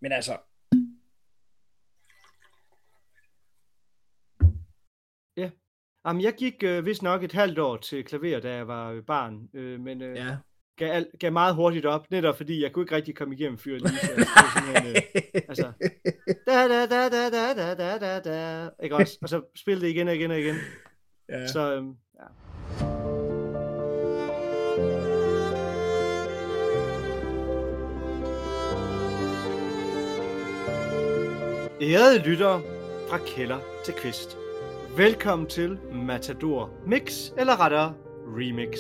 Men altså... Ja. Jamen, jeg gik vist nok et halvt år til klaver, da jeg var barn, men Ja. gav meget hurtigt op, netop fordi jeg kunne ikke rigtig komme igennem Fyr Lise. Altså, det var simpelthen, altså, da, ikke også? Og så spillede det igen og igen og igen. Ja. Så, ja. Ærede lyttere, fra kælder til kvist. Velkommen til Matador Mix, eller rettere Remix.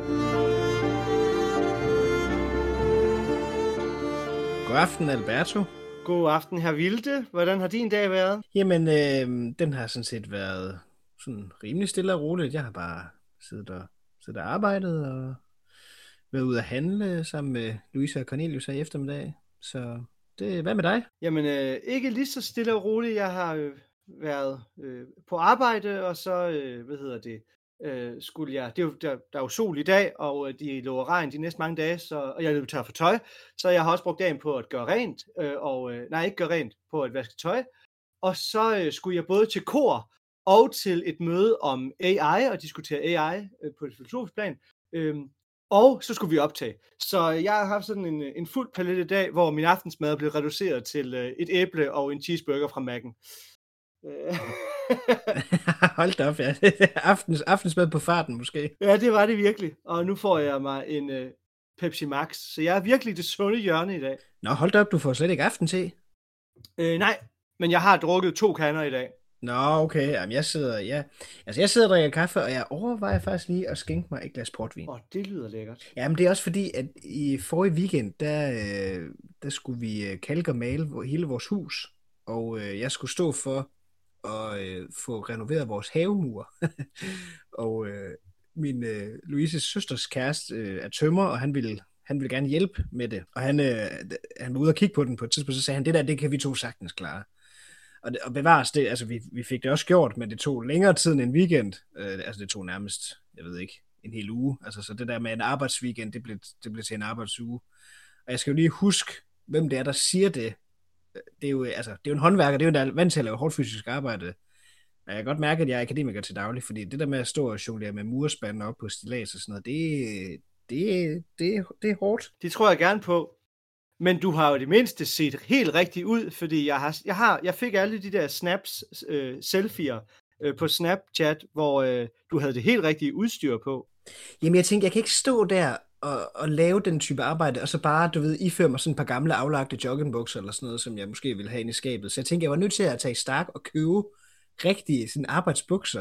God aften, Alberto. God aften, hr. Vilde. Hvordan har din dag været? Jamen, den har sådan set været sådan rimelig stille og roligt. Jeg har bare siddet og arbejdet og været ude at handle sammen med Louise og Cornelius her i eftermiddag. Så hvad med dig? Jamen, ikke lige så stille og roligt. Jeg har været på arbejde, og så, skulle jeg... Det er jo, der er jo sol i dag, og de lover regn de næste mange dage, og jeg løber tør for tøj. Så jeg har også brugt dagen på at gøre rent, ikke gøre rent, på at vaske tøj. Og så skulle jeg både til kor og til et møde om AI, og diskutere AI på et filosofisk plan. Og så skulle vi optage. Så jeg har haft sådan en fuld palet i dag, hvor min aftensmad er blevet reduceret til et æble og en cheeseburger fra Mac'en. Hold da op, ja. Aftensmad på farten måske. Ja, det var det virkelig. Og nu får jeg mig en Pepsi Max. Så jeg er virkelig det sunde hjørne i dag. Nå, hold da op, du får slet ikke aftente. Nej, men jeg har drukket 2 kander i dag. Nå, okay. Jamen, jeg sidder og drikker kaffe, og jeg overvejer faktisk lige at skænke mig et glas portvin. Det lyder lækkert. Jamen, det er også fordi, at i forrige weekend, der skulle vi kalke og male hele vores hus, og jeg skulle stå for at få renoveret vores havemur. Og min Louises søsters kæreste er tømrer, og han ville gerne hjælpe med det. Og han var ude og kigge på den på et tidspunkt, så sagde han, det kan vi to sagtens klare. Og bevares det, altså vi fik det også gjort, men det tog længere tid end en weekend. Altså det tog nærmest, jeg ved ikke, en hel uge. Altså så det der med en arbejdsweekend, det blev til en arbejdsuge. Og jeg skal jo lige huske, hvem det er, der siger det. Det er jo en håndværker, det er jo en vant til at lave hårdt fysisk arbejde. Og jeg kan godt mærke, at jeg er akademiker til daglig, fordi det der med at stå og jonglere med murspanden op på stillads og sådan noget, det er hårdt. Det tror jeg gerne på. Men du har jo det mindste set helt rigtigt ud, fordi jeg fik alle de der snaps, selfier på Snapchat, hvor du havde det helt rigtige udstyr på. Jamen jeg tænkte, jeg kan ikke stå der og lave den type arbejde, og så bare, du ved, iføre mig sådan et par gamle aflagte joggingbukser eller sådan noget, som jeg måske ville have inde i skabet. Så jeg tænkte, jeg var nødt til at tage Stark og købe rigtige sådan arbejdsbukser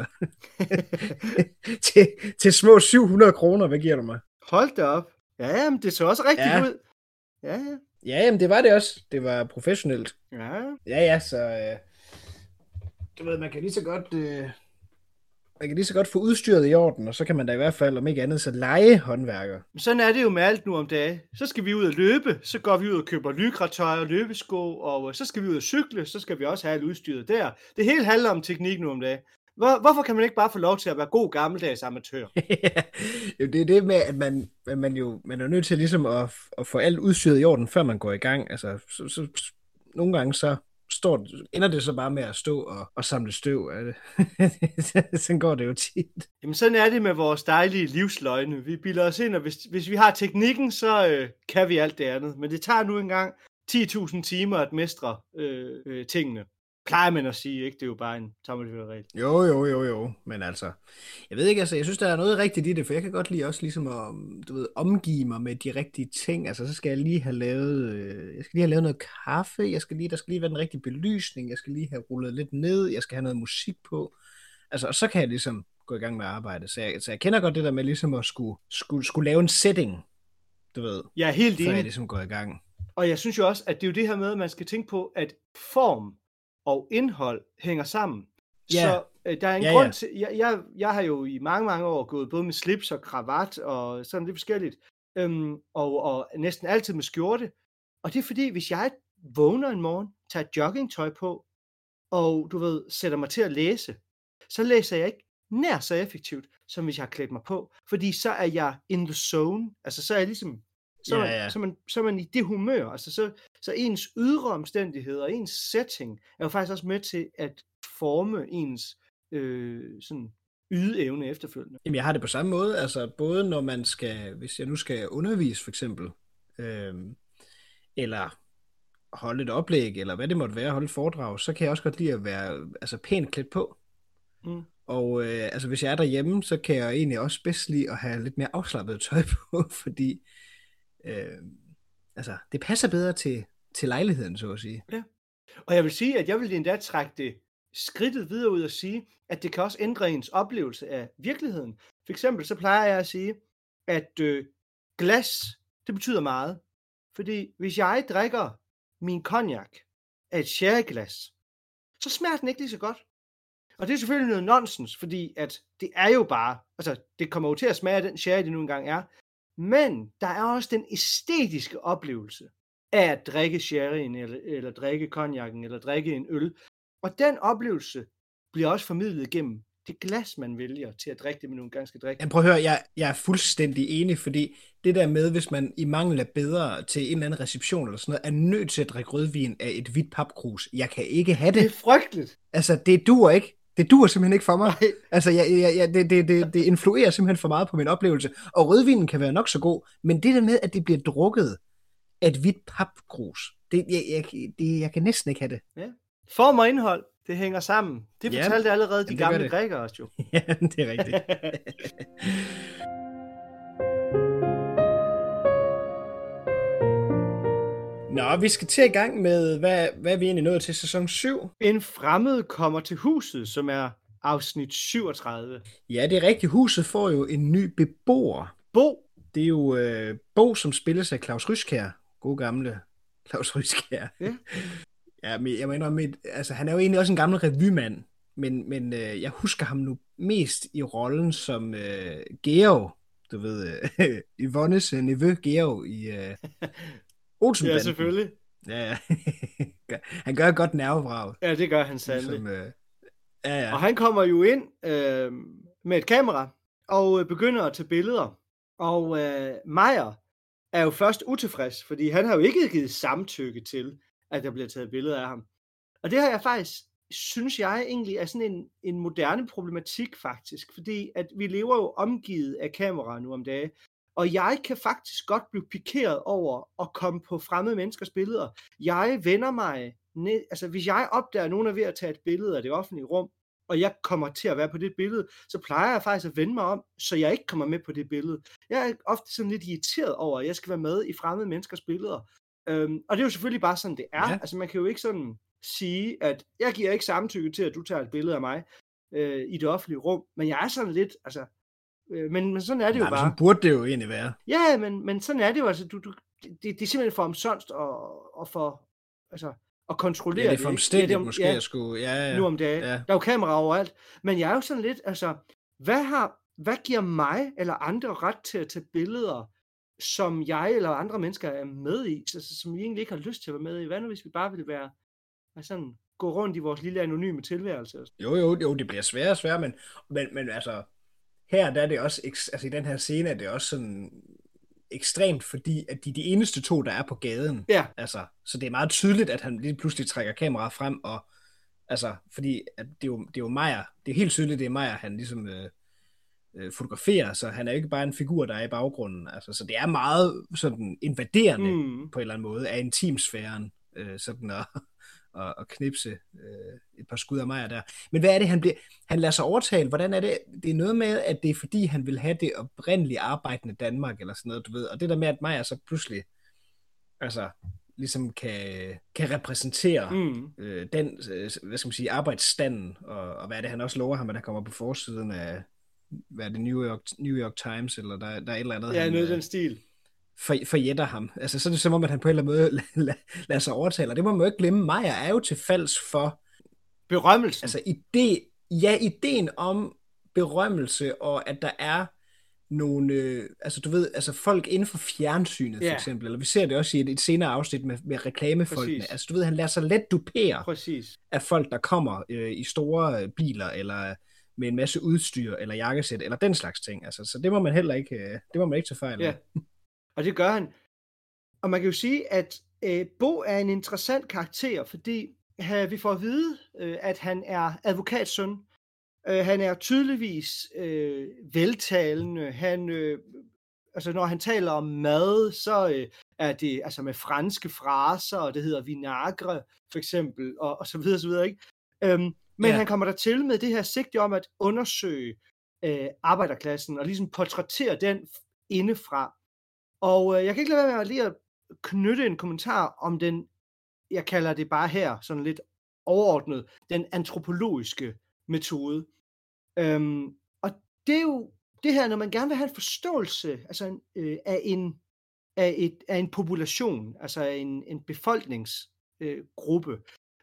til små 700 kroner. Hvad giver du mig? Hold da op. Ja, men det så også rigtigt ud. Ja. Ja, jamen det var det også. Det var professionelt. Ja. Ja, så du ved, man kan lige så godt få udstyret i orden, og så kan man da i hvert fald, om ikke andet, så lege håndværker. Sådan er det jo med alt nu om dagen. Så skal vi ud og løbe, så går vi ud og køber lykratøj og løbesko, og så skal vi ud og cykle, så skal vi også have alt udstyret der. Det hele handler om teknik nu om dagen. Hvorfor kan man ikke bare få lov til at være god gammeldags amatør? Jo, det er det med, at man er nødt til ligesom at få alt udstyret i orden, før man går i gang. Altså, så nogle gange så ender det så bare med at stå og samle støv af det. Sådan går det jo tit. Jamen sådan er det med vores dejlige livsløgne. Vi bilder os ind, og hvis vi har teknikken, så kan vi alt det andet. Men det tager nu engang 10.000 timer at mestre tingene. Plejer man at sige, ikke? Det er jo bare en tommelfingerregel. Jo. Men altså, jeg ved ikke, altså, jeg synes, der er noget rigtigt i det, for jeg kan godt lide også ligesom at, du ved, omgive mig med de rigtige ting. Altså, så skal jeg lige have lavet, noget kaffe, der skal lige være den rigtige belysning, jeg skal lige have rullet lidt ned, jeg skal have noget musik på. Altså, og så kan jeg ligesom gå i gang med at arbejde. Så jeg kender godt det der med ligesom at skulle lave en setting, du ved. Ja, helt enig. Før jeg ligesom går i gang. Og jeg synes jo også, at det er jo det her med, at man skal tænke på, at form og indhold hænger sammen. Yeah. Så der er en grund til... Jeg har jo i mange, mange år gået både med slips og kravat og sådan lidt forskelligt. Og næsten altid med skjorte. Og det er fordi, hvis jeg vågner en morgen, tager joggingtøj på, og du ved, sætter mig til at læse, så læser jeg ikke nær så effektivt, som hvis jeg har klædt mig på. Fordi så er jeg in the zone. Altså så er jeg ligesom Ja. Så er man i det humør. Altså så ens ydre omstændigheder og ens setting er jo faktisk også med til at forme ens sådan ydeevne efterfølgende. Jamen, jeg har det på samme måde. Altså, både når man skal, hvis jeg nu skal undervise for eksempel, eller holde et oplæg, eller hvad det måtte være, holde et foredrag, så kan jeg også godt lide at være pænt klædt på. Og hvis jeg er derhjemme, så kan jeg egentlig også bedst lide at have lidt mere afslappet tøj på, fordi det passer bedre til lejligheden, så at sige. Ja. Og jeg vil sige, at jeg vil endda trække det skridtet videre ud og sige, at det kan også ændre ens oplevelse af virkeligheden. For eksempel så plejer jeg at sige, at glas, det betyder meget. Fordi hvis jeg drikker min cognac af et sherryglas, så smager den ikke lige så godt. Og det er selvfølgelig noget nonsens, fordi at det er jo bare, det kommer jo til at smage af den sherry, det nu engang er. Men der er også den æstetiske oplevelse af at drikke sherryen, eller drikke cognacen, eller drikke en øl. Og den oplevelse bliver også formidlet gennem det glas, man vælger til at drikke det med nogle ganske drikke. Prøv at høre, jeg er fuldstændig enig, fordi det der med, hvis man i mangel af bedre til en eller anden reception eller sådan noget, er nødt til at drikke rødvin af et hvidt papkrus. Jeg kan ikke have det. Det er frygteligt. Det duer ikke. Det duer simpelthen ikke for mig. Nej. Det influerer simpelthen for meget på min oplevelse. Og rødvinen kan være nok så god, men det der med, at det bliver drukket af et hvidt papkrus, jeg kan næsten ikke have det. Ja. Form og indhold, det hænger sammen. Det fortalte allerede de gamle grækere også jo. Ja, det er rigtigt. Nå, vi skal til i gang med, hvad vi egentlig nået til sæson 7. En fremmed kommer til huset, som er afsnit 37. Ja, det er rigtigt. Huset får jo en ny beboer. Bo. Det er jo Bo, som spilles af Klaus Ryskjær. God gamle Klaus Ryskjær. Ja. Ja, men jeg må indrømme, han er jo egentlig også en gammel revymand, men jeg husker ham nu mest i rollen som Georg, du ved, Yvonnes nevø Georg i Olsenbanden. Ja, selvfølgelig. Ja, han gør et godt nervevrag. Ja, det gør han sandelig. Ja. Og han kommer jo ind med et kamera og begynder at tage billeder. Og Meyer er jo først utilfreds, fordi han har jo ikke givet samtykke til, at der bliver taget billeder af ham. Og det har jeg faktisk, synes jeg egentlig, er sådan en moderne problematik faktisk, fordi at vi lever jo omgivet af kameraer nu om dagen, og jeg kan faktisk godt blive pikeret over at komme på fremmede menneskers billeder. Jeg vender mig ned, hvis jeg opdager, at nogen er ved at tage et billede af det offentlige rum, og jeg kommer til at være på det billede, så plejer jeg faktisk at vende mig om, så jeg ikke kommer med på det billede. Jeg er ofte sådan lidt irriteret over, at jeg skal være med i fremmede menneskers billeder. Og det er jo selvfølgelig bare sådan, det er. Ja. Man kan jo ikke sådan sige, at jeg giver ikke samtykke til, at du tager et billede af mig i det offentlige rum. Men jeg er sådan lidt, men sådan er det jo bare. Sådan burde det jo egentlig være. Ja, men sådan er det jo. Det er simpelthen for omsonst og for, at kontrollere det. Det er for omstændigt måske at skulle. Ja. Nu om dagen. Ja. Der er jo kameraer overalt. Men jeg er jo sådan lidt, hvad giver mig eller andre ret til at tage billeder, som jeg eller andre mennesker er med i, som vi egentlig ikke har lyst til at være med i? Hvad nu, hvis vi bare vil være gå rundt i vores lille anonyme tilværelse? Jo, det bliver sværere og sværere, men her der er det også, i den her scene er det også sådan ekstremt, fordi at de eneste to, der er på gaden. Ja. Så det er meget tydeligt, at han lige pludselig trækker kameraet frem, og fordi at det er jo Meyer, det er helt tydeligt, det er Meyer, han ligesom fotograferer, så han er jo ikke bare en figur, der er i baggrunden. Så det er meget sådan invaderende på en eller anden måde af intimsfæren, sådan at knipse et par skud af Meyer der. Men hvad er det, han lader sig overtale? Hvordan er det? Det er noget med, at det er fordi, han vil have det oprindelige arbejdende Danmark, eller sådan noget, du ved. Og det der med, at Meyer så pludselig ligesom kan repræsentere den, hvad skal man sige, arbejdsstanden, og hvad er det, han også lover ham, at der kommer på forsiden af, hvad er det, New York Times, eller der er et eller andet. Ja, noget den stil. Forjætter ham. Så er det som om, at han på en eller anden måde lader sig overtale, og det må man jo ikke glemme. Meyer er jo til falds for berømmelsen. Ideen om berømmelse, og at der er nogle, folk inden for fjernsynet, for eksempel, eller vi ser det også i et senere afsnit med reklamefolkene. Præcis. Han lader sig let dupere Præcis. af folk, der kommer i store biler, eller med en masse udstyr, eller jakkesæt, eller den slags ting. Så det må man heller ikke, det må man ikke tage fejl af. Ja. Og det gør han. Og man kan jo sige, at Bo er en interessant karakter, fordi vi får at vide, at han er advokatssøn. Han er tydeligvis veltalende. Altså når han taler om mad, så er det altså med franske fraser, og det hedder vinagre for eksempel, og så videre, så videre, ikke? Men han kommer der til med det her sigte om at undersøge arbejderklassen, og ligesom portrættere den indefra. Og jeg kan ikke lade være med lige at knytte en kommentar om den, jeg kalder det bare her, sådan lidt overordnet, den antropologiske metode. Og det er jo det her, når man gerne vil have en forståelse altså af en population, altså en befolkningsgruppe,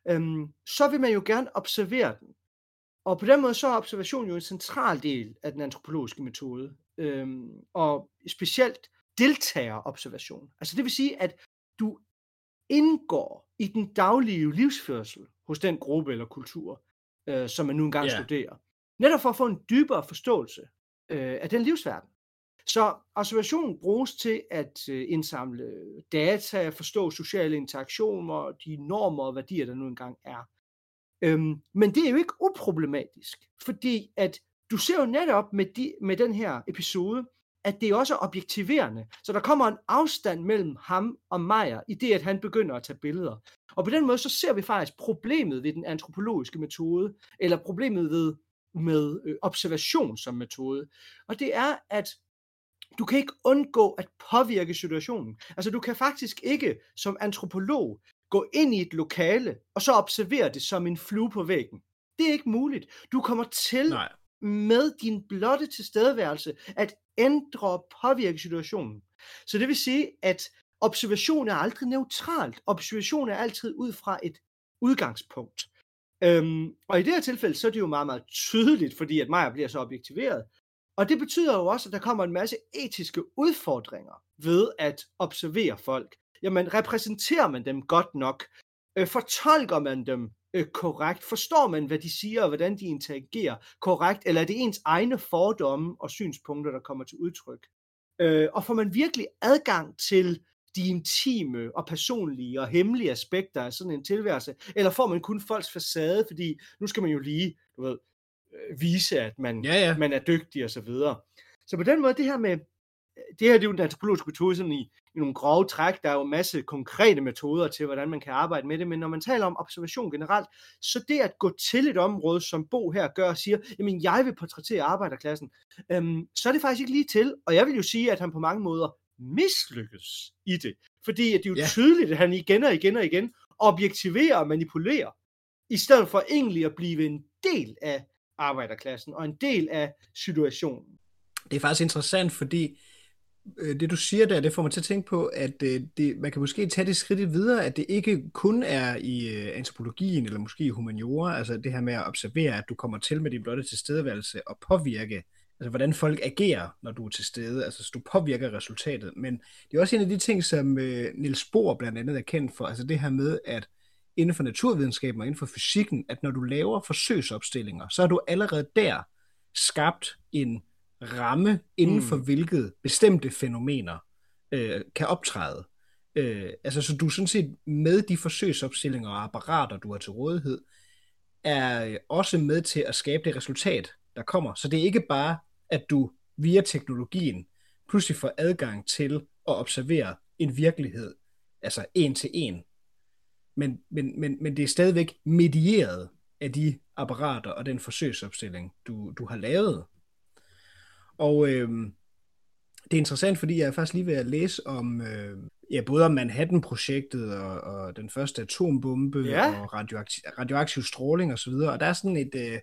så vil man jo gerne observere den. Og på den måde så er observation jo en central del af den antropologiske metode, og specielt deltagerobservation. Altså det vil sige, at du indgår i den daglige livsførsel hos den gruppe eller kultur, som man nu engang studerer. Netop for at få en dybere forståelse af den livsverden. Så observation bruges til at indsamle data, forstå sociale interaktioner, de normer og værdier, der nu engang er. Men det er jo ikke uproblematisk, fordi at du ser jo netop med den her episode, at det også er objektiverende. Så der kommer en afstand mellem ham og Meyer, i det, at han begynder at tage billeder. Og på den måde, så ser vi faktisk problemet ved den antropologiske metode, eller problemet med observation som metode. Og det er, at du kan ikke undgå at påvirke situationen. Altså du kan faktisk ikke som antropolog gå ind i et lokale, og så observere det som en flue på væggen. Det er ikke muligt. Du kommer til med din blotte tilstedeværelse at ændre og påvirke situationen. Så det vil sige, at observation er aldrig neutralt. Observation er altid ud fra et udgangspunkt. Og i det her tilfælde, så er det jo meget, meget tydeligt, fordi at Meyer bliver så objektiveret. Og det betyder jo også, at der kommer en masse etiske udfordringer ved at observere folk. Jamen, repræsenterer man dem godt nok? Fortolker man dem korrekt? Forstår man, hvad de siger, og hvordan de interagerer korrekt? Eller er det ens egne fordomme og synspunkter, der kommer til udtryk? Og får man virkelig adgang til de intime og personlige og hemmelige aspekter af sådan en tilværelse? Eller får man kun folks facade, fordi nu skal man jo lige, vise, at man er dygtig og så videre. Så på den måde, det her det er jo den antropologiske metode sådan i nogle grove træk. Der er jo en masse konkrete metoder til, hvordan man kan arbejde med det, men når man taler om observation generelt, så det at gå til et område, som Bo her gør og siger, jamen jeg vil portrættere arbejderklassen, så er det faktisk ikke lige til, og jeg vil jo sige, at han på mange måder mislykkes i det, fordi at det er jo tydeligt, at han igen og igen objektiverer og manipulerer, i stedet for egentlig at blive en del af arbejderklassen og en del af situationen. Det er faktisk interessant, fordi det du siger der, det får mig til at tænke på, at man kan måske tage det skridt videre, at det ikke kun er i antropologien eller måske i humaniora, altså det her med at observere, at du kommer til med din blotte tilstedeværelse og påvirke, altså hvordan folk agerer, når du er til stede, altså så du påvirker resultatet. Men det er også en af de ting, som Niels Bohr blandt andet er kendt for, altså det her med, at inden for naturvidenskaben og inden for fysikken, at når du laver forsøgsopstillinger, så har du allerede der skabt en ramme, inden for hvilket bestemte fænomener kan optræde. Altså så du sådan set med de forsøgsopstillinger og apparater, du har til rådighed, er også med til at skabe det resultat, der kommer. Så det er ikke bare, at du via teknologien pludselig får adgang til at observere en virkelighed, altså en til en. Men det er stadigvæk medieret af de apparater og den forsøgsopstilling, du har lavet. Og det er interessant, fordi jeg er faktisk lige ved at læse om både om Manhattan-projektet og den første atombombe og radioaktiv stråling og så videre. Og der er sådan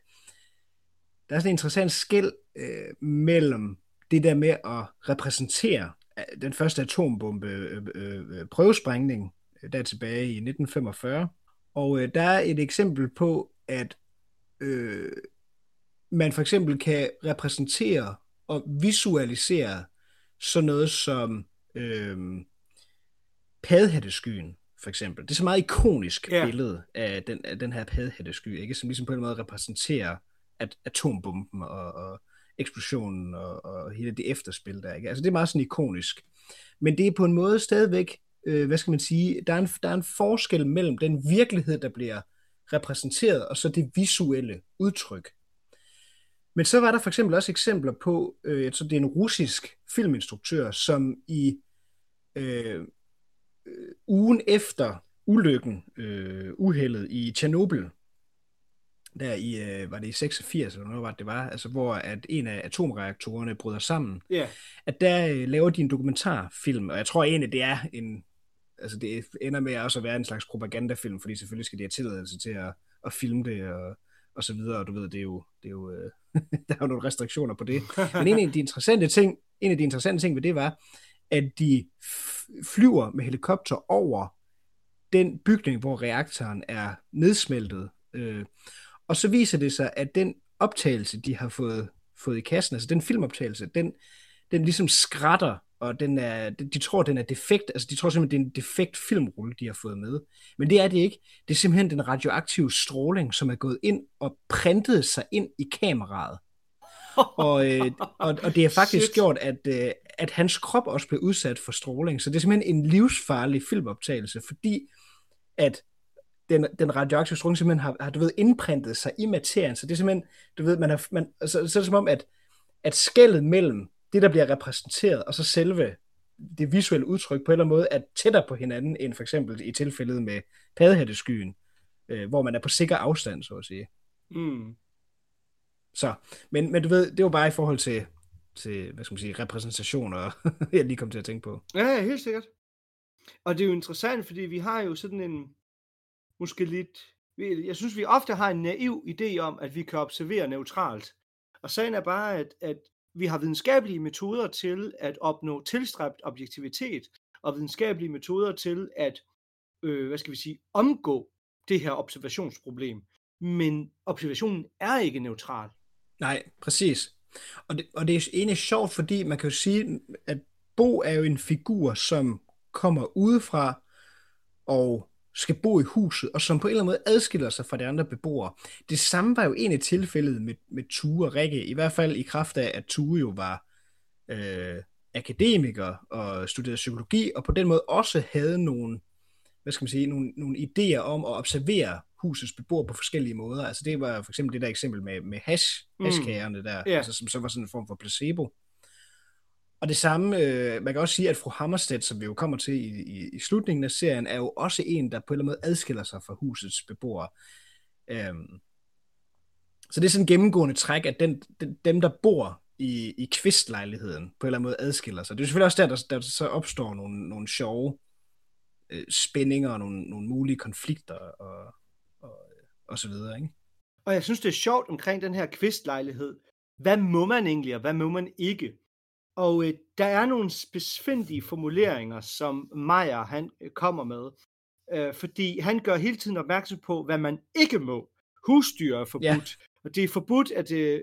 et interessant skel mellem det der med at repræsentere den første atombombe prøvesprængning der tilbage i 1945. Og der er et eksempel på, at man for eksempel kan repræsentere og visualisere sådan noget som padhætteskyen, for eksempel. Det er så meget ikonisk billede af den her padhættesky, ikke? Som ligesom på en måde repræsenterer atombomben og eksplosionen og hele det efterspil der, ikke? Altså det er meget sådan ikonisk. Men det er på en måde stadigvæk hvad skal man sige, der er en forskel mellem den virkelighed, der bliver repræsenteret, og så det visuelle udtryk. Men så var der for eksempel også eksempler på, så det er en russisk filminstruktør, som i ugen efter ulykken, uheldet i Tjernobyl, der i, var det i 86, eller noget det var, altså hvor at en af atomreaktorerne bryder sammen, at der laver de en dokumentarfilm, og jeg tror egentlig, det er altså det ender med også at være en slags propagandafilm, fordi selvfølgelig skal de have tilladelse til at filme det, og så videre, og du ved, det er jo der er jo nogle restriktioner på det. Men en af de interessante ting ved det var, at de flyver med helikopter over den bygning, hvor reaktoren er nedsmeltet. Og så viser det sig, at den optagelse, de har fået i kassen, altså den filmoptagelse, den ligesom skrætter, og de tror, den er defekt. Altså de tror simpelthen, det er en defekt filmrulle, de har fået med. Men det er det ikke. Det er simpelthen den radioaktive stråling, som er gået ind og printet sig ind i kameraet. Og det har faktisk gjort, at hans krop også blev udsat for stråling. Så det er simpelthen en livsfarlig filmoptagelse, fordi at den radioaktive stråling simpelthen har du ved, indprintet sig i materien. Så det er simpelthen, du ved, så er det som om, at skellet mellem det, der bliver repræsenteret, og så selve det visuelle udtryk på en eller anden måde er tættere på hinanden, end for eksempel i tilfældet med Paddehatteskyen, hvor man er på sikker afstand, så at sige. Så, men du ved, det var bare i forhold til hvad skal man sige, repræsentationer, jeg lige kom til at tænke på. Ja, helt sikkert. Og det er jo interessant, fordi vi har jo sådan en, måske lidt, jeg synes, vi ofte har en naiv idé om, at vi kan observere neutralt. Og sagen er bare, at vi har videnskabelige metoder til at opnå tilstræbt objektivitet, og videnskabelige metoder til at, hvad skal vi sige, omgå det her observationsproblem. Men observationen er ikke neutral. Nej, præcis. Og det er egentlig sjovt, fordi man kan jo sige, at Bo er jo en figur, som kommer udefra og skal bo i huset, og som på en eller anden måde adskiller sig fra de andre beboere. Det samme var jo egentlig tilfældet med Tue og Rikke, i hvert fald i kraft af, at Tue jo var akademiker og studerede psykologi, og på den måde også havde nogle, hvad skal man sige, nogle idéer om at observere husets beboere på forskellige måder. Altså det var for eksempel det der eksempel med hashkagerne der, altså, som så var sådan en form for placebo. Og det samme, man kan også sige, at fru Hammerstedt, som vi jo kommer til i slutningen af serien, er jo også en, der på en eller anden måde adskiller sig fra husets beboere. Så det er sådan en gennemgående træk, at dem, der bor i Kvist-lejligheden, på en eller anden måde adskiller sig. Det er selvfølgelig også der så opstår nogle sjove spændinger og nogle mulige konflikter og så videre, ikke? Og jeg synes, det er sjovt omkring den her Kvist-lejlighed. Hvad må man egentlig, og hvad må man ikke? Og der er nogle spidsfindige formuleringer, som Meyer han kommer med, fordi han gør hele tiden opmærksom på, hvad man ikke må. Husdyr er forbudt, og det er forbudt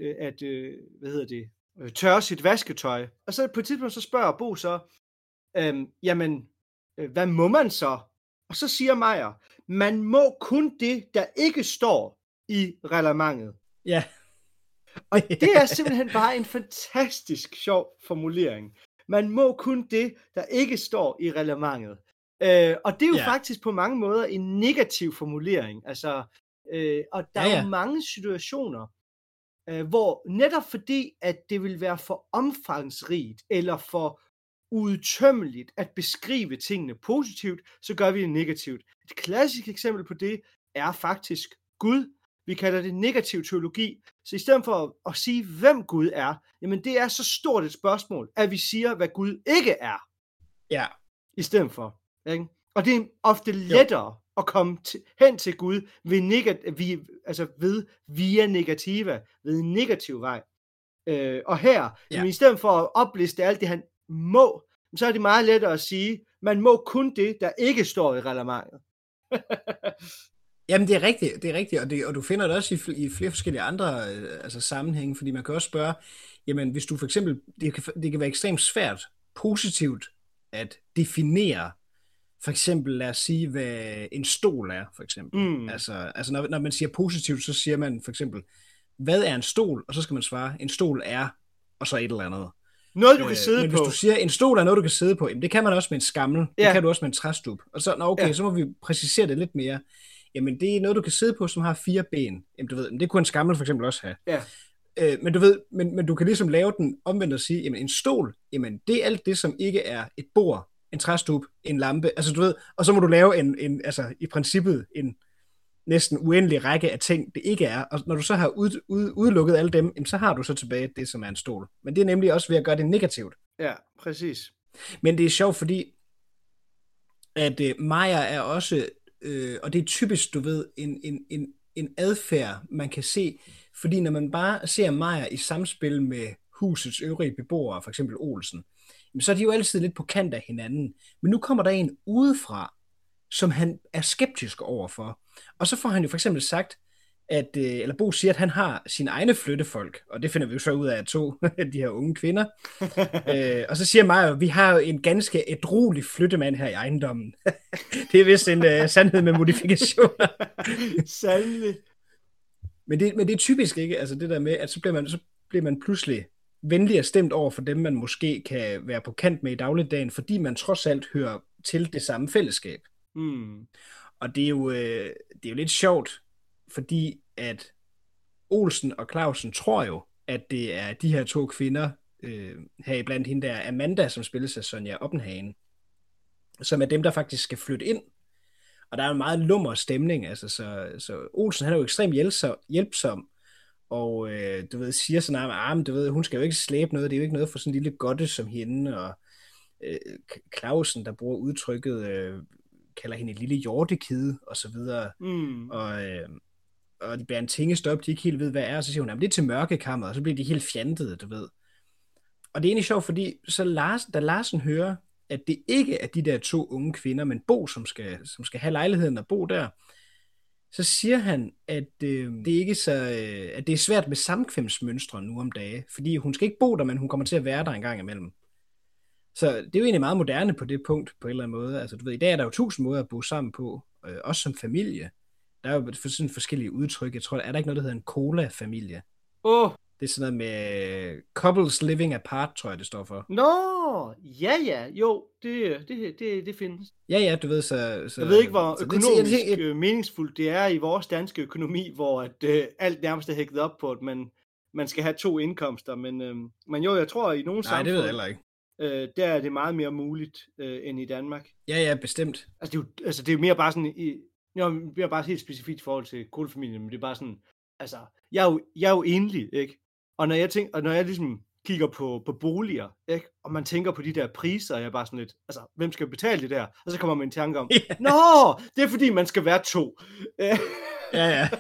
at tørre sit vasketøj. Og så på et tidspunkt så spørger Bo så, jamen, hvad må man så? Og så siger Meyer, man må kun det, der ikke står i reglementet. Ja. Og det er simpelthen bare en fantastisk sjov formulering. Man må kun det, der ikke står i reglementet. Og det er jo faktisk på mange måder en negativ formulering. Altså, og der er jo mange situationer, hvor netop fordi, at det vil være for omfangsrigt eller for udtømmeligt at beskrive tingene positivt, så gør vi det negativt. Et klassisk eksempel på det er faktisk Gud. Vi kalder det negativ teologi. Så i stedet for at sige, hvem Gud er, jamen det er så stort et spørgsmål, at vi siger, hvad Gud ikke er. Ja. I stedet for. Ikke? Og det er ofte lettere at komme hen til Gud ved via negativa, ved en negativ vej. Og her, jamen, i stedet for at opliste alt det, han må, så er det meget lettere at sige, man må kun det, der ikke står i reglementet. Jamen, det er rigtigt, og du finder det også i flere forskellige andre sammenhænge, fordi man kan også spørge, jamen, hvis du for eksempel, det kan være ekstremt svært positivt at definere, for eksempel, lad os sige, hvad en stol er, for eksempel. Altså når man siger positivt, så siger man for eksempel, hvad er en stol? Og så skal man svare, en stol er, og så et eller andet. Noget, du kan sidde Men på. hvis du siger, en stol er noget, du kan sidde på, jamen det kan man også med en skammel. Ja. Det kan du også med en træstup. Og så, okay, Ja. så må vi præcisere det lidt mere. Jamen det er noget, du kan sidde på, som har 4 ben. Jamen du ved, det kunne en skammel for eksempel også have. Ja. Men du ved, men du kan ligesom lave den omvendt og sige, jamen en stol, jamen det er alt det, som ikke er et bord, en træstup, en lampe, altså du ved, og så må du lave altså i princippet en næsten uendelig række af ting, det ikke er, og når du så har udelukket alle dem, jamen, så har du så tilbage det, som er en stol. Men det er nemlig også ved at gøre det negativt. Ja, præcis. Men det er sjovt, fordi at Maja er også, og det er typisk, du ved, en adfærd, man kan se, fordi når man bare ser Maja i samspil med husets øvrige beboere, for eksempel Olsen, så er de jo altid lidt på kant af hinanden. Men nu kommer der en udefra, som han er skeptisk overfor. Og så får han jo for eksempel sagt, eller Bo siger, at han har sine egne flyttefolk, og det finder vi jo så ud af 2 de her unge kvinder. Og så siger Maja, at vi har jo en ganske ædruelig flyttemand her i ejendommen. Det er vist en sandhed med modifikationer. Sandelig. Men det er typisk ikke, altså det der med, at så bliver man pludselig venligere stemt over for dem, man måske kan være på kant med i dagligdagen, fordi man trods alt hører til det samme fællesskab. Og det er jo lidt sjovt, fordi at Olsen og Clausen tror jo, at det er de her 2 kvinder, heriblandt hende der Amanda, som spilles af Sonja Oppenhagen, som er dem, der faktisk skal flytte ind. Og der er en meget lummer stemning, altså så Olsen, han er jo ekstremt hjælpsom, og du ved, siger sådan, du ved, hun skal jo ikke slæbe noget, det er jo ikke noget for sådan en lille godte som hende, og Clausen, der bruger udtrykket, kalder hende et lille hjortekide, og så videre, og det bliver en tingestop, de ikke helt ved, hvad er, og så siger hun, det er til mørkekammeret, og så bliver de helt fjantede, du ved. Og det er egentlig sjovt, fordi så da Larsen hører, at det ikke er de der 2 unge kvinder, men Bo, som skal have lejligheden og bo der, så siger han, at det ikke så, at det er svært med samkvemsmønstre nu om dage, fordi hun skal ikke bo der, men hun kommer til at være der en gang imellem. Så det er jo egentlig meget moderne på det punkt, på en eller anden måde. Altså, du ved, i dag er der jo 1000 måder at bo sammen på, også som familie. Der er jo sådan forskellige udtryk. Jeg tror, er der ikke noget, der hedder en cola-familie? Det er sådan noget med couples living apart, tror jeg, det står for. Nå, ja, jo, det findes. Ja, du ved, så jeg ved ikke, hvor økonomisk meningsfuldt det er i vores danske økonomi, hvor at, alt nærmest er hægtet op på, at man skal have 2 indkomster, men jo, jeg tror, i nogle samfund... Nej, det ved jeg heller ikke. Der er det meget mere muligt end i Danmark. Ja, bestemt. Altså, det er jo mere bare sådan... det er bare helt specifikt i forhold til kolefamilien, men det er bare sådan... Altså, jeg er jo enlig, ikke? Og når jeg ligesom kigger på boliger, ikke? Og man tænker på de der priser, og jeg er bare sådan lidt... Altså, hvem skal betale det der? Og så kommer man i tanke om... Nå, det er fordi, man skal være 2. Ja.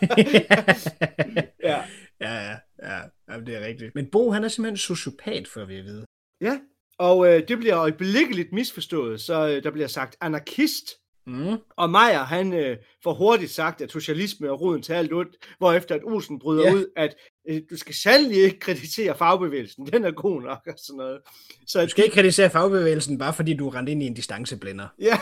Jamen, det er rigtigt. Men Bo, han er simpelthen sociopat, før vi at vide. Ja, og det bliver øjeblikkeligt misforstået, så der bliver sagt anarkist. Og Meyer, han får hurtigt sagt, at socialisme er roden til alt ondt, hvorefter at Olsen bryder ud, at du skal sandelig ikke kritisere fagbevægelsen, den er god nok og sådan noget. Så du skal ikke kritisere fagbevægelsen, bare fordi du rendte ind i en distanceblender. Ja.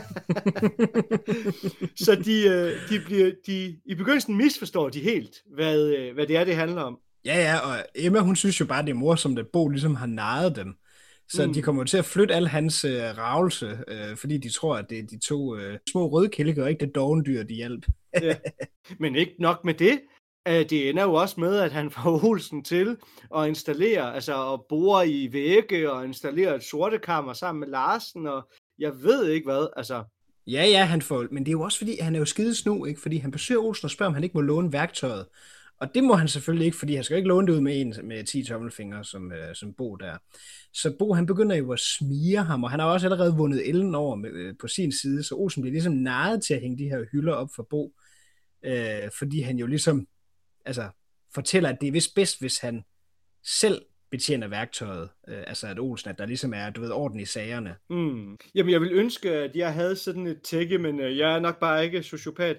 Så i begyndelsen misforstår de helt, hvad det er, det handler om. Ja, og Emma, hun synes jo bare, det er morsomt, at Bo ligesom har narret dem. Så de kommer til at flytte al hans ravelse, fordi de tror, at det er de 2 små rødkællinger, og ikke det dovendyr, de hjælp. Ja. Men ikke nok med det. Det ender jo også med, at han får Olsen til at installere, altså at bore i vægge og installere et sortekammer sammen med Larsen, og jeg ved ikke hvad, altså. Ja, han får, men det er jo også fordi, han er jo skidesnu, ikke? Fordi han besøger Olsen og spørger, om han ikke må låne værktøjet. Og det må han selvfølgelig ikke, fordi han skal ikke låne det ud med en med 10 tommelfingre, som Bo der. Så Bo, han begynder jo at smire ham, og han har også allerede vundet Ellen over på sin side, så Olsen bliver ligesom narret til at hænge de her hylder op for Bo, fordi han jo ligesom fortæller, at det er vist bedst, hvis han selv betjener værktøjet, altså at Olsen, at der ligesom er, du ved, orden i sagerne. Jamen, jeg vil ønske, at jeg havde sådan et tække, men jeg er nok bare ikke sociopat.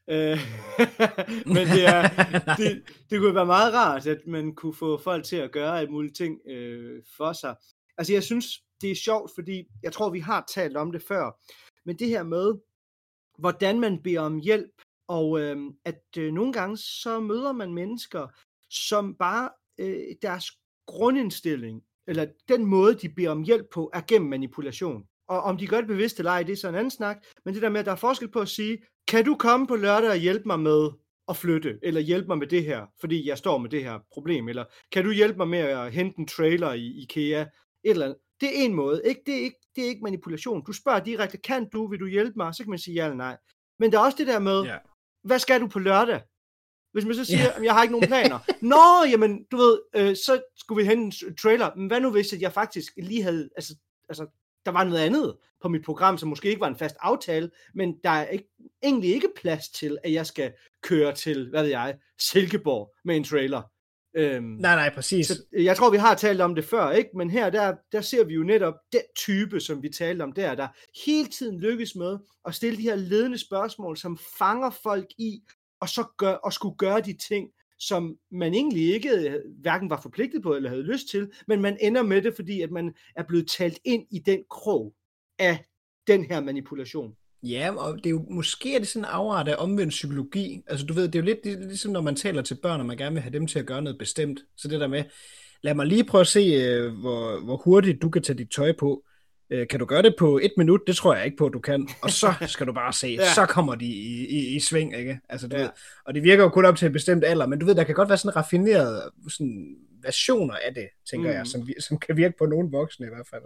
Men det kunne være meget rart, at man kunne få folk til at gøre alle mulige ting for sig. Altså jeg synes, det er sjovt, fordi jeg tror, vi har talt om det før, men det her med, hvordan man beder om hjælp, og at nogle gange så møder man mennesker, som bare deres grundindstilling eller den måde, de beder om hjælp på, er gennem manipulation. Og om de gør det bevidst eller ej, det er så en anden snak, men det der med, at der er forskel på at sige, kan du komme på lørdag og hjælpe mig med at flytte, eller hjælpe mig med det her, fordi jeg står med det her problem, eller kan du hjælpe mig med at hente en trailer i IKEA, et eller andet. Det er en måde, ikke? Det er ikke manipulation. Du spørger direkte, vil du hjælpe mig? Så kan man sige ja eller nej. Men der er også det der med, hvad skal du på lørdag? Hvis man så siger, at jeg har ikke nogen planer. Nå, jamen, du ved, så skulle vi hente en trailer. Men hvad nu hvis, at jeg faktisk lige havde, altså der var noget andet på mit program, som måske ikke var en fast aftale, men der er egentlig ikke plads til, at jeg skal køre til, hvad ved jeg, Silkeborg med en trailer. Nej, præcis. Så jeg tror, vi har talt om det før, ikke? Men her, der ser vi jo netop den type, som vi talte om der hele tiden lykkes med at stille de her ledende spørgsmål, som fanger folk i, og skulle gøre de ting, som man egentlig ikke hverken var forpligtet på eller havde lyst til, men man ender med det, fordi at man er blevet talt ind i den krog af den her manipulation. Ja, og det er jo måske er det sådan en afart af omvendt psykologi. Altså du ved, det er jo lidt ligesom når man taler til børn, og man gerne vil have dem til at gøre noget bestemt. Så det der med, lad mig lige prøve at se, hvor hurtigt du kan tage dit tøj på. Kan du gøre det på 1 minut? Det tror jeg ikke på, du kan. Og så skal du bare se, så kommer de i sving, ikke? Altså, du ved, og det virker jo kun op til en bestemt alder, men du ved, der kan godt være sådan raffinerede sådan versioner af det, tænker jeg, som kan virke på nogle voksne i hvert fald.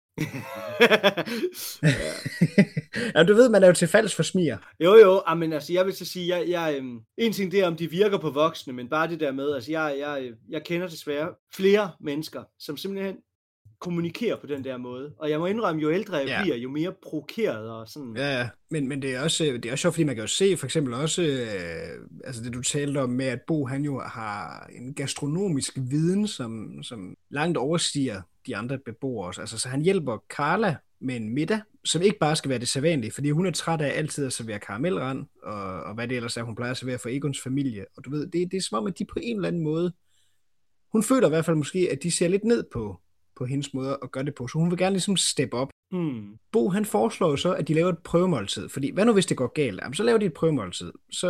Ja, du ved, man er jo til falsk for smiger. Jo, men altså, jeg vil så sige, en ting det er, om de virker på voksne, men bare det der med, altså, jeg kender desværre flere mennesker, som simpelthen kommunikerer på den der måde. Og jeg må indrømme, jo ældre jeg bliver, jo mere provokeret og sådan. Ja, men det er også sjovt, fordi man kan jo se for eksempel også, altså det du talte om med, at Bo han jo har en gastronomisk viden, som langt overstiger de andre beboere. Altså så han hjælper Carla med en middag, som ikke bare skal være det sædvanlige, fordi hun er træt af altid at servere karamelrand, og hvad det ellers er, hun plejer at servere for Egons familie. Og du ved, det er som om, at de på en eller anden måde, hun føler i hvert fald måske, at de ser lidt ned på hendes måde at gøre det på. Så hun vil gerne ligesom steppe op. Bo, han foreslår jo så, at de laver et prøvemåltid. Fordi, hvad nu hvis det går galt? Jamen, så laver de et prøvemåltid.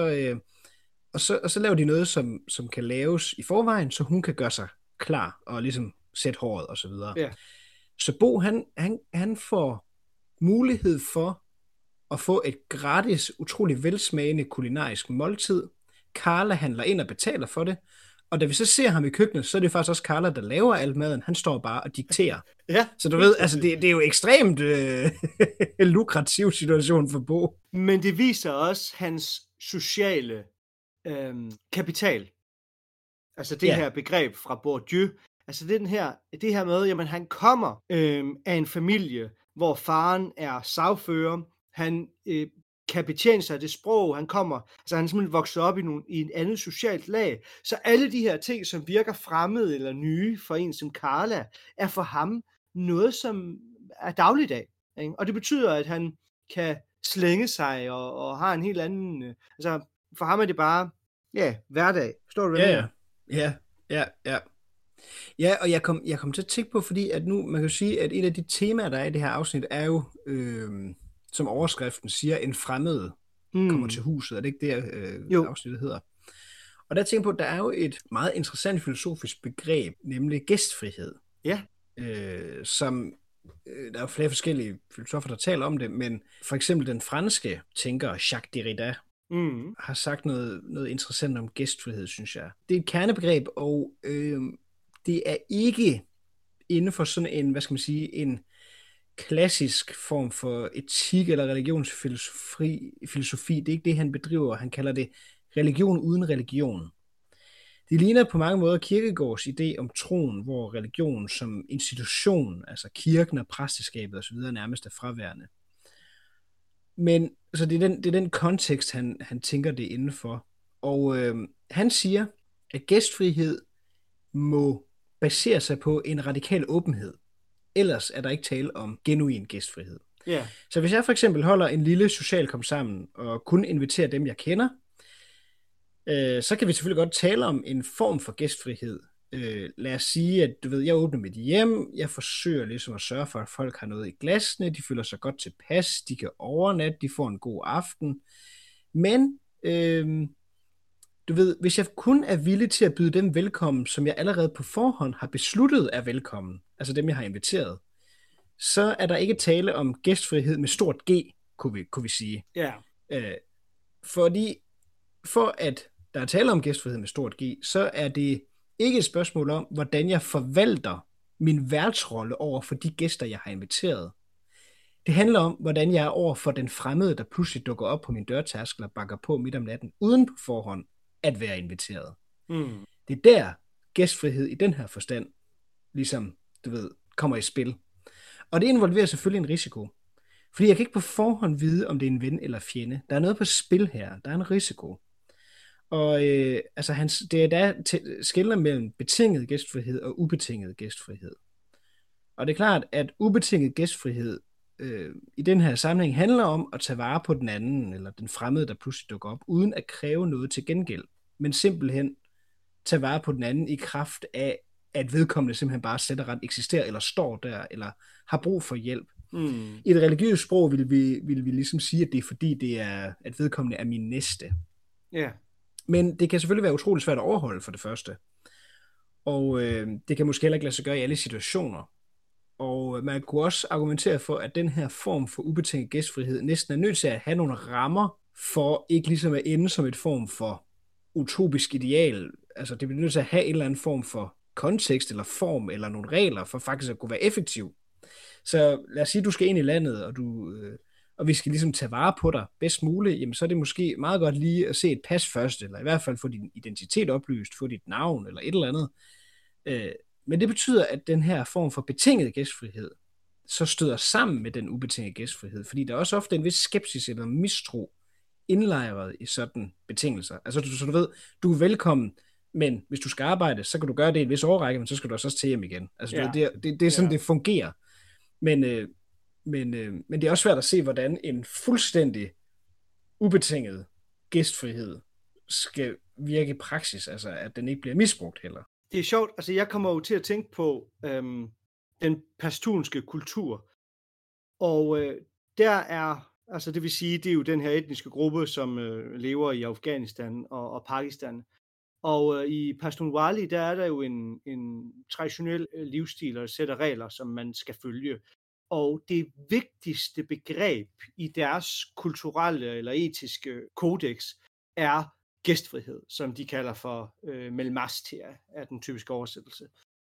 Og så laver de noget, som kan laves i forvejen, så hun kan gøre sig klar og ligesom sætte håret og så videre. Ja. Så Bo, han får mulighed for at få et gratis, utrolig velsmagende kulinarisk måltid. Carla handler ind og betaler for det. Og da vi så ser ham i køkkenet, så er det faktisk også Carla, der laver alt maden. Han står bare og dikterer. Ja. Så du ved, altså det er jo ekstremt lukrativ situation for Bo. Men det viser også hans sociale kapital. Altså det her begreb fra Bourdieu. Altså det her med, jamen han kommer af en familie, hvor faren er sagfører. Han kan betjene sig af det sprog, han kommer, altså han er simpelthen vokset op i en andet socialt lag. Så alle de her ting, som virker fremmede eller nye for en som Carla, er for ham noget, som er dagligdag. Ikke? Og det betyder, at han kan slænge sig og har en helt anden, altså for ham er det bare, hverdag. Forstår du, hvad jeg mener? Ja. Ja, og jeg kom til at tænke på, fordi at nu, man kan jo sige, at et af de temaer, der er i det her afsnit, er jo, som overskriften siger, en fremmed kommer til huset. Er det ikke det, afsnittet hedder? Og der tænker på, at der er jo et meget interessant filosofisk begreb, nemlig gæstfrihed. Ja. Som, der er jo flere forskellige filosofer, der taler om det, men for eksempel den franske tænker Jacques Derrida, har sagt noget interessant om gæstfrihed, synes jeg. Det er et kernebegreb, og det er ikke inden for sådan en, hvad skal man sige, en klassisk form for etik eller religionsfilosofi. Det er ikke det, han bedriver. Han kalder det religion uden religion. Det ligner på mange måder Kierkegaards idé om troen, hvor religion som institution, altså kirken og præsteskabet osv. nærmest er fraværende. Men så det er den kontekst, han tænker det indenfor. Og han siger, at gæstfrihed må basere sig på en radikal åbenhed. Ellers er der ikke tale om genuin gæstfrihed. Yeah. Så hvis jeg for eksempel holder en lille social kom sammen og kun inviterer dem, jeg kender, så kan vi selvfølgelig godt tale om en form for gæstfrihed. Lad os sige, at du ved, jeg åbner mit hjem, jeg forsøger ligesom at sørge for, at folk har noget i glasene, de føler sig godt tilpas, de kan overnatte, de får en god aften. Men du ved, hvis jeg kun er villig til at byde dem velkommen, som jeg allerede på forhånd har besluttet er velkommen, altså dem, jeg har inviteret, så er der ikke tale om gæstfrihed med stort G, kunne vi sige. Ja. Fordi for at der er tale om gæstfrihed med stort G, så er det ikke et spørgsmål om, hvordan jeg forvalter min værtsrolle over for de gæster, jeg har inviteret. Det handler om, hvordan jeg er over for den fremmede, der pludselig dukker op på min dørtærskel og banker på midt om natten, uden på forhånd at være inviteret. Det er der gæstfrihed i den her forstand, ligesom, du ved, kommer i spil. Og det involverer selvfølgelig en risiko. Fordi jeg kan ikke på forhånd vide, om det er en ven eller fjende. Der er noget på spil her. Der er en risiko. Og det er der skelner mellem betinget gæstfrihed og ubetinget gæstfrihed. Og det er klart, at ubetinget gæstfrihed i den her sammenhæng handler om at tage vare på den anden, eller den fremmede, der pludselig dukker op, uden at kræve noget til gengæld, men simpelthen tage vare på den anden i kraft af, at vedkommende simpelthen bare slet og ret eksisterer, eller står der, eller har brug for hjælp. I et religiøst sprog vil vi ligesom sige, at det er fordi, det er, at vedkommende er min næste. Ja. Men det kan selvfølgelig være utroligt svært at overholde for det første. Og det kan måske heller ikke lade sig gøre i alle situationer. Og man kunne også argumentere for, at den her form for ubetinget gæstfrihed næsten er nødt til at have nogle rammer for ikke ligesom at ende som et form for utopisk ideal. Altså det bliver nødt til at have en eller anden form for kontekst eller form eller nogle regler for faktisk at kunne være effektiv. Så lad os sige, at du skal ind i landet, og vi skal ligesom tage vare på dig bedst muligt, jamen så er det måske meget godt lige at se et pas først, eller i hvert fald få din identitet oplyst, få dit navn eller et eller andet. Men det betyder, at den her form for betinget gæstfrihed så støder sammen med den ubetingede gæstfrihed, fordi der er også ofte en vis skepsis eller mistro indlejret i sådan betingelser. Altså så du ved, du er velkommen, men hvis du skal arbejde, så kan du gøre det i en vis årrække, men så skal du også til hjem igen. Altså Ja. det er sådan, det fungerer. Men det er også svært at se, hvordan en fuldstændig ubetinget gæstfrihed skal virke i praksis, altså at den ikke bliver misbrugt heller. Det er sjovt, altså jeg kommer jo til at tænke på den pashtunske kultur, og der er, altså det vil sige, det er jo den her etniske gruppe, som lever i Afghanistan og Pakistan, og i Pashtunwali, der er der jo en traditionel livsstil og et sæt af regler, som man skal følge. Og det vigtigste begreb i deres kulturelle eller etiske kodex er gæstfrihed, som de kalder for melmastia, er den typiske oversættelse.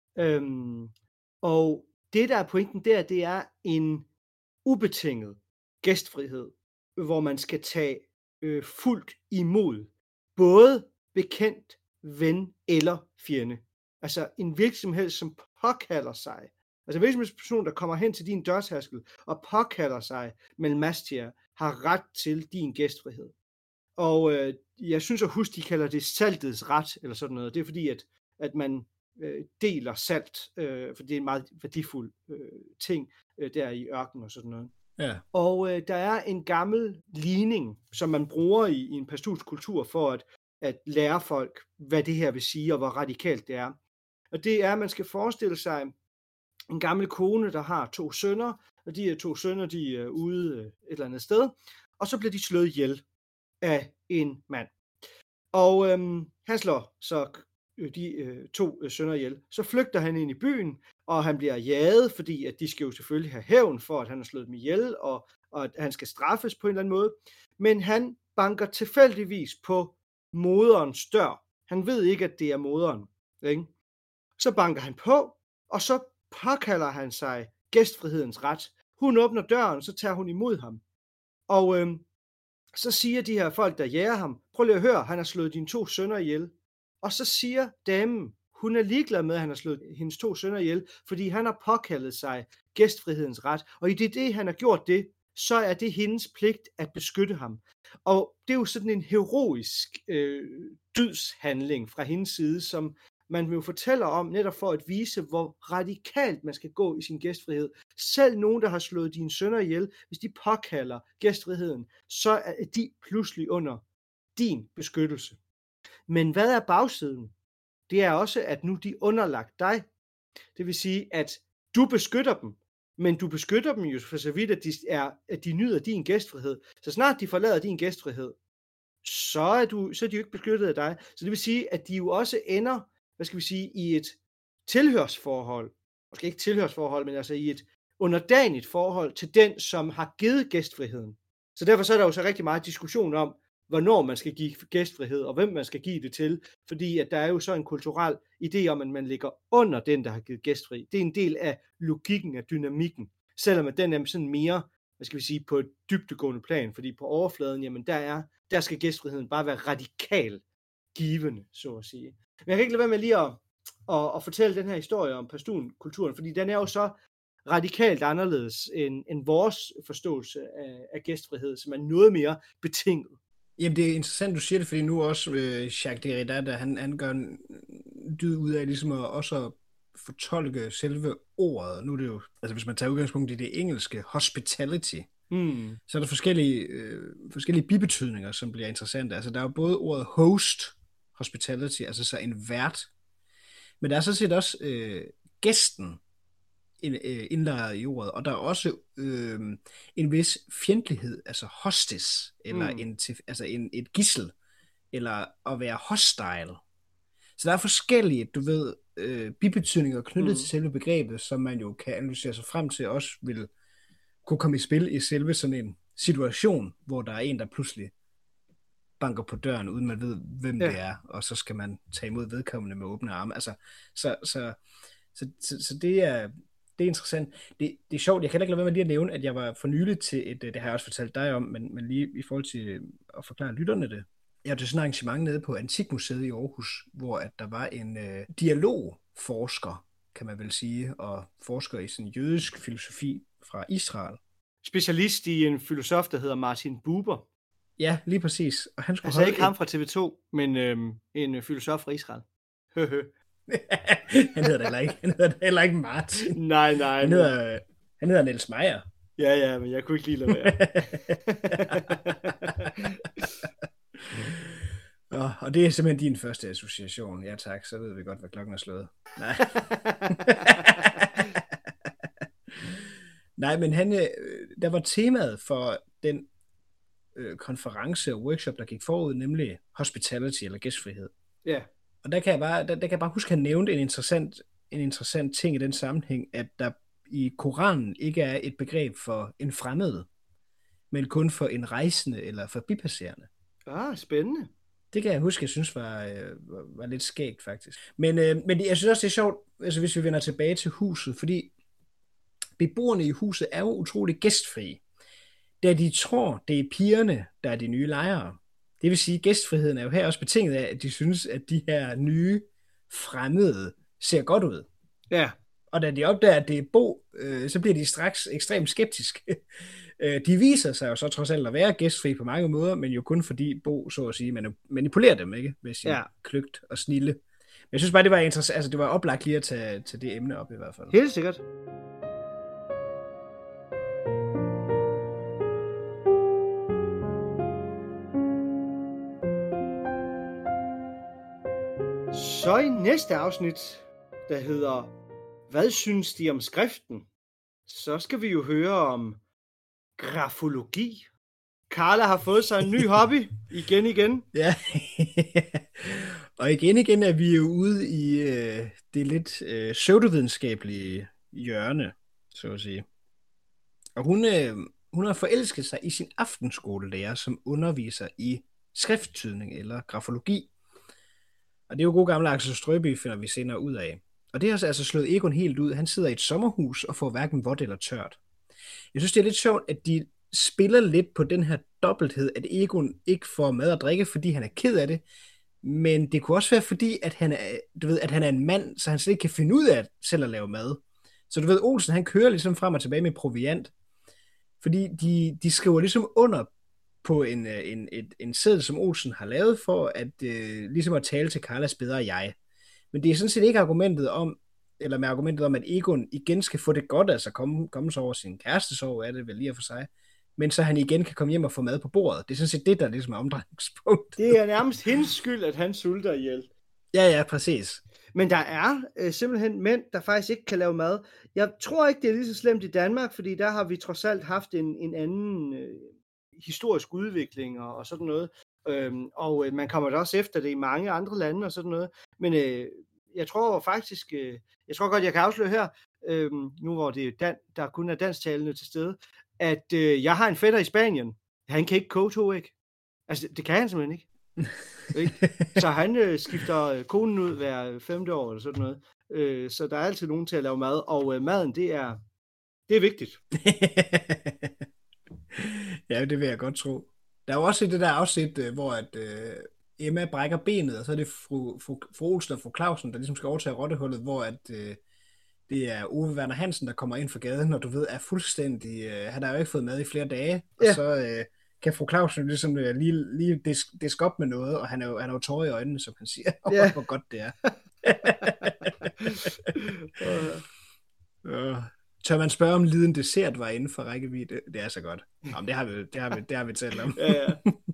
Og det, der er pointen der, det er en ubetinget gæstfrihed, hvor man skal tage fuldt imod både bekendt, ven eller fjende. Altså en virksomhed, som påkalder sig, altså en virksomhedsperson, der kommer hen til din dørtærskel og påkalder sig melmastia, har ret til din gæstfrihed. Og jeg synes at huske, de kalder det saltets ret, eller sådan noget. Det er fordi, at man deler salt, for det er en meget værdifuld ting der i ørkenen og sådan noget. Ja. Og der er en gammel ligning, som man bruger i en pashtunsk kultur for at lære folk, hvad det her vil sige, og hvor radikalt det er. Og det er, at man skal forestille sig en gammel kone, der har 2 sønner, og de 2 sønner, de er ude et eller andet sted, og så bliver de slået ihjel af en mand. Og han slår så de 2 sønner ihjel. Så flygter han ind i byen, og han bliver jaget, fordi at de skal jo selvfølgelig have hævn for, at han har slået dem ihjel, og at han skal straffes på en eller anden måde. Men han banker tilfældigvis på moderens dør. Han ved ikke, at det er moderen. Ikke? Så banker han på, og så påkalder han sig gæstfrihedens ret. Hun åbner døren, så tager hun imod ham. Og så siger de her folk, der jager ham, prøv lige at høre, han har slået dine 2 sønner ihjel. Og så siger damen, hun er ligeglad med, at han har slået hendes 2 sønner ihjel, fordi han har påkaldet sig gæstfrihedens ret. Og i det, han har gjort det, så er det hendes pligt at beskytte ham. Og det er jo sådan en heroisk dydshandling fra hendes side, som man jo fortæller om, netop for at vise, hvor radikalt man skal gå i sin gæstfrihed. Selv nogen, der har slået dine sønner ihjel, hvis de påkalder gæstfriheden, så er de pludselig under din beskyttelse. Men hvad er bagsiden? Det er også, at nu de er underlagt dig. Det vil sige, at du beskytter dem, men du beskytter dem jo for så vidt, at de nyder din gæstfrihed. Så snart de forlader din gæstfrihed, så er de jo ikke beskyttet af dig. Så det vil sige, at de jo også ender, hvad skal vi sige, i et tilhørsforhold. Måske ikke tilhørsforhold, men altså i et underdanigt forhold til den, som har givet gæstfriheden. Så derfor så er der jo så rigtig meget diskussion om, hvornår man skal give gæstfrihed, og hvem man skal give det til. Fordi at der er jo så en kulturel idé om, at man ligger under den, der har givet gæstfri. Det er en del af logikken, af dynamikken. Selvom at den er sådan mere, hvad skal vi sige, på et dybdegående plan. Fordi på overfladen, jamen der skal gæstfriheden bare være radikal givende, så at sige. Men jeg kan ikke lade være med lige at fortælle den her historie om pashtun-kulturen, fordi den er jo så radikalt anderledes end vores forståelse af gæstfrihed, som er noget mere betinget. Jamen, det er interessant, du siger det, fordi nu også Jacques Derrida, der han gør en dyd ud af ligesom at også fortolke selve ordet. Nu er det jo, altså hvis man tager udgangspunkt i det engelske, hospitality, så er der forskellige bibetydninger, som bliver interessante. Altså der er jo både ordet host, hospitality, altså så en vært, men der er så set også gæsten indlejret i ordet, og der er også en vis fjendtlighed, altså hostis, eller et gidsel, eller at være hostile. Så der er forskellige, du ved, bibetydninger knyttet til selve begrebet, som man jo kan analysere sig frem til, også vil kunne komme i spil i selve sådan en situation, hvor der er en, der pludselig banker på døren, uden man ved, hvem det er, og så skal man tage imod vedkommende med åbne arme. Altså, så det er interessant. Det er sjovt, jeg kan ikke lade være med lige at nævne, at jeg var for nylig til det har jeg også fortalt dig om, men lige i forhold til at forklare lytterne det. Jeg var til sådan et arrangement nede på Antikmuseet i Aarhus, hvor at der var en dialogforsker, kan man vel sige, og forsker i sådan jødisk filosofi fra Israel. Specialist i en filosof, der hedder Martin Buber. Ja, lige præcis. Og han skulle altså ikke ham fra TV2, men en filosof fra Israel. Han hedder da heller ikke Martin. Nej. Han hedder Niels Meyer. Ja, men jeg kunne ikke lige lade være. Og det er simpelthen din første association. Ja tak, så ved vi godt, hvad klokken er slået. Nej. Nej, men der var temaet for den konference og workshop, der gik forud, nemlig hospitality eller gæstfrihed. Ja. Og der kan jeg bare huske, at han nævnte en interessant ting i den sammenhæng, at der i Koranen ikke er et begreb for en fremmed, men kun for en rejsende eller forbipasserende. Spændende. Det kan jeg huske, jeg synes var lidt skægt faktisk. Men jeg synes også, det er sjovt, altså hvis vi vender tilbage til huset, fordi beboerne i huset er jo utrolig gæstfrie, da de tror, det er pigerne, der er de nye lejere. Det vil sige, at gæstfriheden er jo her også betinget af, at de synes, at de her nye fremmede ser godt ud. Ja. Og da de opdager, at det er Bo, så bliver de straks ekstremt skeptiske. De viser sig jo så trods alt at være gæstfri på mange måder, men jo kun fordi Bo, så at sige, manipulerer dem, ikke? Med sin kløgt og snilde. Men jeg synes bare, det var interessant. Altså, det var oplagt lige at tage det emne op i hvert fald. Helt sikkert. Så i næste afsnit, der hedder Hvad synes de om skriften? Så skal vi jo høre om grafologi. Carla har fået sig en ny hobby igen. Ja, og igen er vi jo ude i det lidt pseudovidenskabelige hjørne, så at sige. Og hun har forelsket sig i sin aftenskolelærer, som underviser i skrifttydning eller grafologi. Og det er jo gode gamle Axel Strøby, finder vi senere ud af. Og det har altså slået Egon helt ud. Han sidder i et sommerhus og får hverken vådt eller tørt. Jeg synes, det er lidt sjovt, at de spiller lidt på den her dobbelthed, at Egon ikke får mad og drikke, fordi han er ked af det. Men det kunne også være fordi, at han er en mand, så han slet ikke kan finde ud af selv at lave mad. Så du ved, Olsen, han kører ligesom frem og tilbage med proviant. Fordi de skriver ligesom under på en seddel, som Olsen har lavet for at ligesom at tale til Carlas bedre jeg. Men det er sådan set ikke argumentet om, at Egon igen skal få det godt, altså komme sig over sin kærestesorg, er det vel lige for sig, men så han igen kan komme hjem og få mad på bordet. Det er sådan set det, der ligesom er omdrejningspunkt. Det er nærmest hendes skyld, at han sulter ihjel. Ja, præcis. Men der er simpelthen mænd, der faktisk ikke kan lave mad. Jeg tror ikke, det er lige så slemt i Danmark, fordi der har vi trods alt haft en anden historisk udvikling og sådan noget. Og man kommer da også efter det i mange andre lande og sådan noget. Men jeg tror faktisk, jeg tror godt, jeg kan afsløre her, nu hvor der kun er dansktalende til stede, at jeg har en fætter i Spanien. Han kan ikke koge 2 æg. Altså, det kan han simpelthen ikke. Så han skifter konen ud hver 5. år eller sådan noget. Så der er altid nogen til at lave mad, og maden, det er vigtigt. Ja, det vil jeg godt tro. Der er jo også i det der afsnit, hvor at Emma brækker benet, og så er det fru Olsen og fru Clausen, der ligesom skal overtage rottehullet, hvor at det er Ove Werner Hansen, der kommer ind fra gaden, og du ved, er fuldstændig... han har jo ikke fået mad i flere dage, Ja. og så kan fru Clausen ligesom lige diske op med noget, og han er jo tårer i øjnene, som han siger. Ja. Hvor godt det er. Tør man spørge, om liden dessert var inden for rækkevidde? Det er så godt. Jamen, det har vi talt om. Ja.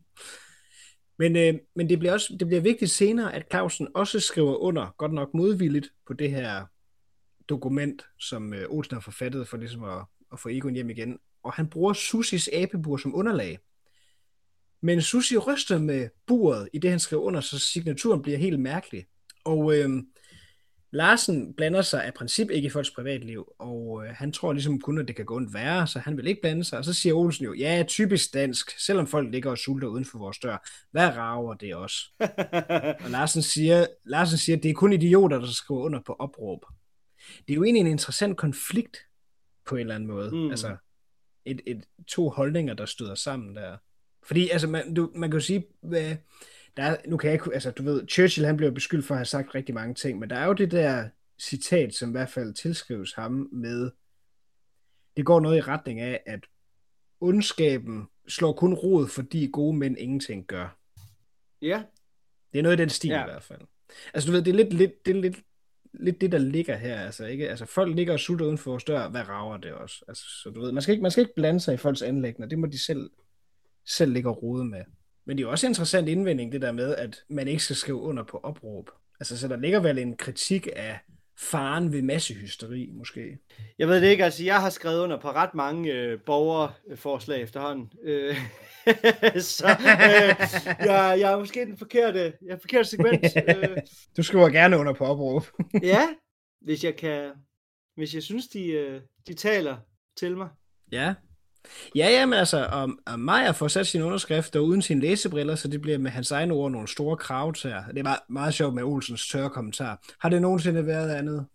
Men det bliver vigtigt senere, at Clausen også skriver under, godt nok modvilligt, på det her dokument, som Olsen har forfattet for ligesom at få Egon hjem igen. Og han bruger Susis abebur som underlag. Men Susi ryster med buret i det, han skriver under, så signaturen bliver helt mærkelig. Og Larsen blander sig af princip ikke i folks privatliv, og han tror ligesom kun, at det kan gå ondt værre, så han vil ikke blande sig. Og så siger Olsen jo, ja, typisk dansk, selvom folk ligger og sulter uden for vores dør. Hvad rager det også? Og Larsen siger, at det er kun idioter, der skriver under på opråb. Det er jo egentlig en interessant konflikt på en eller anden måde. Altså, to holdninger, der støder sammen der. Fordi, altså, man kan jo sige, nu kan jeg ikke, altså, du ved, Churchill, han blev beskyldt for at have sagt rigtig mange ting, men der er jo det der citat, som i hvert fald tilskrives ham med, det går noget i retning af, at ondskaben slår kun rod, fordi gode mænd ingenting gør. Ja. Det er noget i den stil i hvert fald. Altså, du ved, det er lidt det, der ligger her, altså, ikke? Altså, folk ligger og sulter uden for vores dør, hvad rager det også? Altså, så du ved, man skal ikke blande sig i folks anliggender, det må de selv ligge og rode med. Men det er jo også en interessant indvending, det der med, at man ikke skal skrive under på opråb. Altså, så der ligger vel en kritik af faren ved massehysteri, måske. Jeg ved det ikke, altså jeg har skrevet under på ret mange borgerforslag efterhånden. Så jeg er måske den forkerte segment. Du skriver gerne under på opråb. Ja, hvis jeg synes, de taler til mig. Ja. Ja, men altså, og Meyer får sat sin underskrift uden sine læsebriller, så det bliver med hans egne ord nogle store kravtager. Det er meget sjovt med Olsens tørre kommentar. Har det nogensinde været andet?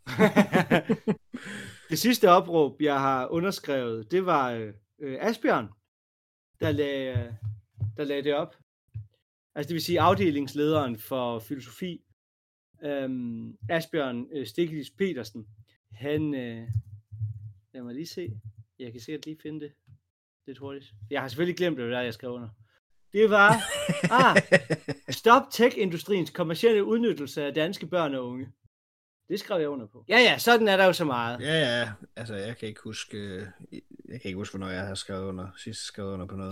Det sidste opråb, jeg har underskrevet, det var Asbjørn, der lagde det op. Altså det vil sige afdelingslederen for filosofi, Asbjørn Stikkelis Petersen. Han, lad mig lige se, jeg kan sikkert lige finde det lidt hurtigt. Jeg har selvfølgelig glemt det, jeg skrev under. Det var, stop tech-industriens kommercielle udnyttelse af danske børn og unge. Det skrev jeg under på. Ja, sådan er der jo så meget. Ja, altså jeg kan ikke huske, hvornår jeg har sidst skrevet under på noget.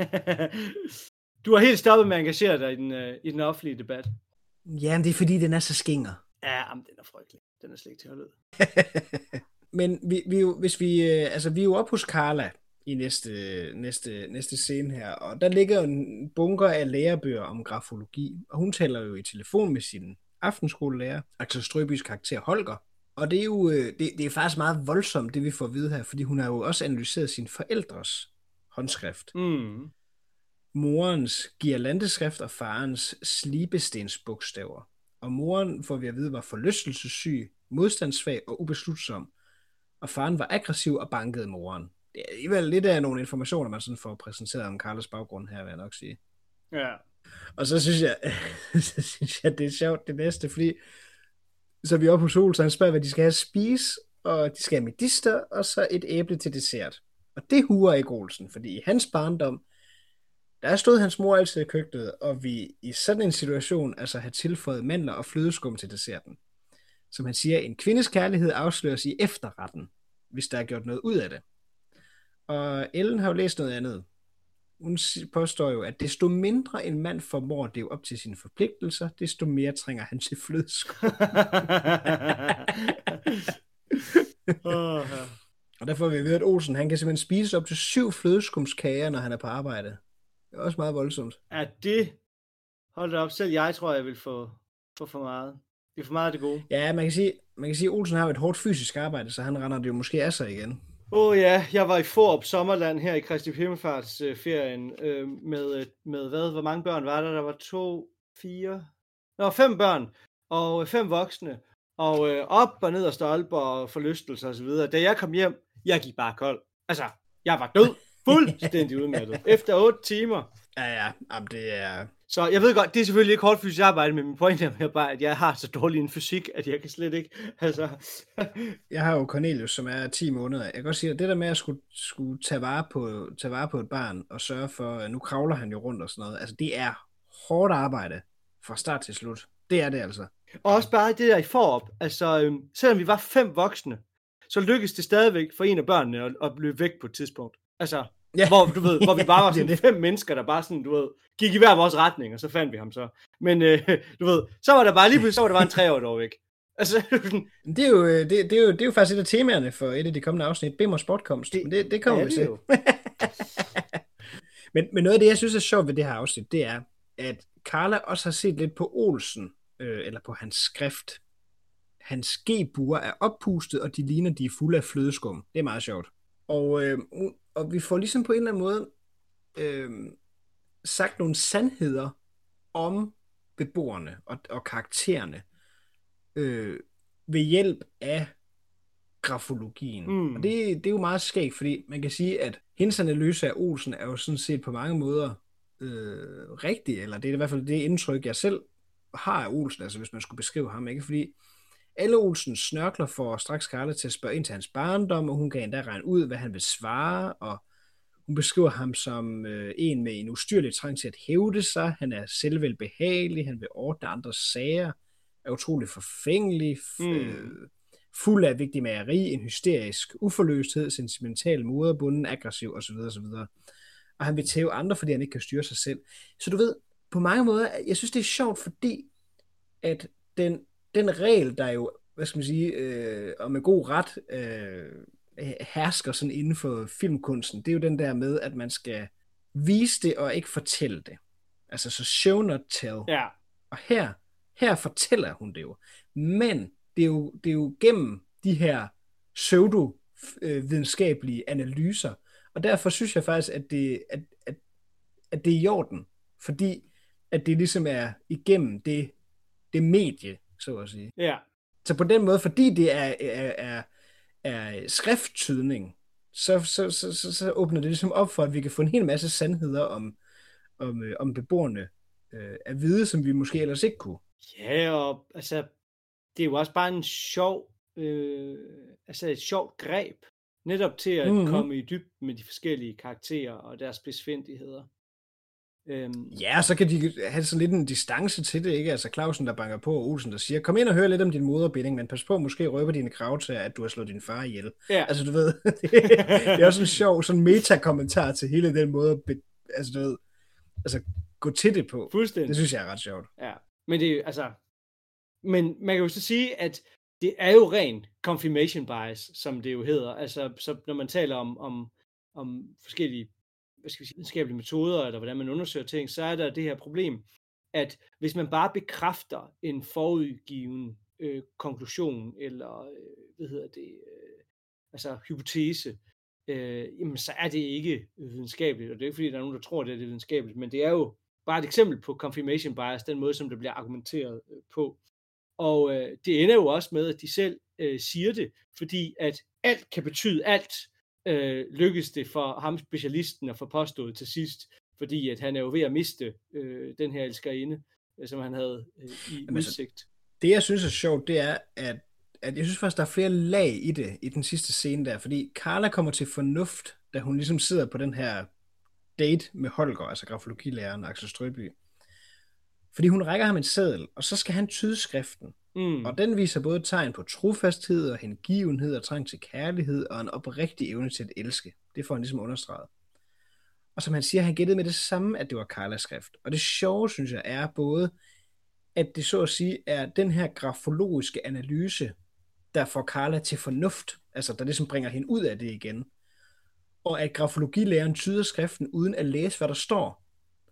Du har helt stoppet med at engagere dig i den offentlige debat. Jamen, det er fordi, den er så skinger. Ja, men den er frygtelig. Den er slet ikke til at holde ud. Men vi er jo oppe hos Carla i næste scene her, og der ligger en bunker af lærebøger om grafologi, og hun taler jo i telefon med sin aftenskolelærer, Axel Strøbys karakter Holger, og det er jo det er faktisk meget voldsomt, det vi får at vide her, fordi hun har jo også analyseret sin forældres håndskrift. Morens girlandeskrift og farens slibestensbogstaver. Og moren, får vi at vide, var forlystelsessyg, modstandssvag og ubeslutsom, og faren var aggressiv og bankede moren. Det er alligevel lidt af nogle informationer, man sådan får præsenteret om Carlas baggrund her, vil jeg nok sige. Ja. Og så synes jeg, det er sjovt det næste, fordi så er vi oppe hos Olsen, han spørger, hvad de skal have at spise, og de skal have medister, og så et æble til dessert. Og det huer ikke Olsen, fordi i hans barndom, der stod hans mor altid i køkkenet, og vi i sådan en situation altså have tilføjet mandler og flødeskum til desserten. Som han siger, en kvindes kærlighed afsløres i efterretten, hvis der er gjort noget ud af det. Og Ellen har jo læst noget andet. Hun påstår jo, at desto mindre en mand formår at leve op til sine forpligtelser, desto mere trænger han til flødeskum. Og derfor vil vi vide, at Olsen han kan simpelthen spise op til 7 flødeskumskager, når han er på arbejde. Det er også meget voldsomt. Ja, det Hold da op, selv jeg tror, jeg vil få for meget. Det er for meget af det gode. Ja, man kan sige, at Olsen har jo et hårdt fysisk arbejde, så han render det jo måske af sig igen. Ja, jeg var i Fårup Sommerland her i Kristi Himmelfartsferien med hvad? Hvor mange børn var der? Der var 2, 4... Der var 5 børn og 5 voksne. Og op og ned og stolper og forlystelser og så videre. Da jeg kom hjem, jeg gik bare kold. Altså, jeg var død. Fuldstændig udmattet. Efter 8 timer. Ja, jamen, det er... Så jeg ved godt, det er selvfølgelig ikke hårdt fysisk arbejde, men min pointe er bare, at jeg har så dårlig en fysik, at jeg kan slet ikke, altså... Jeg har jo Cornelius, som er 10 måneder. Jeg kan godt sige, at det der med at skulle tage vare på et barn og sørge for, at nu kravler han jo rundt og sådan noget, altså det er hårdt arbejde fra start til slut. Det er det altså. Og også bare det der i Fårup, altså selvom vi var 5 voksne, så lykkedes det stadigvæk for en af børnene at løbe væk på et tidspunkt. Altså, ja. hvor vi bare var sådan 5 mennesker, der bare sådan, gik i hver vores retning, og så fandt vi ham så. Men så var der bare lige pludselig, så var der bare en 3-årig der væk. Altså, det er jo faktisk et af temaerne for et af de kommende afsnit, Bimmers bortkomst. Men det kommer vi til. men noget af det, jeg synes er sjovt ved det her afsnit, det er, at Carla også har set lidt på Olsen, eller på hans skrift. Hans G-buer er oppustet, og de ligner, de er fulde af flødeskum. Det er meget sjovt. Og vi får ligesom på en eller anden måde sagt nogle sandheder om beboerne og karaktererne ved hjælp af grafologien. Og det er jo meget skægt, fordi man kan sige, at hendes analyse af Olsen er jo sådan set på mange måder rigtig, eller det er i hvert fald det indtryk, jeg selv har af Olsen, altså hvis man skulle beskrive ham, ikke? Fordi alle Olsens snørkler får straks Carla til at spørge ind til hans barndom, og hun kan endda regne ud, hvad han vil svare, og hun beskriver ham som en med en ustyrlig trang til at hævde sig, han er selvvelbehagelig, han vil ordne andres sager, er utrolig forfængelig, fuld af vigtig mageri, en hysterisk uforløsthed, sentimental, moderbunden, aggressiv osv. osv. Og han vil tæve andre, fordi han ikke kan styre sig selv. Så du ved, på mange måder, jeg synes, det er sjovt, fordi at den regel, der jo, hvad skal man sige, og med god ret hersker sådan inden for filmkunsten, det er jo den der med, at man skal vise det og ikke fortælle det. Altså så show not tell. Ja. Og her fortæller hun det jo. Men det er jo gennem de her pseudo-videnskabelige analyser. Og derfor synes jeg faktisk, at det er i orden. Fordi at det ligesom er igennem det medie, så at sige. Ja. Så på den måde, fordi det er skrifttydning, så åbner det ligesom op for, at vi kan få en hel masse sandheder om beboerne at vide, som vi måske ellers ikke kunne. Ja, og altså, det er jo også bare en sjov, et sjovt greb, netop til at komme i dybden med de forskellige karakterer og deres spidsfindigheder. Ja, så kan de have sådan lidt en distance til det, ikke? Altså Clausen, der banker på, og Olsen, der siger, kom ind og hør lidt om din moderbinding, men pas på, måske røber dine kravtager, at du har slået din far ihjel. Ja. Altså, du ved, det er også en sjov sådan meta-kommentar til hele den måde, altså, du ved, altså, gå til det på. Fuldstændig. Det synes jeg er ret sjovt. Ja, men det er altså, men man kan jo så sige, at det er jo ren confirmation bias, som det jo hedder. Altså, så når man taler om forskellige videnskabelige metoder, eller hvordan man undersøger ting, så er der det her problem, at hvis man bare bekræfter en forudgiven konklusion, eller hypotese, jamen så er det ikke videnskabeligt, og det er ikke fordi, der er nogen, der tror, det er videnskabeligt, men det er jo bare et eksempel på confirmation bias, den måde, som det bliver argumenteret på. Og det ender jo også med, at de selv siger det, fordi at alt kan betyde alt, lykkes det for ham, specialisten, at få påstået til sidst, fordi at han er jo ved at miste den her elskerinde, som han havde i udsigt. Det, jeg synes er sjovt, det er, at jeg synes faktisk, der er flere lag i det, i den sidste scene der, fordi Carla kommer til fornuft, da hun ligesom sidder på den her date med Holger, altså grafologilæreren Axel Strøby. Fordi hun rækker ham en seddel, og så skal han tyde skriften. Og den viser både tegn på trofasthed og hengivenhed og trang til kærlighed og en oprigtig evne til at elske. Det får han ligesom understreget. Og som han siger, han gættede med det samme, at det var Carlas skrift. Og det sjove, synes jeg, er både, at det så at sige er den her grafologiske analyse, der får Carla til fornuft, altså der ligesom bringer hende ud af det igen. Og at grafologilæreren tyder skriften uden at læse, hvad der står.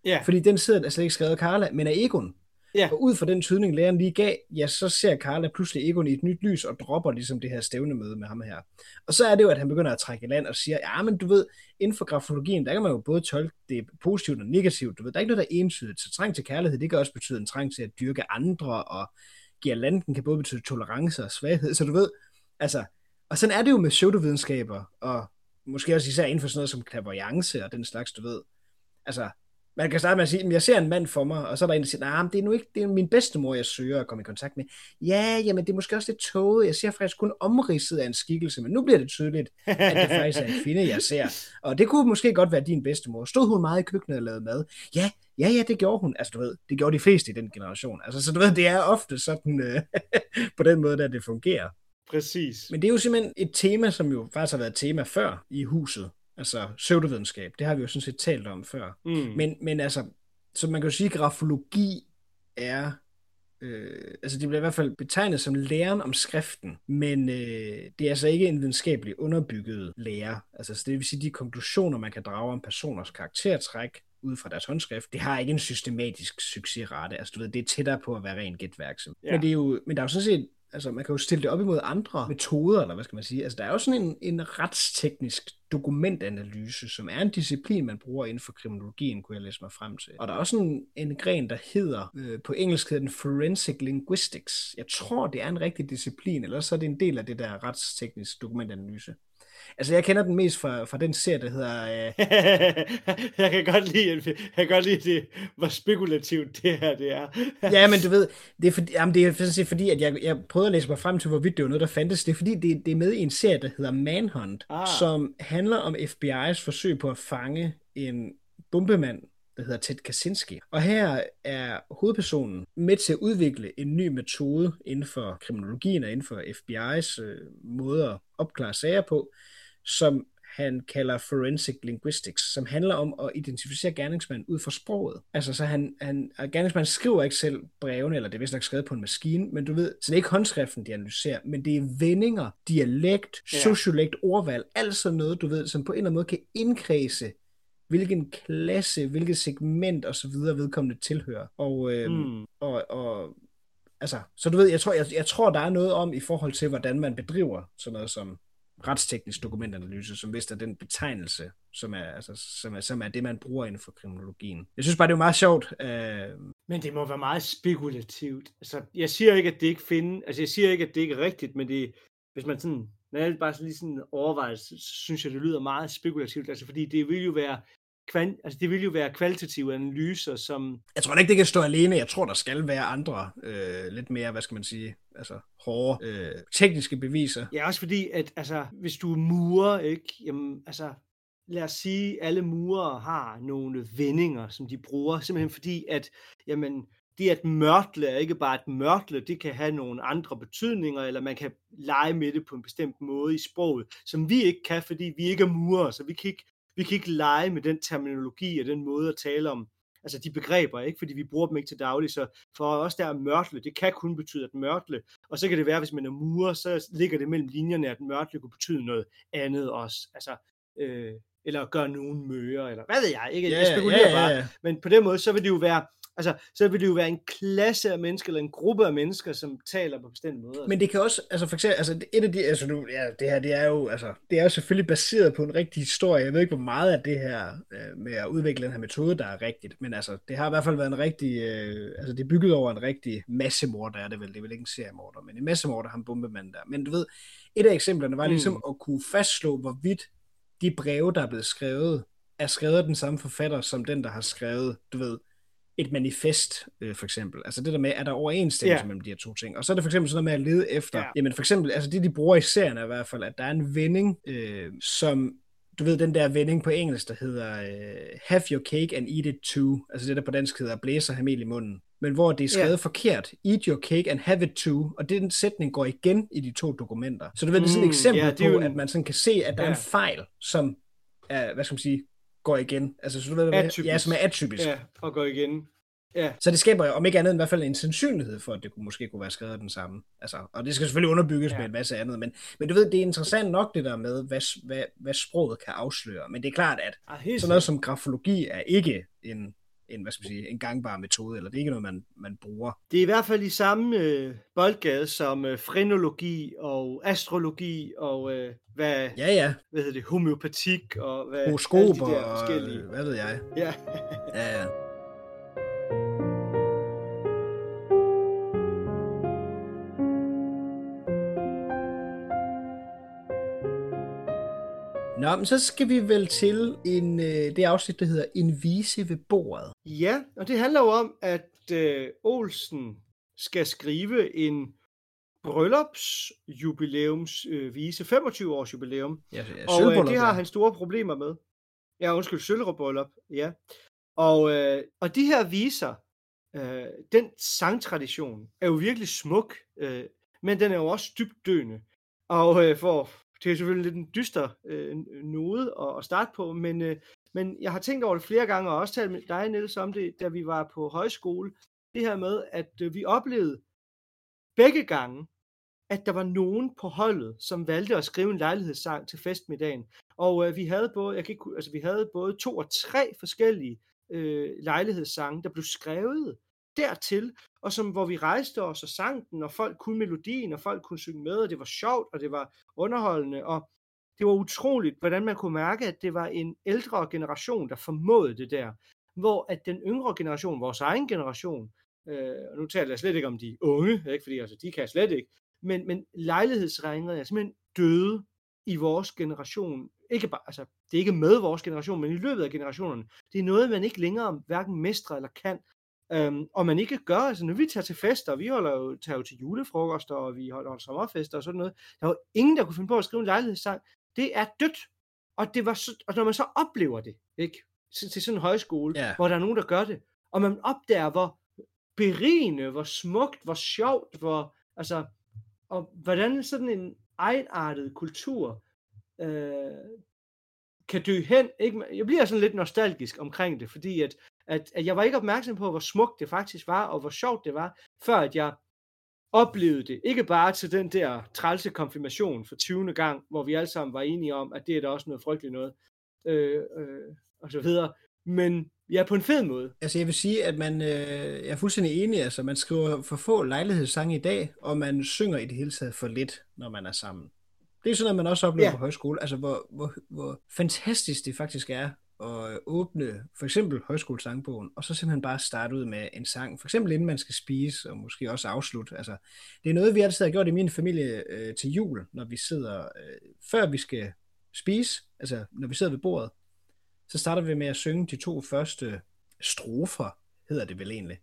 Ja. Fordi den sidder der slet ikke skrevet Carla, men er Egon. Ja. Og ud fra den tydning, læreren lige gav, ja, så ser Carla pludselig Egon i et nyt lys, og dropper ligesom det her stævnemøde med ham her. Og så er det jo, at han begynder at trække i land og siger, ja, men du ved, inden for grafologien, der kan man jo både tolke det positivt og negativt. Du ved, der er ikke noget, der er entydigt. Så trang til kærlighed, det kan også betyde en trang til at dyrke andre, og girlanden kan både betyde tolerance og svaghed. Så du ved, altså, og sådan er det jo med pseudovidenskaber, og måske også især inden for sådan noget som clairvoyance og den slags, du ved. Altså, man kan starte med at sige, at jeg ser en mand for mig, og så er der en, der siger, nej, det er nu ikke, det er min bedstemor, jeg søger at komme i kontakt med. Ja, jamen det er måske også lidt tåget. Jeg ser faktisk kun omridset af en skikkelse, men nu bliver det tydeligt, at det faktisk er en kvinde, jeg ser. Og det kunne måske godt være din bedstemor. Stod hun meget i køkkenet og lavede mad? Ja, det gjorde hun. Altså du ved, det gjorde de fleste i den generation. Altså så du ved, det er ofte sådan, på den måde, der det fungerer. Præcis. Men det er jo simpelthen et tema, som jo faktisk har været et tema før i huset. Altså pseudovidenskab, det har vi jo sådan set talt om før. Men altså, så man kan jo sige, at grafologi er, altså det bliver i hvert fald betegnet som læren om skriften, men det er altså ikke en videnskabelig underbygget lære. Altså så det vil sige, de konklusioner, man kan drage om personers karaktertræk ud fra deres håndskrift, det har ikke en systematisk succesrate. Altså du ved, det er tættere på at være ren gætværk. Ja. Men der er jo sådan set, altså man kan jo stille det op imod andre metoder, eller hvad skal man sige. Altså der er jo sådan en retsteknisk dokumentanalyse, som er en disciplin, man bruger inden for kriminologien, kunne jeg læse mig frem til. Og der er også en gren, der hedder, på engelsk hedder den forensic linguistics. Jeg tror, det er en rigtig disciplin, eller så er det en del af det der retsteknisk dokumentanalyse. Altså, jeg kender den mest fra den serie, der hedder... Jeg kan godt lide det, hvor spekulativt det her det er. Ja, men du ved, det er fordi, at jeg prøvede at læse mig frem til, hvorvidt det var noget, der fandtes. Det er fordi, det er med i en serie, der hedder Manhunt, som handler om FBI's forsøg på at fange en bombemand, der hedder Ted Kaczynski. Og her er hovedpersonen med til at udvikle en ny metode inden for kriminologien og inden for FBI's måde at opklare sager på, som han kalder forensic linguistics, som handler om at identificere gerningsmanden ud fra sproget. Altså, så gerningsmanden skriver ikke selv brevene, eller det er vist nok skrevet på en maskine, men du ved, så det er ikke håndsskriften, de analyserer, men det er vendinger, dialekt, sociolekt, ordvalg, alt sådan noget, du ved, som på en eller anden måde kan indkredse, hvilken klasse, hvilket segment og så videre vedkommende tilhører. Og altså, så du ved, jeg tror, der er noget om i forhold til, hvordan man bedriver sådan noget som retsteknisk dokumentanalyse, som vist er den betegnelse, som er det, man bruger inden for kriminologien. Jeg synes bare, det er meget sjovt. Men det må være meget spekulativt. Altså, jeg siger ikke, at det ikke findes. Altså, jeg siger ikke, at det ikke er rigtigt, men det, hvis man sådan, når jeg bare lige sådan overvejer, så synes jeg, det lyder meget spekulativt. Altså, fordi det vil jo være kvalitative analyser, som... Jeg tror ikke, det kan stå alene. Jeg tror, der skal være andre, lidt mere, hvad skal man sige, altså hårde tekniske beviser. Ja, også fordi, at altså, hvis du er murer, ikke? Jamen, altså, lad os sige, alle murer har nogle vendinger, som de bruger, simpelthen fordi, at jamen, det at mørtle er ikke bare et mørtle, det kan have nogle andre betydninger, eller man kan lege med det på en bestemt måde i sproget, som vi ikke kan, fordi vi ikke er murer, så vi kan ikke lege med den terminologi og den måde at tale om, altså de begreber, ikke? Fordi vi bruger dem ikke til daglig, så for os der er mørtle, det kan kun betyde at mørtle, og så kan det være, hvis man er murer, så ligger det mellem linjerne, at mørtle kunne betyde noget andet også, altså, eller gøre nogen møre, eller hvad ved jeg, ikke? Jeg spekulerer bare, men på den måde, så vil det jo være, altså, så vil det jo være en klasse af mennesker, eller en gruppe af mennesker, som taler på bestemte måder. Men det kan også, altså for eksempel, altså et af de, altså nu, ja, det her, det er jo selvfølgelig baseret på en rigtig historie. Jeg ved ikke, hvor meget af det her, med at udvikle den her metode, der er rigtigt, men altså, det har i hvert fald været en rigtig, altså det er bygget over en rigtig massemorder, det er vel ikke en seriemorder, men en massemorder, ham bombemanden der. Men du ved, et af eksemplerne var ligesom at kunne fastslå, hvorvidt de breve, der er blevet skrevet, er skrevet af den samme forfatter, som den, der har skrevet, du ved, et manifest, for eksempel. Altså det der med, er der overensstemmelse mellem de her to ting. Og så er det for eksempel sådan noget med at lede efter, jamen for eksempel, altså det de bruger i serien er i hvert fald, at der er en vending, som, du ved den der vending på engelsk, der hedder have your cake and eat it too. Altså det der på dansk hedder blæser ham i munden. Men hvor det er skrevet forkert, eat your cake and have it too, og den sætning går igen i de to dokumenter. Så du ved, det er sådan et eksempel på, at man sådan kan se, at der er en fejl, som er, hvad skal man sige, går igen. Altså, så du ved, som er atypisk. Ja, og går igen. Ja. Så det skaber om ikke andet end i hvert fald en sandsynlighed for, at det måske kunne være skrevet af den samme. Altså, og det skal selvfølgelig underbygges med en masse andet, men du ved, det er interessant nok det der med, hvad sproget kan afsløre. Men det er klart, at sådan noget som grafologi er ikke hvad skal man sige, en gangbar metode, eller det er ikke noget, man bruger. Det er i hvert fald i samme boldgade som frenologi og astrologi og hvad hedder det, homøopatik og hvad horoskoper alle de der forskellige. Og hvad ved jeg. Ja. Ja. Nå, men så skal vi vel til det afsnit, der hedder En vise ved bordet. Ja, og det handler jo om, at Olsen skal skrive en bryllupsjubilæumsvise, 25-års jubilæum. Ja, og det har han store problemer med. Ja, undskyld, sølvbryllup, ja. Og de her viser, den sangtradition er jo virkelig smuk, men den er jo også dybt døende. Og det er selvfølgelig lidt en dyster node at starte på, men jeg har tænkt over det flere gange, og også talt med dig, Niels, om det, da vi var på højskole. Det her med, at vi oplevede begge gange, at der var nogen på holdet, som valgte at skrive en lejlighedssang til festmiddagen. Og vi havde både 2 og 3 forskellige lejlighedssange, der blev skrevet dertil, og hvor vi rejste os og sang den, og folk kunne melodien, og folk kunne synge med, og det var sjovt, og det var underholdende, og det var utroligt, hvordan man kunne mærke, at det var en ældre generation, der formåede det der, hvor at den yngre generation, vores egen generation, og nu taler jeg slet ikke om de unge, ikke? Fordi altså, de kan slet ikke, men lejlighedsringerne er simpelthen døde i vores generation. Ikke bare, altså, det er ikke med vores generation, men i løbet af generationerne. Det er noget, man ikke længere hverken mestrer eller kan. Og man ikke gør, altså når vi tager til fester, vi tager jo til julefrokoster, og vi holder sommerfester og sådan noget, der var ingen, der kunne finde på at skrive en lejlighedssang. Det er dødt. Og når man så oplever det, ikke, til sådan en højskole, hvor der er nogen, der gør det, og man opdager, hvor berigende, hvor smukt, hvor sjovt, og hvordan sådan en egenartet kultur kan dø hen. Ikke? Jeg bliver sådan lidt nostalgisk omkring det, fordi at jeg var ikke opmærksom på, hvor smukt det faktisk var, og hvor sjovt det var, før at jeg oplevede det. Ikke bare til den der trælse konfirmation for 20. gang, hvor vi alle sammen var enige om, at det er da også noget frygteligt noget, og så videre. Men ja, på en fed måde. Altså jeg vil sige, at jeg er fuldstændig enig, altså man skriver for få lejlighedssange i dag, og man synger i det hele taget for lidt, når man er sammen. Det er sådan, at man også oplever på højskole, altså hvor fantastisk det faktisk er at åbne for eksempel højskolesangbogen, og så simpelthen bare starte ud med en sang, for eksempel inden man skal spise, og måske også afslutte. Altså, det er noget, vi altid har gjort i min familie til jul, når vi sidder, før vi skal spise, altså når vi sidder ved bordet, så starter vi med at synge de 2 første strofer, hedder det vel egentlig.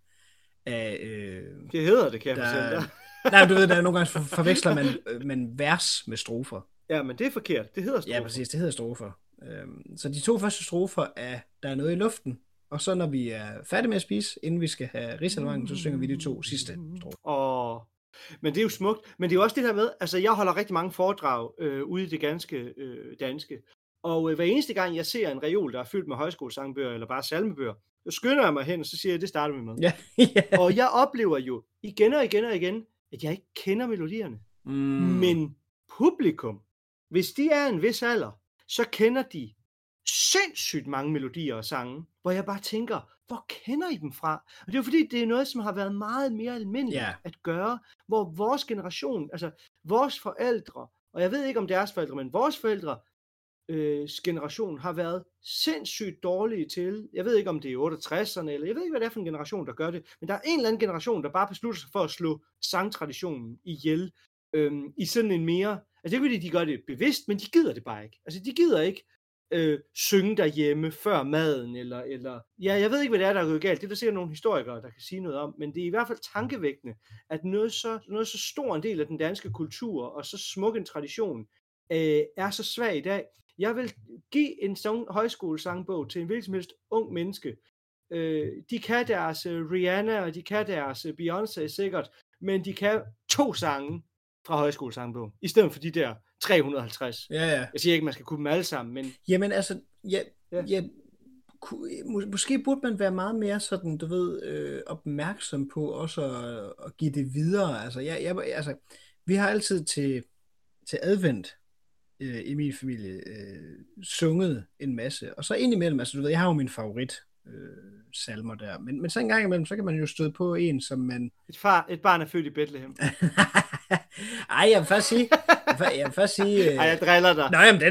Det hedder det, kan jeg fortælle dig. Nej, du ved, der nogle gange forveksler man vers med strofer. Ja, men det er forkert. Det hedder strofer. Ja, præcis. Det hedder strofer. Så de 2 første strofer er, der er noget i luften, og så når vi er færdige med at spise, inden vi skal have risalemanden, så synger vi de 2 sidste strofer. Men det er jo smukt. Men det er jo også det her med, altså jeg holder rigtig mange foredrag ude i det ganske danske, og hver eneste gang jeg ser en reol, der er fyldt med højskolesangbøger, eller bare salmebøger, så skynder jeg mig hen, og så siger jeg, det starter vi med. Ja. Og jeg oplever jo igen og igen og igen, at jeg ikke kender melodierne. Men publikum, hvis de er en vis alder, så kender de sindssygt mange melodier og sange, hvor jeg bare tænker, hvor kender I dem fra? Og det er jo fordi, det er noget, som har været meget mere almindeligt at gøre, hvor vores generation, altså vores forældre, og jeg ved ikke om deres forældre, men vores forældre, generation har været sindssygt dårlige til, jeg ved ikke om det er 68'erne, eller jeg ved ikke, hvad det er for en generation, der gør det, men der er en eller anden generation, der bare beslutter sig for at slå sangtraditionen ihjel, i sådan en mere, altså det er ikke fordi, de gør det bevidst, men de gider det bare ikke. Altså de gider ikke synge derhjemme før maden, eller ja, jeg ved ikke, hvad det er, der er gået galt. Det er der sikkert nogle historikere, der kan sige noget om, men det er i hvert fald tankevækkende, at noget så stor en del af den danske kultur, og så smuk en tradition, er så svag i dag. Jeg vil give en højskolesangbog til en hvilken som helst ung menneske. De kan deres Rihanna, og de kan deres Beyoncé sikkert, men de kan 2 sange fra højskolesangbogen, i stedet for de der 350. Ja. Jeg siger ikke, man skal kunne dem alle sammen, men... Jamen altså, måske burde man være meget mere sådan, du ved, opmærksom på også at give det videre. Altså, altså vi har altid til advent i min familie sunget en masse, og så indimellem, altså du ved, jeg har jo min favorit, salmer der. Men så en gang imellem, så kan man jo støde på en, som man... Et barn er født i Bethlehem. Ej, jeg vil først sige... Ej, jeg driller dig. Nej, men det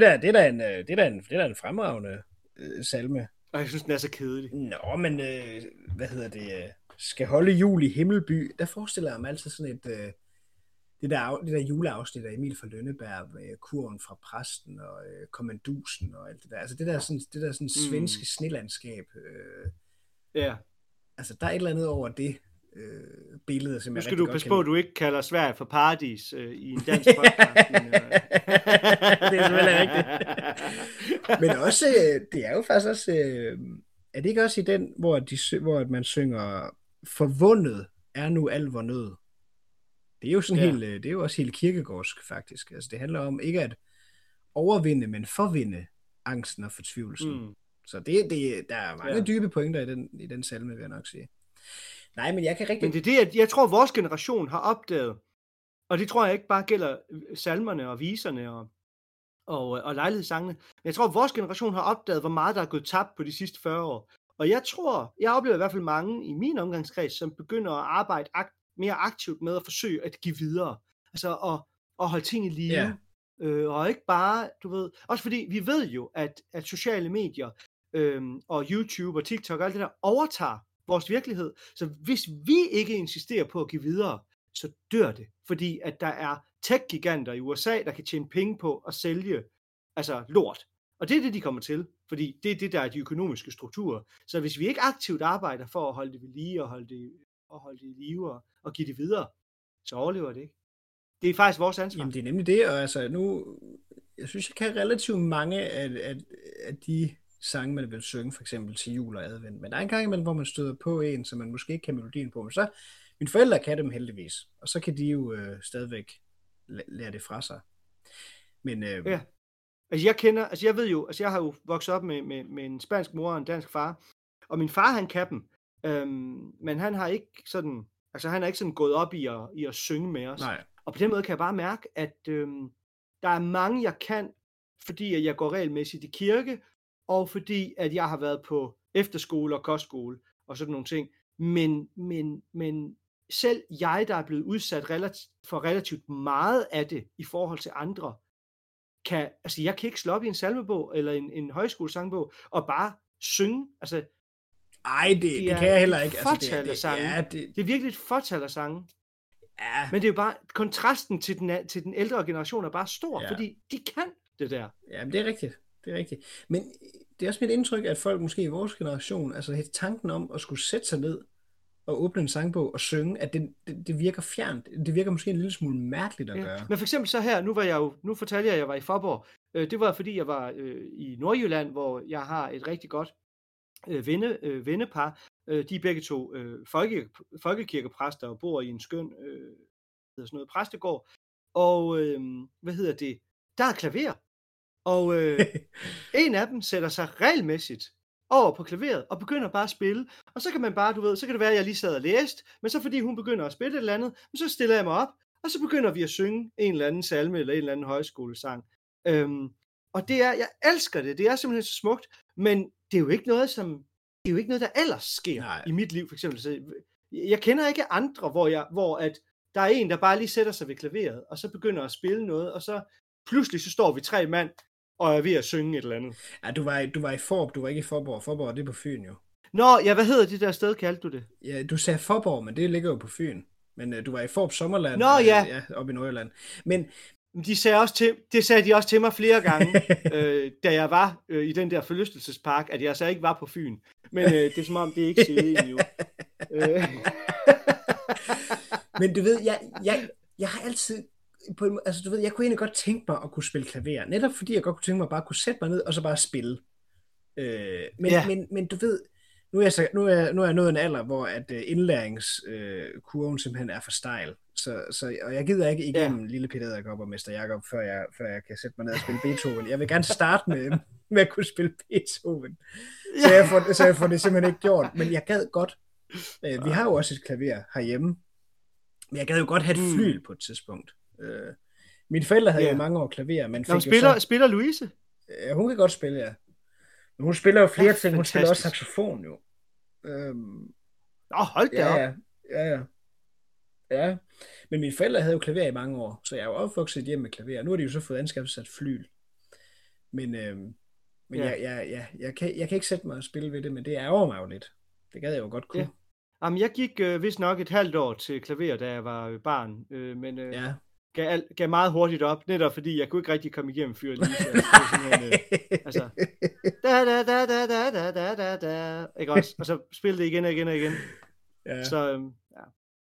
er en fremragende salme. Og jeg synes, den er så kedelig. Nå, men hvad hedder det? Skal holde jul i Himmelby. Der forestiller jeg mig altid sådan et... Det der juleafsnit af Emil fra Lønneberg, kurven fra præsten og kommandusen og alt det der. Altså det der sådan svenske snelandskab. Ja. Altså der er et eller andet over det billede, som nu jeg skal rigtig du passe godt på, at du ikke kalder Sverige for paradis i en dansk podcast. Det er selvfølgelig rigtigt. Men også, det er jo faktisk også, er det ikke også i den, hvor man synger, forvundet er nu al vor nød? Det er jo sådan helt, det er jo også helt kirkegårdsk faktisk. Altså det handler om ikke at overvinde, men forvinde angsten og fortvivlelsen. Så der er mange dybe pointer i den salme, vil jeg nok sige. Nej, men jeg kan rigtig... Men det er det, jeg tror, vores generation har opdaget, og det tror jeg ikke bare gælder salmerne og viserne og lejlighedssangene, men jeg tror, vores generation har opdaget, hvor meget der er gået tabt på de sidste 40 år. Og jeg oplever i hvert fald mange i min omgangskreds, som begynder at arbejde mere aktivt med at forsøge at give videre. Altså at holde ting i live. Og ikke bare, du ved... Også fordi vi ved jo, at sociale medier og YouTube og TikTok og alt det der overtager vores virkelighed. Så hvis vi ikke insisterer på at give videre, så dør det. Fordi at der er tech-giganter i USA, der kan tjene penge på at sælge lort. Og det er det, de kommer til. Fordi det er det, der er de økonomiske strukturer. Så hvis vi ikke aktivt arbejder for at holde det ved lige og holde det i live og give det videre, så overlever det ikke. Det er faktisk vores ansvar. Jamen det er nemlig det, og altså nu, jeg synes, jeg kan relativt mange af de sange, man vil synge, for eksempel til jul og advent, men der er en gang imellem, hvor man støder på en, som man måske ikke kan melodien på, men så, mine forældre kan dem heldigvis, og så kan de jo stadigvæk lære det fra sig. Men ja. Jeg har jo vokset op med en spansk mor og en dansk far, og min far, han kan dem, men han har ikke sådan, han er ikke sådan gået op i at synge med os. Nej. Og på den måde kan jeg bare mærke, at der er mange, jeg kan, fordi at jeg går regelmæssigt i kirke, og fordi at jeg har været på efterskole og kostskole og sådan nogle ting. Men selv jeg, der er blevet udsat for relativt meget af det i forhold til andre, jeg kan ikke slå op i en salmebog eller en højskolesangbog og bare synge. Ej, det kan jeg heller ikke. Det er virkelig et fortal af sange. Ja. Men det er jo bare, kontrasten til den ældre generation er bare stor, fordi de kan det der. Ja, men det er rigtigt. Men det er også mit indtryk, at folk måske i vores generation, tanken om at skulle sætte sig ned og åbne en sangbog og synge, at det virker fjernt. Det virker måske en lille smule mærkeligt at gøre. Men for eksempel så her, nu fortalte jeg, at jeg var i Faaborg. Det var fordi, jeg var i Nordjylland, hvor jeg har et rigtig godt vennepar. De er begge to folkekirkepræster og bor i en skøn præstegård. Og der er klaver. Og en af dem sætter sig regelmæssigt over på klaveret og begynder bare at spille. Og så kan man bare, så kan det være, at jeg lige sad og læste, men så fordi hun begynder at spille et eller andet, så stiller jeg mig op, og så begynder vi at synge en eller anden salme eller en eller anden højskolesang. Og jeg elsker det. Det er simpelthen så smukt, men det er jo ikke noget, der ellers sker i mit liv, for eksempel. Så jeg kender ikke andre, hvor at der er en, der bare lige sætter sig ved klaveret, og så begynder at spille noget, og så pludselig så står vi 3 mand, og er ved at synge et eller andet. Ja, du var i Faaborg, du var ikke i Faaborg. Faaborg, det er på Fyn jo. Nå, ja, hvad hedder det der sted, kaldte du det? Ja, du sagde Faaborg, men det ligger jo på Fyn. Men du var i Faaborg Sommerland. Nå, ja. Oppe i Nordjylland. Men det sagde de også til mig flere gange, da jeg var i den der forlystelsespark, at jeg så ikke var på Fyn. Men det er som om, det ikke siger endnu. Men du ved, jeg har altid... jeg kunne egentlig godt tænke mig at kunne spille klaver. Netop fordi jeg godt kunne tænke mig at bare kunne sætte mig ned og så bare spille. Men du ved... Nu er jeg nået en alder, hvor at indlæringskurven simpelthen er for stejl. Og jeg gider ikke igennem Lille Peter Edderkop og Mester Jakob, før jeg kan sætte mig ned og spille Beethoven. Jeg vil gerne starte med at kunne spille Beethoven. Så jeg får det simpelthen ikke gjort. Men jeg gad godt. Vi har jo også et klaver herhjemme. Men jeg gad jo godt have et flyl på et tidspunkt. Mine forældre havde jo mange år klaver. Men spiller Louise? Hun kan godt spille, ja. Men hun spiller jo Ja, flere ting. Hun spiller også fantastisk. saxofon jo. Øhm, Hold da ja, op. ja, ja, ja. Ja, men mine forældre havde jo klaver i mange år, så jeg er jo opvokset i et hjem med klaver. Nu har de jo så fået anskaffet sig et flyl. Men, men Ja, jeg kan ikke sætte mig og spille ved det, men det ærger mig jo lidt. Det gad jeg jo godt ja. kunne. Jamen, jeg gik vist nok et halvt år til klaver, da jeg var barn, men Ja. gav meget hurtigt op, netop fordi jeg kunne ikke rigtig komme igennem Fyr Lise. Altså, det var simpelthen, altså, da da da da da da da da da, ikke også? Og så spille det igen og igen og igen. Ja. Så ja.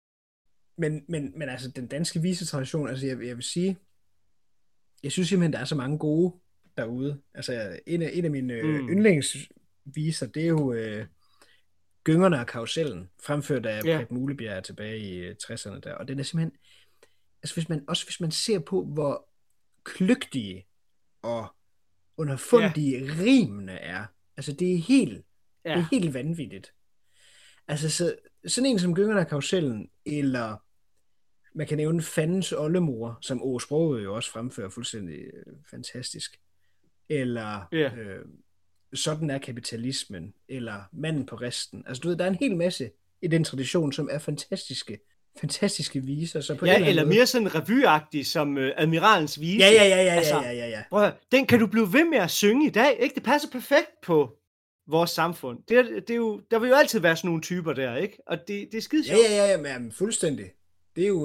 Men altså, den danske visetradition, altså jeg vil sige, jeg synes simpelthen, der er så mange gode derude. Altså, en af mine yndlingsviser, det er jo Gyngerne og Karusellen, fremført af Ja, Preben Muhlebjerg tilbage i 60'erne der. Og den er simpelthen, altså hvis man ser på, hvor kløgtige og ja, underfundige rimene er, altså det er ja, helt vanvittigt. Altså sådan en som Gyngerne og Karusellen, eller man kan nævne Fandens oldemor, som Åge Sprogøe jo også fremfører fuldstændig fantastisk. Eller ja. Sådan er kapitalismen, eller Manden på resten. Altså du ved, der er en hel masse i den tradition, som er fantastiske viser, så på en Ja, eller anden eller måde. mere sådan revyagtig som Admiralens Vise. Altså, Ja. prøv at høre, den kan du blive ved med at synge i dag, ikke? Det passer perfekt på vores samfund. Det er jo, der vil jo altid være sådan nogle typer der, ikke? Og det er skide sjovt. Men fuldstændig. Det er jo,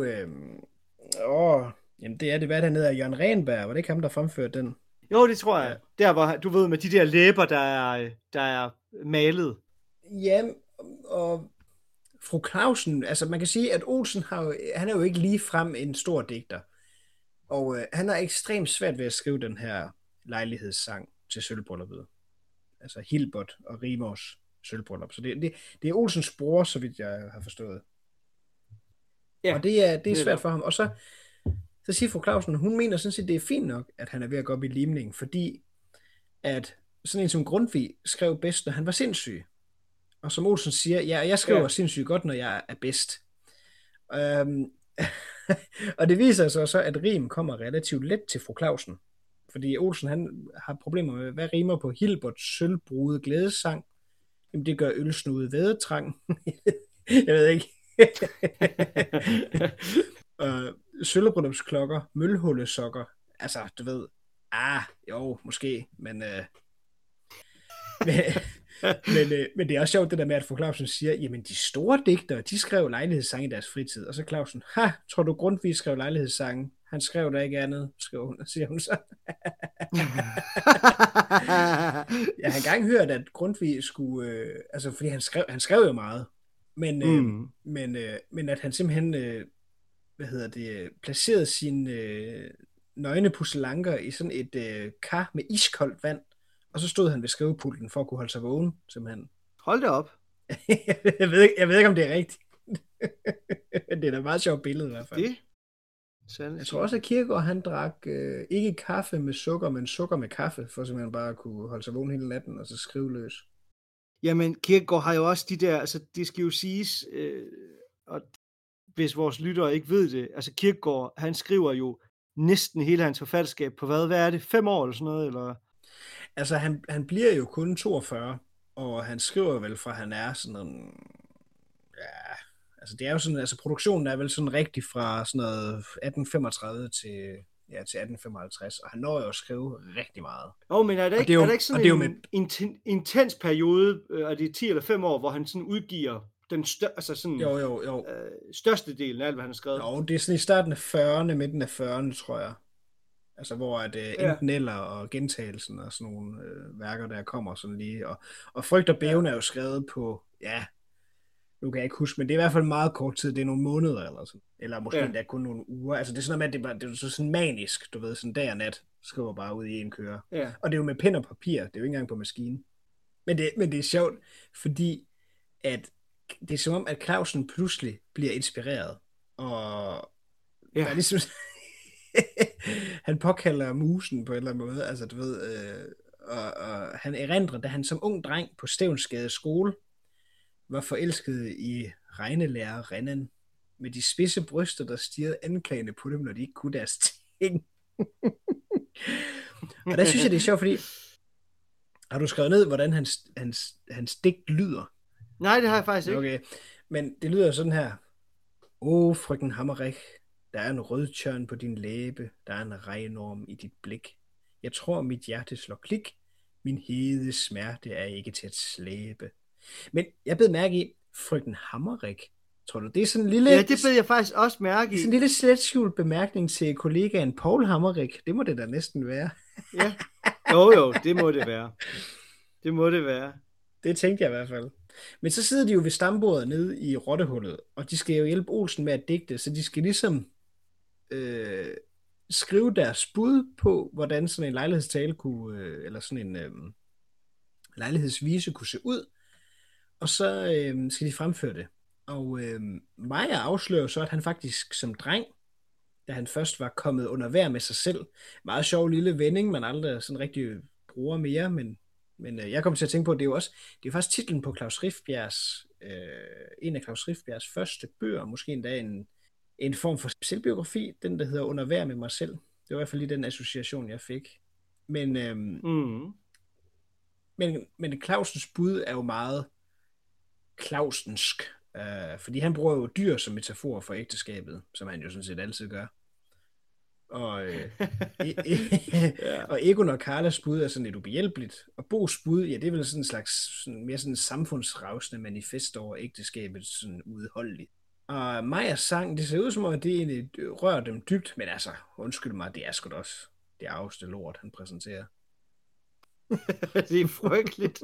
jamen det er det, hvad der hedder, Jørgen Renberg, var det ikke ham, der fremførte den? Jo, det tror Ja. jeg. Der hvor, du ved, med de der læber, der er malet. Ja, og fru Clausen, altså man kan sige, at Olsen han er jo ikke lige frem en stor digter. Og han har ekstremt svært ved at skrive den her lejlighedssang til sølvbrylluppet. Altså Hilbert og Rimors sølvbryllup. Så det er Olsens bror, så vidt jeg har forstået. Ja, Og det er svært netop. for ham. Og så siger fru Clausen, hun mener sådan set, det er fint nok, at han er ved at gå op i limning, fordi at sådan en som Grundtvig skrev bedst, når han var sindssyg. Og som Olsen siger, ja, jeg skriver Ja, sindssygt godt, når jeg er bedst. Og det viser sig så, at rim kommer relativt let til fru Clausen. Fordi Olsen, han har problemer med, hvad rimer på Hilberts sølvbrude glædessang? Jamen, det gør ølsnude vædetrang. Jeg ved ikke. Sølvbryllupsklokker, mølhullesokker. Altså, du ved, jo, måske, men men det er også sjovt det der med, at fru Clausen siger, jamen de store digtere, de skrev lejlighedssange i deres fritid. Og så Clausen, tror du Grundtvig skrev lejlighedssange? Han skrev der ikke andet, siger hun så. Jeg har engang hørt, at Grundtvig skulle, altså fordi han skrev jo meget, men, men at han simpelthen, placerede sine nøgne pusselanker i sådan et kar med iskoldt vand, og så stod han ved skrivepulten for at kunne holde sig vågen, simpelthen. hold da op. jeg ved ikke, om det er rigtigt. Det er da et meget sjovt billede i hvert fald. Det sandt. Jeg tror også, at Kierkegaard, han drak ikke kaffe med sukker, men sukker med kaffe, for simpelthen bare at kunne holde sig vågen hele natten, og så skrive løs. Jamen, Kierkegaard har jo også de der, altså det skal jo siges, og hvis vores lyttere ikke ved det, altså Kierkegaard, han skriver jo næsten hele hans forfatterskab på hvad er det, 5 år eller sådan noget, eller? Altså, han bliver jo kun 42, og han skriver vel fra, han er sådan en, ja, altså det er jo sådan, altså produktionen er vel sådan rigtig fra sådan noget 1835 til 1855, og han når jo at skrive rigtig meget. Men er der ikke sådan en intens periode, er det 10 eller 5 år, hvor han sådan udgiver den altså sådan Jo. største delen af alt, hvad han har skrevet? Jo, det er sådan i starten af 40'erne, midten af 40'erne, tror jeg. Altså hvor at enten eller og gentagelsen og sådan nogle værker, der kommer sådan lige. Og Frygt og Bæven er jo skrevet på, nu kan jeg ikke huske, men det er i hvert fald meget kort tid. Det er nogle måneder eller sådan. Eller måske endda kun nogle uger. Altså det er sådan noget med, at det er sådan manisk, du ved, sådan dag og nat, skriver bare ud i en køre. Ja. Og det er jo med pen og papir, det er jo ikke engang på maskinen. Men det er sjovt, fordi at det er som om, at Clausen pludselig bliver inspireret. Og der er ligesom han påkalder musen på en eller anden måde, altså du ved, og han erindrer, da han som ung dreng på Stevnsgade skole var forelsket i regnelærer Rennen, med de spidse bryster, der stirrede anklagende på dem, når de ikke kunne deres ting. Og der synes jeg, det er sjovt, fordi Har du skrevet ned, hvordan hans digt lyder? Nej, det har jeg faktisk ikke. Okay, men det lyder sådan her. Åh, frøken Hammerich, der er en rødtjørn på din læbe, der er en regnorm i dit blik. Jeg tror, mit hjerte slår klik. Min hede smerte er ikke til at slæbe. Men jeg bed mærke i, frøken Hammerich. Tror du, det er sådan en lille, Ja, det bed jeg faktisk også mærke i. sådan en lille sletskjult bemærkning til kollegaen Paul Hammerich? Det må det da næsten være. Ja. Jo, det må det være. Det må det være. Det tænkte jeg i hvert fald. Men så sidder de jo ved stambordet nede i rottehullet, og de skal jo hjælpe Olsen med at digte, så de skal ligesom skrive deres bud på, hvordan sådan en lejlighedstale kunne, eller sådan en lejlighedsvise kunne se ud, og så skal de fremføre det. Og Maja afslører så, at han faktisk som dreng, da han først var kommet under vejr med sig selv, meget sjov lille vending, man aldrig sådan rigtig bruger mere, men jeg kom til at tænke på, at det er jo faktisk titlen på Klaus Rifbjergs, en af Klaus Rifbjergs første bøger, måske endda en form for selvbiografi, den der hedder Under vejr med mig selv. Det var i hvert fald lige den association, jeg fik. Men Clausens bud er jo meget Clausensk, fordi han bruger jo dyr som metafor for ægteskabet, som han jo sådan set altid gør. Og, og Egon og Carlas bud er sådan lidt ubehjælpeligt, og Bo's bud, ja, det er vel sådan en slags mere sådan samfundsravsende manifest over ægteskabet, sådan udholdeligt. Og Majas sang, det ser ud som om, at det egentlig rører dem dybt, men altså, undskyld mig, det er sgu da også det arveste lort, han præsenterer. Det er frygteligt.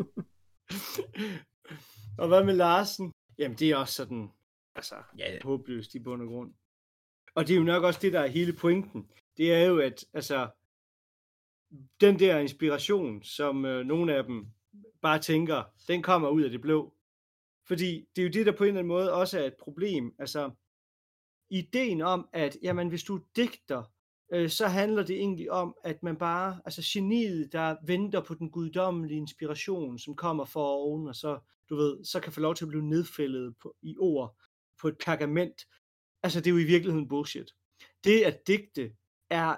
Og hvad med Larsen? Jamen, det er også sådan, altså, håbløst i bund og grund. Og det er jo nok også det, der er hele pointen. Det er jo, at altså, den der inspiration, som nogle af dem bare tænker, den kommer ud af det blå. Fordi det er jo det, der på en eller anden måde også er et problem. Altså, ideen om, at jamen, hvis du digter, så handler det egentlig om, at man bare, altså geniet, der venter på den guddommelige inspiration, som kommer for oven, og så, du ved, så kan få lov til at blive nedfældet i ord på et pergament. Altså, det er jo i virkeligheden bullshit. Det at digte er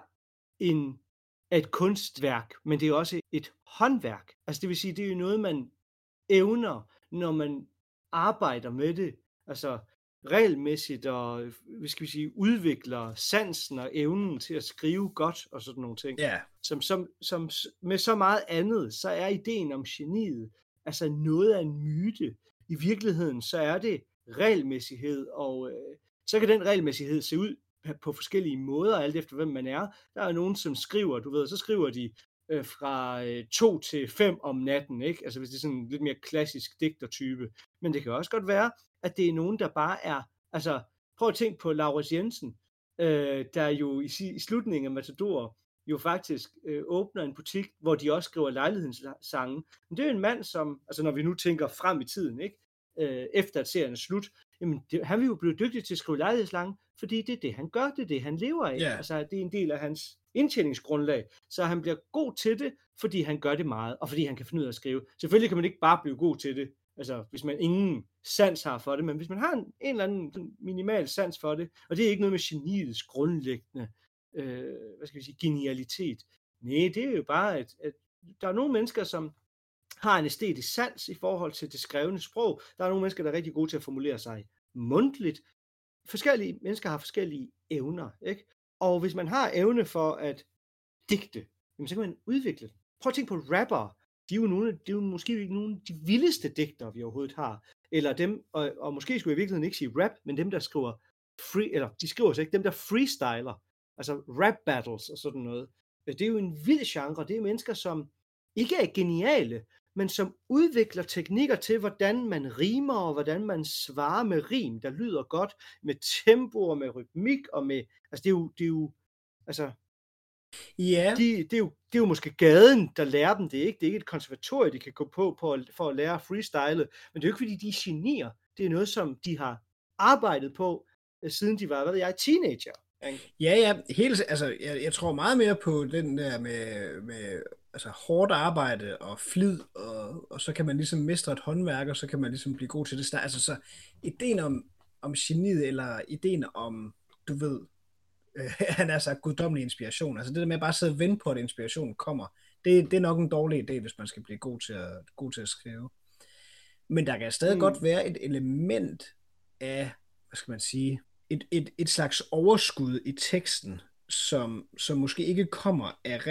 et kunstværk, men det er også et håndværk. Altså, det vil sige, det er jo noget, man evner, når man arbejder med det. Altså, regelmæssigt og, hvad skal vi sige, udvikler sansen og evnen til at skrive godt og sådan nogle ting. Ja. Som med så meget andet, så er ideen om geniet altså noget af en myte. I virkeligheden, så er det regelmæssighed, og så kan den regelmæssighed se ud på forskellige måder, alt efter hvem man er. Der er nogen, som skriver, du ved, så skriver de fra 2 til 5 om natten, ikke? Altså hvis det er sådan en lidt mere klassisk digtertype. Men det kan også godt være, at det er nogen, der bare er, altså prøv at tænke på Laurits Jensen, der jo i slutningen af Matador jo faktisk åbner en butik, hvor de også skriver lejlighedssange. Men det er jo en mand, som, altså når vi nu tænker frem i tiden, ikke? Efter at serien er slut, jamen han vil jo blive dygtig til at skrive lejlighedssange, fordi det er det, han gør, det er det, han lever af. Yeah. Altså det er en del af hans indtjeningsgrundlag, så han bliver god til det, fordi han gør det meget, og fordi han kan finde ud af at skrive. Selvfølgelig kan man ikke bare blive god til det, altså hvis man ingen sans har for det, men hvis man har en eller anden minimal sans for det, og det er ikke noget med geniets grundlæggende, hvad skal vi sige, genialitet. Nej, det er jo bare, at der er nogle mennesker, som har en æstetisk sans i forhold til det skrevne sprog. Der er nogle mennesker, der er rigtig gode til at formulere sig mundtligt. Forskellige mennesker har forskellige evner, ikke? Og hvis man har evne for at digte, jamen, så kan man udvikle det. Prøv at tænke på rappere. De er jo måske nogle af de vildeste digtere, vi overhovedet har. Eller dem, og måske skulle jeg i virkeligheden ikke sige rap, men dem, der skriver de skriver så ikke, dem, der freestyler, altså rap battles og sådan noget. Det er jo en vild genre. Det er mennesker, som ikke er geniale, men som udvikler teknikker til, hvordan man rimer, og hvordan man svarer med rim, der lyder godt, med tempo og med rytmik, og med, altså det er jo altså, ja. Det er jo måske gaden, der lærer dem det, ikke? Det er ikke et konservatorium, de kan gå på for at lære freestyle, men det er jo ikke, fordi de er genier. Det er noget, som de har arbejdet på, siden de var, teenager. Ja, helt, altså, jeg tror meget mere på den der med altså, hårdt arbejde og flid, og så kan man ligesom mestre et håndværk, og så kan man ligesom blive god til det. Altså, så ideen om geniet, eller ideen om, du ved, han er sagt guddommelig inspiration, altså det der med at bare sidde og vente på, at inspirationen kommer, det er nok en dårlig idé, hvis man skal blive god til at skrive. Men der kan stadig godt være et element af, hvad skal man sige, et slags overskud i teksten, som måske ikke kommer af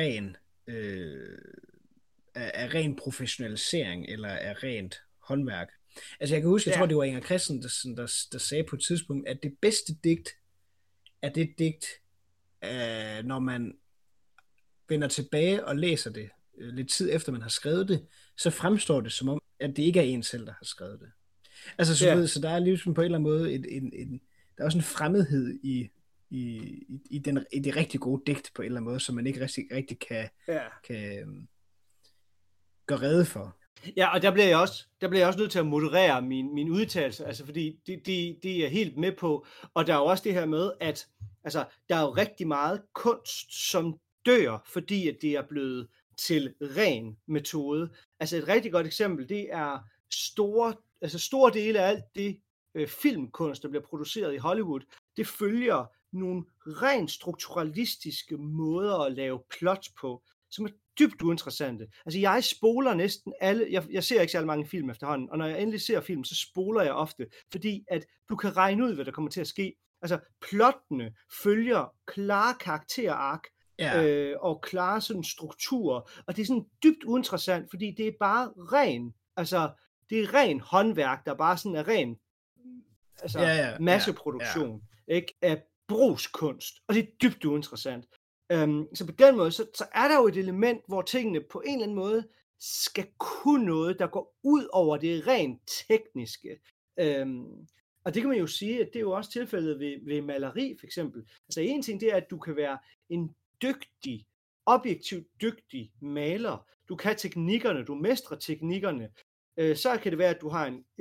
ren professionalisering eller af rent håndværk. Altså jeg kan huske, jeg tror det var Inger Christensen, der sagde på et tidspunkt, at det bedste digt er det digt, når man vender tilbage og læser det lidt tid efter man har skrevet det, så fremstår det som om, at det ikke er en selv, der har skrevet det. Altså så der er ligesom på en eller anden måde der er også en fremmedhed i det rigtig gode digt på en eller anden måde, som man ikke rigtig kan gøre rede for. Ja, og der bliver jeg også nødt til at moderere min udtalelse, altså fordi det er helt med på, og der er jo også det her med, at altså, der er jo rigtig meget kunst, som dør, fordi at det er blevet til ren metode. Altså et rigtig godt eksempel, det er store dele af alt det filmkunst, der bliver produceret i Hollywood, det følger nogle rent strukturalistiske måder at lave plots på, som er dybt uinteressante. Altså jeg spoler næsten alle, jeg ser ikke så mange film efterhånden, og når jeg endelig ser film, så spoler jeg ofte, fordi at du kan regne ud, hvad der kommer til at ske. Altså plottene følger klare karakterark, og klare sådan strukturer, og det er sådan dybt uinteressant, fordi det er bare det er ren håndværk, der bare sådan er ren masseproduktion, ikke, af brugskunst, og det er dybt uinteressant. Så på den måde, så er der jo et element, hvor tingene på en eller anden måde skal kunne noget, der går ud over det rent tekniske. Og det kan man jo sige, at det er jo også tilfældet ved maleri for eksempel. Altså en ting, det er, at du kan være en objektivt dygtig maler. Du kan teknikkerne, du mestrer teknikkerne. Så kan det være, at du har en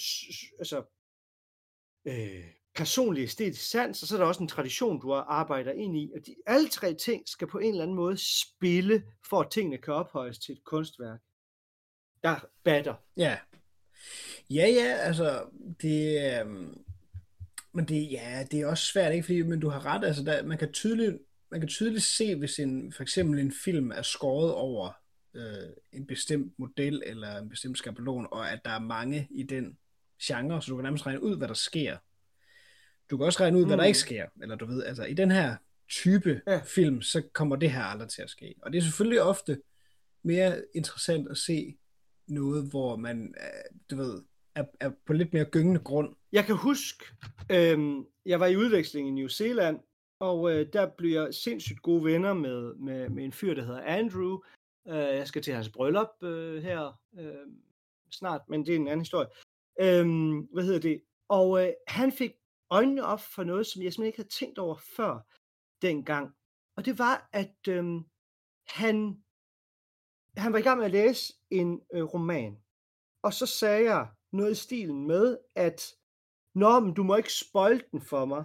personlig æstetisk sans, og så er der også en tradition, du arbejder ind i. Og alle tre ting skal på en eller anden måde spille, for at tingene kan ophøjes til et kunstværk, der batter. Ja, altså, men det er også svært, ikke? Fordi, men du har ret, altså, man kan tydeligt se, hvis for eksempel en film er skåret over en bestemt model, eller en bestemt skabelon, og at der er mange i den genre, så du kan nærmest regne ud, hvad der sker. Du kan også regne ud, hvad der ikke sker, eller du ved, altså i den her type film, så kommer det her aldrig til at ske. Og det er selvfølgelig ofte mere interessant at se noget, hvor man, du ved, er på lidt mere gyngende grund. Jeg kan huske, jeg var i udveksling i New Zealand, og der blev jeg sindssygt gode venner med en fyr, der hedder Andrew. Jeg skal til hans bryllup her snart, men det er en anden historie. Og han fik øjnene op for noget, som jeg simpelthen ikke havde tænkt over før dengang. Og det var, at han var i gang med at læse en roman. Og så sagde jeg noget i stilen med, at men du må ikke spoil den for mig.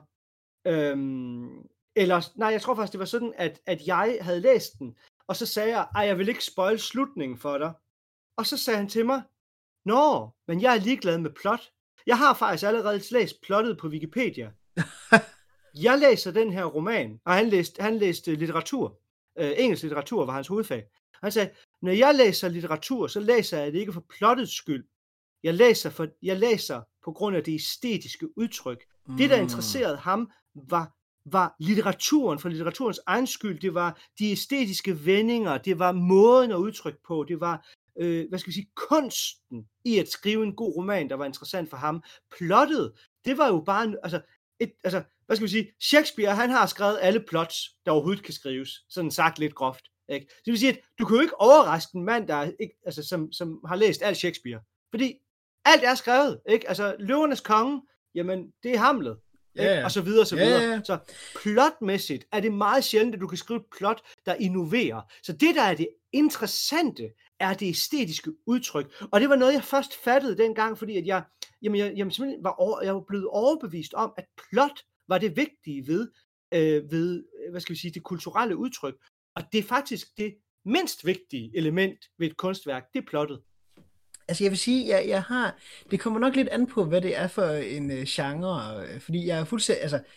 Jeg tror faktisk, det var sådan, at jeg havde læst den. Og så sagde jeg, jeg vil ikke spoil slutningen for dig. Og så sagde han til mig, men jeg er ligeglad med plot. Jeg har faktisk allerede læst plottet på Wikipedia. Jeg læser den her roman, og han læste litteratur. Engelsk litteratur var hans hovedfag. Han sagde, når jeg læser litteratur, så læser jeg det ikke for plottets skyld. Jeg læser på grund af det æstetiske udtryk. Det, der interesserede ham, var litteraturen, for litteraturens egen skyld. Det var de æstetiske vendinger, det var måden at udtrykke på, det var kunsten i at skrive en god roman, der var interessant for ham. Plottet, det var jo bare, Shakespeare, han har skrevet alle plots, der overhovedet kan skrives, sådan sagt lidt groft. Ikke? Det vil sige, at du kan jo ikke overraske en mand, der som har læst alt Shakespeare, fordi alt er skrevet, ikke? Altså, Løvernes Konge, jamen, det er Hamlet. Og så videre, så videre. Yeah. Så plotmæssigt er det meget sjældent, at du kan skrive et plot, der innoverer. Så det, der er det interessante, er det æstetiske udtryk. Og det var noget, jeg først fattede dengang, fordi at jeg simpelthen var blevet overbevist om, at plot var det vigtige ved det kulturelle udtryk. Og det er faktisk det mindst vigtige element ved et kunstværk, det er plottet. Altså jeg vil sige, det kommer nok lidt an på, hvad det er for en genre, fordi jeg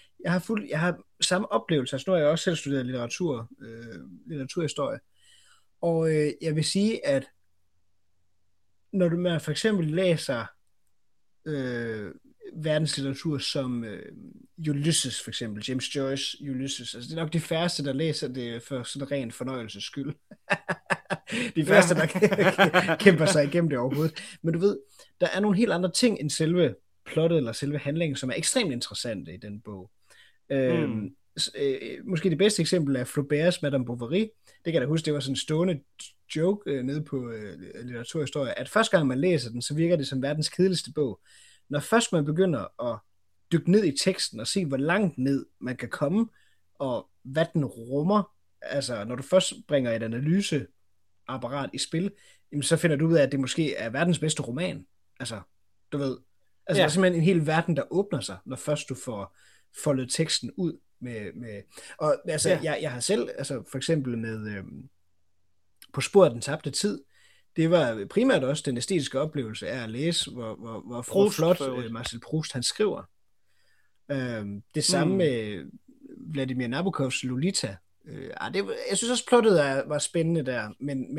har samme oplevelse, altså nu har jeg også selv studeret litteraturhistorie, Og jeg vil sige, at når man for eksempel læser verdenslitteratur som Ulysses for eksempel, James Joyce Ulysses, altså det er nok de færreste, der læser det for sådan ren fornøjelses skyld. De færreste, der kæmper sig igennem det overhovedet. Men du ved, der er nogle helt andre ting end selve plottet eller selve handlingen, som er ekstremt interessante i den bog. Måske det bedste eksempel er Flauberts Madame Bovary. Det kan jeg da huske, det var sådan en stående joke nede på litteraturhistorie, at første gang man læser den, så virker det som verdens kedeligste bog. Når først man begynder at dykke ned i teksten og se, hvor langt ned man kan komme, og hvad den rummer, altså når du først bringer et analyseapparat i spil, jamen, så finder du ud af, at det måske er verdens bedste roman. Altså, du ved, der er simpelthen en hel verden, der åbner sig, når først du får foldet teksten ud med og altså, jeg har selv, altså for eksempel med På sporet af den tabte tid, det var primært også den æstetiske oplevelse af at læse, hvor flot Marcel Proust han skriver. Det samme med Vladimir Nabokovs Lolita. Jeg synes også, plottet var spændende der,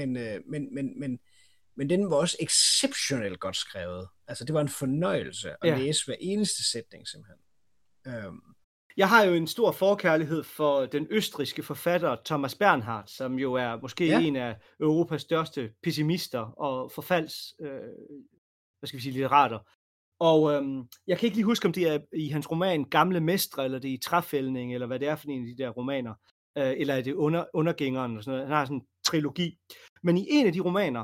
men den var også exceptionelt godt skrevet. Altså, det var en fornøjelse at læse hver eneste sætning, simpelthen. Jeg har jo en stor forkærlighed for den østrigske forfatter Thomas Bernhard, som jo er måske en af Europas største pessimister og litterater. Og jeg kan ikke lige huske, om det er i hans roman Gamle Mestre, eller det er i Træfældning, eller hvad det er for en af de der romaner, eller er det Undergængeren, eller sådan noget. Han har sådan en trilogi. Men i en af de romaner,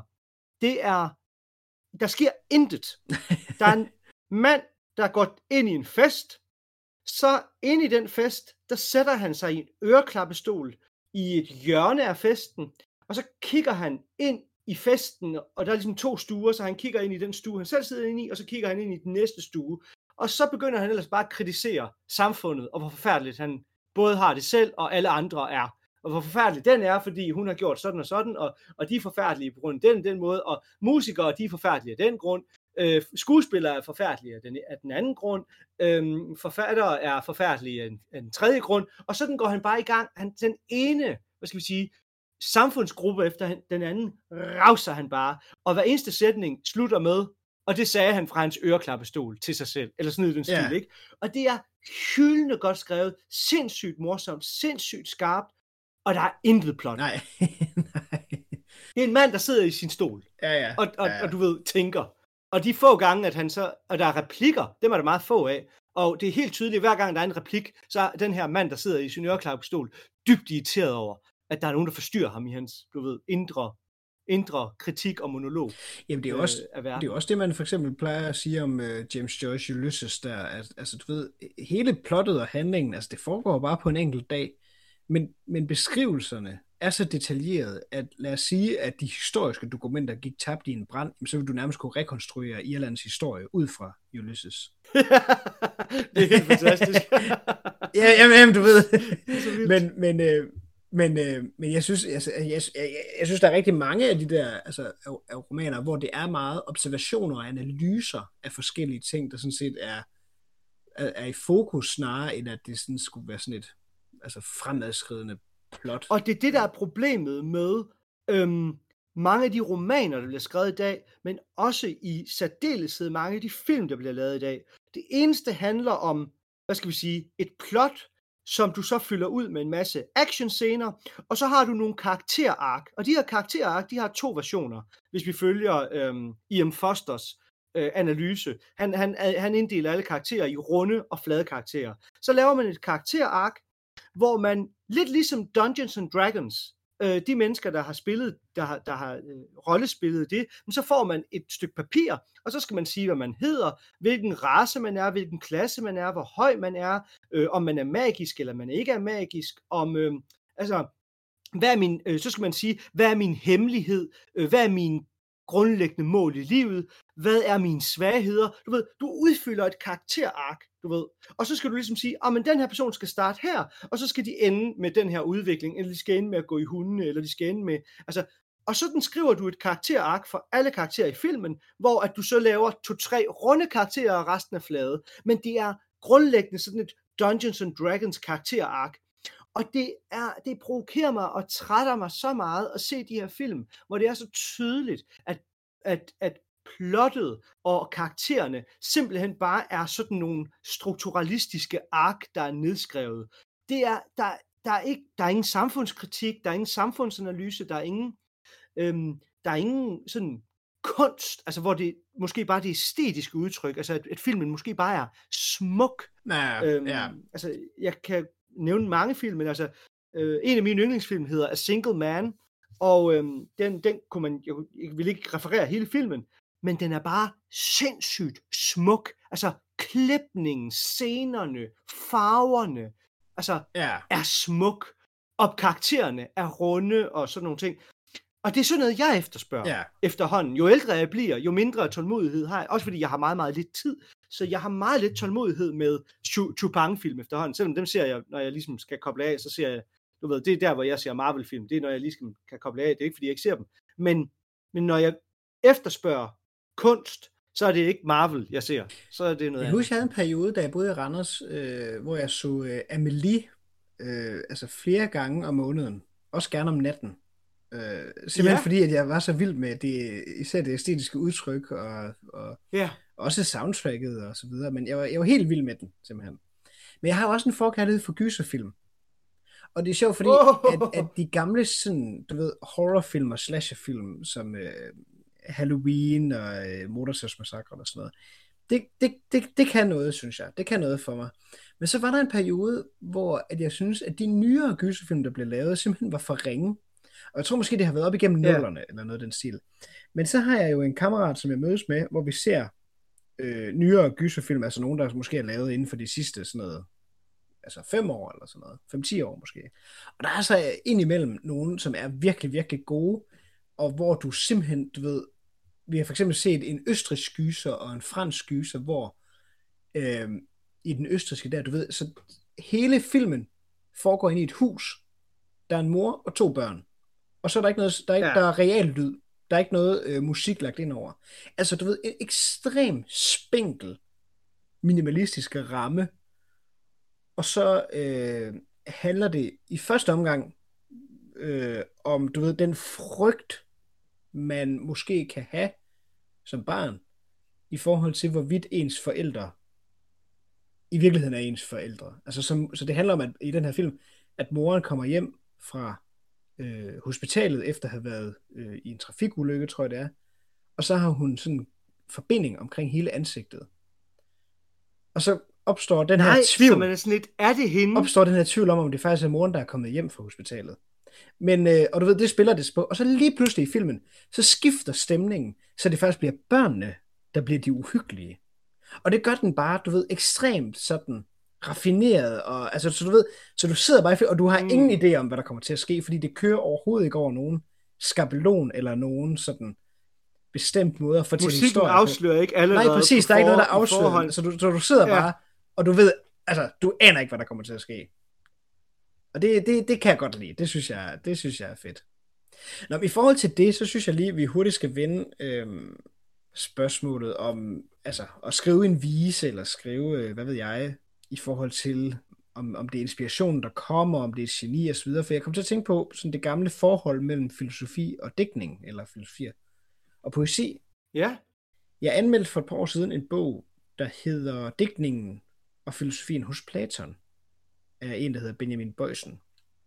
der sker intet. Der er en mand, der går ind i en fest, så inde i den fest, der sætter han sig i en øreklappestol i et hjørne af festen, og så kigger han ind i festen, og der er ligesom 2 stuer, så han kigger ind i den stue, han selv sidder inde i, og så kigger han ind i den næste stue, og så begynder han ellers bare at kritisere samfundet, og hvor forfærdeligt han både har det selv, og alle andre er. Og hvor forfærdelig den er, fordi hun har gjort sådan og sådan, og de er forfærdelige på grund af den måde, og musikere, de er forfærdelige af den grund, skuespillere er forfærdelige af den anden grund, forfattere er forfærdelige af den tredje grund, og sådan går han bare i gang. Den ene, samfundsgruppe efter den anden, rauser han bare, og hver eneste sætning slutter med, og det sagde han fra hans øreklappestol til sig selv, eller sådan den stil, ikke? Og det er hyldende godt skrevet, sindssygt morsomt, sindssygt skarpt, og der er intet plot. Nej. Det er en mand, der sidder i sin stol, og du ved, tænker. Og de få gange, at han så, og der er replikker, dem er der meget få af, og det er helt tydeligt, hver gang der er en replik, så er den her mand, der sidder i sin øreklappestol, dybt irriteret over, at der er nogen, der forstyrrer ham i hans, du ved, indre kritik og monolog. Jamen det er jo også det, man for eksempel plejer at sige om James Joyce Ulysses der, altså du ved, hele plottet og handlingen, altså det foregår bare på en enkelt dag, men beskrivelserne er så detaljeret, at lad os sige, at de historiske dokumenter gik tabt i en brand, så vil du nærmest kunne rekonstruere Irlands historie ud fra Ulysses. Det er helt fantastisk. Jamen, du ved. Men jeg synes, jeg synes, der er rigtig mange af de der af romaner, hvor det er meget observationer og analyser af forskellige ting, der sådan set er i fokus snarere, end at det sådan skulle være sådan et fremadskridende plot. Og det er det, der er problemet med mange af de romaner, der bliver skrevet i dag, men også i særdeleshed mange af de film, der bliver lavet i dag. Det eneste handler om, et plot, som du så fylder ud med en masse actionscener, og så har du nogle karakterark. Og de her karakterark, de har 2 versioner, hvis vi følger E.M. Fosters analyse. Han inddeler alle karakterer i runde og flade karakterer. Så laver man et karakterark, hvor man, lidt ligesom Dungeons and Dragons, de mennesker, der har spillet, der har rollespillet det, men så får man et stykke papir, og så skal man sige, hvad man hedder, hvilken race man er, hvilken klasse man er, hvor høj man er, om man er magisk eller man ikke er magisk, så skal man sige, hvad er min hemmelighed, hvad er min grundlæggende mål i livet, hvad er mine svagheder, du ved, du udfylder et karakterark, du ved, og så skal du ligesom sige, men den her person skal starte her, og så skal de ende med den her udvikling, eller de skal ende med at gå i hundene, eller de skal ende med, og sådan skriver du et karakterark for alle karakterer i filmen, hvor at du så laver 2-3 runde karakterer, og resten er flade, men det er grundlæggende sådan et Dungeons and Dragons karakterark, Og det provokerer mig og trætter mig så meget at se de her film, hvor det er så tydeligt, at plottet og karaktererne simpelthen bare er sådan nogle strukturalistiske ark, der er nedskrevet. Der er ingen samfundskritik, der er ingen samfundsanalyse, der er ingen sådan kunst, altså hvor det måske bare det æstetiske udtryk, altså at filmen måske bare er smuk. Ja. Altså jeg kan nævne mange film, men altså en af mine yndlingsfilm hedder A Single Man, og den kunne man, jeg vil ikke referere hele filmen, men den er bare sindssygt smuk. Altså klipningen, scenerne, farverne, altså er smuk, og karaktererne er runde og sådan nogle ting. Og det er sådan noget, jeg efterspørger efterhånden. Jo ældre jeg bliver, jo mindre tålmodighed har jeg. Også fordi jeg har meget, meget lidt tid. Så jeg har meget lidt tålmodighed med Chupang-film efterhånden. Selvom dem ser jeg, når jeg ligesom skal koble af, så ser jeg, du ved, det er der, hvor jeg ser Marvel-film. Det er, når jeg lige kan koble af. Det er ikke, fordi jeg ikke ser dem. Men når jeg efterspørger kunst, så er det ikke Marvel, jeg ser. Så er det noget andet. Jeg husker, jeg havde en periode, da jeg boede i Randers, hvor jeg så Amélie altså flere gange om måneden. Også gerne om natten. Simpelthen fordi, at jeg var så vild med det, især det æstetiske udtryk, og også soundtracket og så videre, men jeg var helt vild med den, simpelthen. Men jeg har også en forkærlighed for gyserfilm. Og det er sjovt, fordi at de gamle sådan, du ved, horrorfilm og slasherfilm, som Halloween og Motorsavsmassakren og sådan noget, det kan noget, synes jeg. Det kan noget for mig. Men så var der en periode, hvor at jeg synes, at de nyere gyserfilm, der blev lavet, simpelthen var for ringe. Og jeg tror måske, det har været op igennem nullerne, eller noget af den stil. Men så har jeg jo en kammerat, som jeg mødes med, hvor vi ser nyere gyserfilm, altså nogen, der måske er lavet inden for de sidste sådan noget, altså 5 år eller sådan noget, 5-10 år måske. Og der er så indimellem nogen, som er virkelig, virkelig gode, og hvor du simpelthen, du ved, vi har for eksempel set en østrigsk gyser og en fransk gyser, hvor i den østrigske der, du ved, så hele filmen foregår inde i et hus. Der er en mor og 2 børn. Og så er der ikke noget, der er real lyd. Der er ikke noget musik lagt ind over. Altså, du ved, en ekstrem spinkel, minimalistisk ramme. Og så handler det i første omgang om, du ved, den frygt, man måske kan have som barn, i forhold til, hvorvidt ens forældre i virkeligheden er ens forældre. Altså, så det handler om, at i den her film, at moren kommer hjem fra hospitalet, efter at have været i en trafikulykke, tror jeg det er, og så har hun sådan en forbinding omkring hele ansigtet. Og så opstår den her tvivl. Så man er sådan lidt, er det hende? Opstår den her tvivl om det faktisk er moren, der er kommet hjem fra hospitalet. Men, og du ved, det spiller det på. Og så lige pludselig i filmen, så skifter stemningen, så det faktisk bliver børnene, der bliver de uhyggelige. Og det gør den bare, du ved, ekstremt sådan raffineret, og altså, så du ved, så du sidder bare og du har ingen idé om, hvad der kommer til at ske, fordi det kører overhovedet ikke over nogen skabelon, eller nogen sådan bestemt måde at fortælle historier. Musikken afslører ikke allerede. Nej, præcis, der er ikke noget, der afslører. Så du sidder bare, og du ved, altså, du aner ikke, hvad der kommer til at ske. Og det kan jeg godt lide. Det synes jeg er fedt. Nå, i forhold til det, så synes jeg lige, at vi hurtigt skal vende spørgsmålet om, altså, at skrive en vise, eller skrive, hvad ved jeg, i forhold til, om det er inspirationen, der kommer, om det er geni og så videre. For jeg kom til at tænke på sådan det gamle forhold mellem filosofi og digtning, eller filosofi og poesi. Ja. Jeg anmeldte for et par år siden en bog, der hedder Digtningen og filosofien hos Platon, af en, der hedder Benjamin Boysen.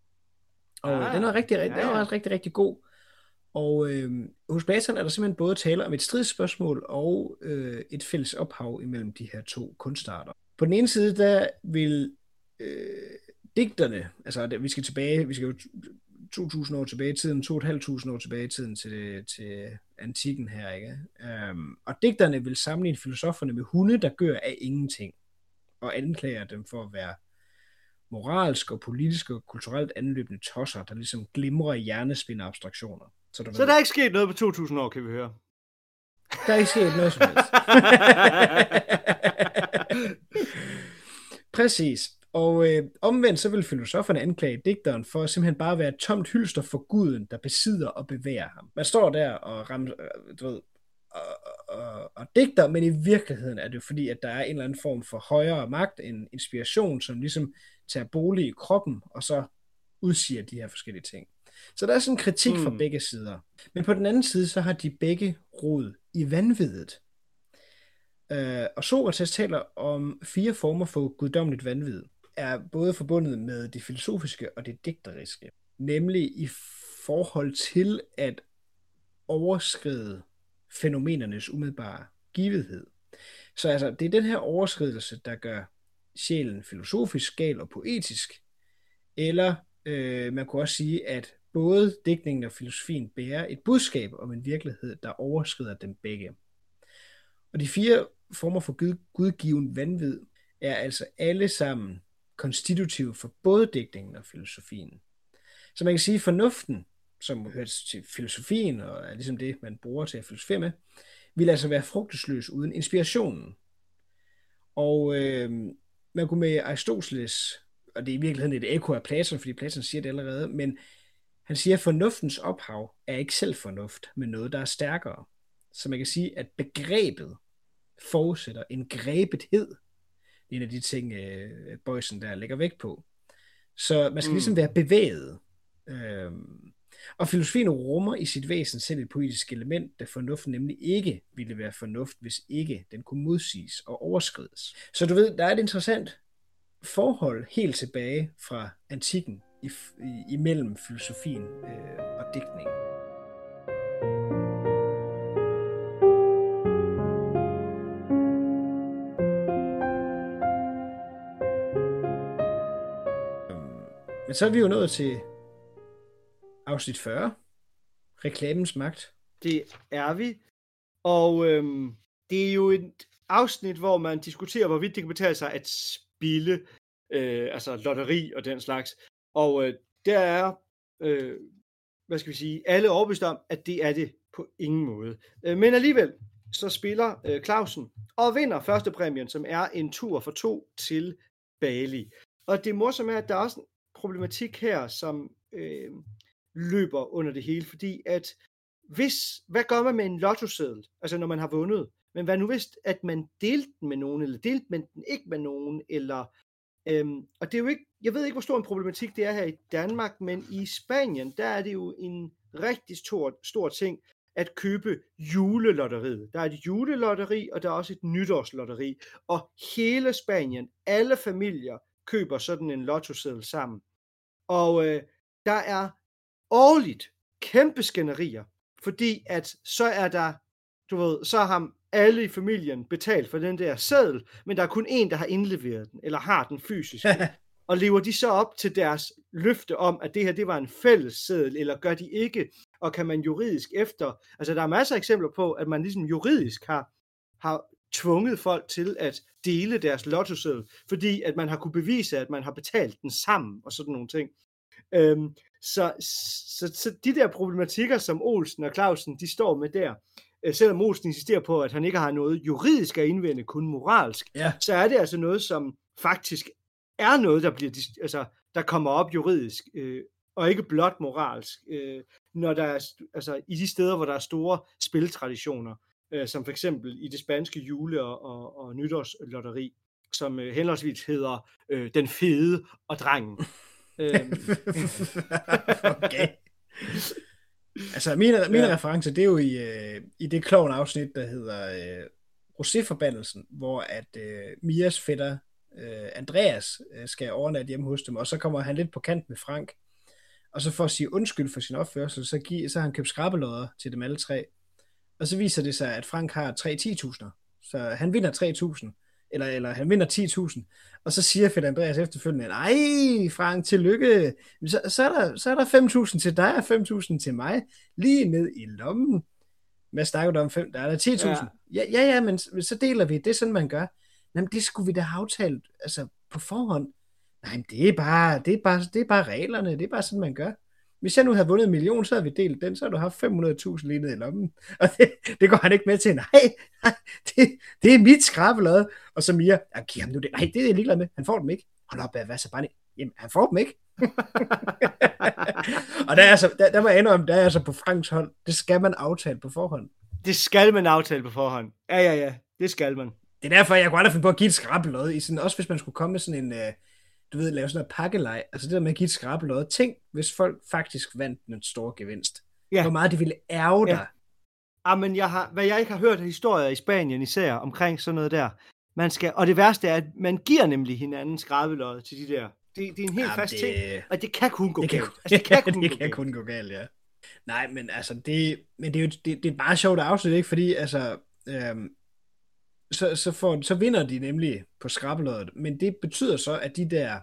Og den er rigtig, rigtig god. Og hos Platon er der simpelthen både tale om et stridsspørgsmål og et fælles ophav imellem de her 2 kunstarter. På den ene side, der vil digterne, altså vi skal jo 2.000 år tilbage i tiden, 2.500 år tilbage i tiden til antikken her, ikke? Og digterne vil sammenligne filosoferne med hunde, der gør af ingenting, og anklager dem for at være moralsk og politisk og kulturelt anløbende tosser, der ligesom glimrer i hjernespind og abstraktioner. Så der er ikke sket noget på 2.000 år, kan vi høre. Der er ikke sket noget som helst. Præcis. Og omvendt så vil filosoferne anklage digteren for at simpelthen bare være et tomt hylster for guden, der besidder og bevæger ham. Man står der og rammer, du ved, og digter, men i virkeligheden er det jo fordi, at der er en eller anden form for højere magt, en inspiration, som ligesom tager bolig i kroppen, og så udsiger de her forskellige ting. Så der er sådan en kritik fra begge sider. Men på den anden side, så har de begge rod i vanviddet. Og Sokrates taler om 4 former for guddommeligt vanvid, er både forbundet med det filosofiske og det digteriske. Nemlig i forhold til at overskride fænomenernes umiddelbare givethed. Så altså, det er den her overskridelse, der gør sjælen filosofisk, gal og poetisk. Eller man kunne også sige, at både digtningen og filosofien bærer et budskab om en virkelighed, der overskrider dem begge. Og de 4 former for gudgiven vanvid er altså alle sammen konstitutive for både digtningen og filosofien. Så man kan sige, at fornuften, som hører til filosofien, og er ligesom det, man bruger til at filosofere med, vil altså være frugtesløs uden inspirationen. Og man kunne med Aristoteles, og det er i virkeligheden et ekko af Platon, fordi Platon siger det allerede, men han siger, at fornuftens ophav er ikke selv fornuft, men noget, der er stærkere. Så man kan sige, at begrebet forudsætter en grebethed. Det er en af de ting, Boysen der lægger vægt på. Så man skal ligesom være bevæget. Og filosofien rummer i sit væsen selv et poetisk element, da fornuften nemlig ikke ville være fornuft, hvis ikke den kunne modsiges og overskrides. Så du ved, der er et interessant forhold helt tilbage fra antikken imellem filosofien og digtningen. Men så er vi jo nået til afsnit 40. Reklamens magt. Det er vi. Og det er jo et afsnit, hvor man diskuterer, hvorvidt det kan betale sig at spille, altså lotteri og den slags. Og der er, hvad skal vi sige, alle overbevist om, at det er det på ingen måde. Men alligevel, så spiller Clausen og vinder første præmien, som er en tur for 2 til Bali. Og det morsomme er, at der er også en problematik her, som løber under det hele, fordi at hvad gør man med en lottoseddel, altså når man har vundet, men hvad nu hvis, at man delte den med nogen, eller delte man den ikke med nogen, eller, og det er jo ikke, jeg ved ikke, hvor stor en problematik det er her i Danmark, men i Spanien, der er det jo en rigtig stor ting, at købe julelotteriet. Der er et julelotteri, og der er også et nytårslotteri, og hele Spanien, alle familier, køber sådan en lottoseddel sammen. Og der er årligt kæmpe skænderier, fordi at så er der, du ved, så har alle i familien betalt for den der seddel, men der er kun en, der har indleveret den, eller har den fysisk. Og lever de så op til deres løfte om, at det her, det var en fælles seddel, eller gør de ikke, og kan man juridisk efter, altså der er masser af eksempler på, at man ligesom juridisk har tvunget folk til at dele deres lottoseddel, fordi at man har kunne bevise, at man har betalt den sammen, og sådan nogle ting. Så de der problematikker, som Olsen og Clausen, de står med der, selvom Olsen insisterer på, at han ikke har noget juridisk at indvende, kun moralsk, så er det altså noget, som faktisk er noget, der bliver, altså, der kommer op juridisk, og ikke blot moralsk, når der er, altså, i de steder, hvor der er store spiltraditioner, som for eksempel i det spanske jule- og nytårslotteri, som henholdsvis hedder Den Fede og Drengen. Okay. Altså mine referencer, det er jo i det klovn-afsnit, der hedder Roséforbandelsen, hvor at Mias fætter Andreas skal overnatte hjemme hos dem, og så kommer han lidt på kant med Frank, og så for at sige undskyld for sin opførsel, så har han købt skrabelodder til dem alle 3, og så viser det sig, at Frank har 3 10.000'er, så han vinder 3.000, eller han vinder 10.000, og så siger fætter Andreas efterfølgende, nej Frank, tillykke, så er der 5.000 til dig og 5.000 til mig, lige ned i lommen. Hvad snakker du om 5? Der er der 10.000. Ja, men så deler vi, det er sådan man gør. Jamen det skulle vi da have aftalt, altså på forhånd. Nej, men det er bare reglerne, det er bare sådan man gør. Hvis jeg nu havde vundet 1 million, så havde vi delt den, så havde du haft 500.000 lige ned i lommen. Og det går han ikke med til. Nej, det er mit skrabelod. Og så Mia, giv ham nu det. Nej, det er jeg ligeglad med. Han får dem ikke. Hold op, hvad så bare det? Jamen, han får dem ikke. Og der må jeg indrømme, der er altså på Franks hold. Det skal man aftale på forhånd. Det skal man aftale på forhånd. Ja, det skal man. Det er derfor, jeg kunne aldrig finde på at give et skrabelod i sådan, også hvis man skulle komme med sådan du ved, lave sådan noget pakkelej. Altså det der med at give et skrabelod. Tænk, hvis folk faktisk vandt den store gevinst. Ja. Hvor meget det ville ærge dig. Men hvad jeg ikke har hørt af historier i Spanien især omkring sådan noget der. Og det værste er, at man giver nemlig hinanden skrabelod til de der. Det er en helt fast ting, og det kan kun gå galt. Det kan kun gå galt, ja. Nej, men altså, det er jo det er et meget sjovt afsnit, ikke? Fordi, altså, så vinder de nemlig på skrabeloddet, men det betyder så, at de der,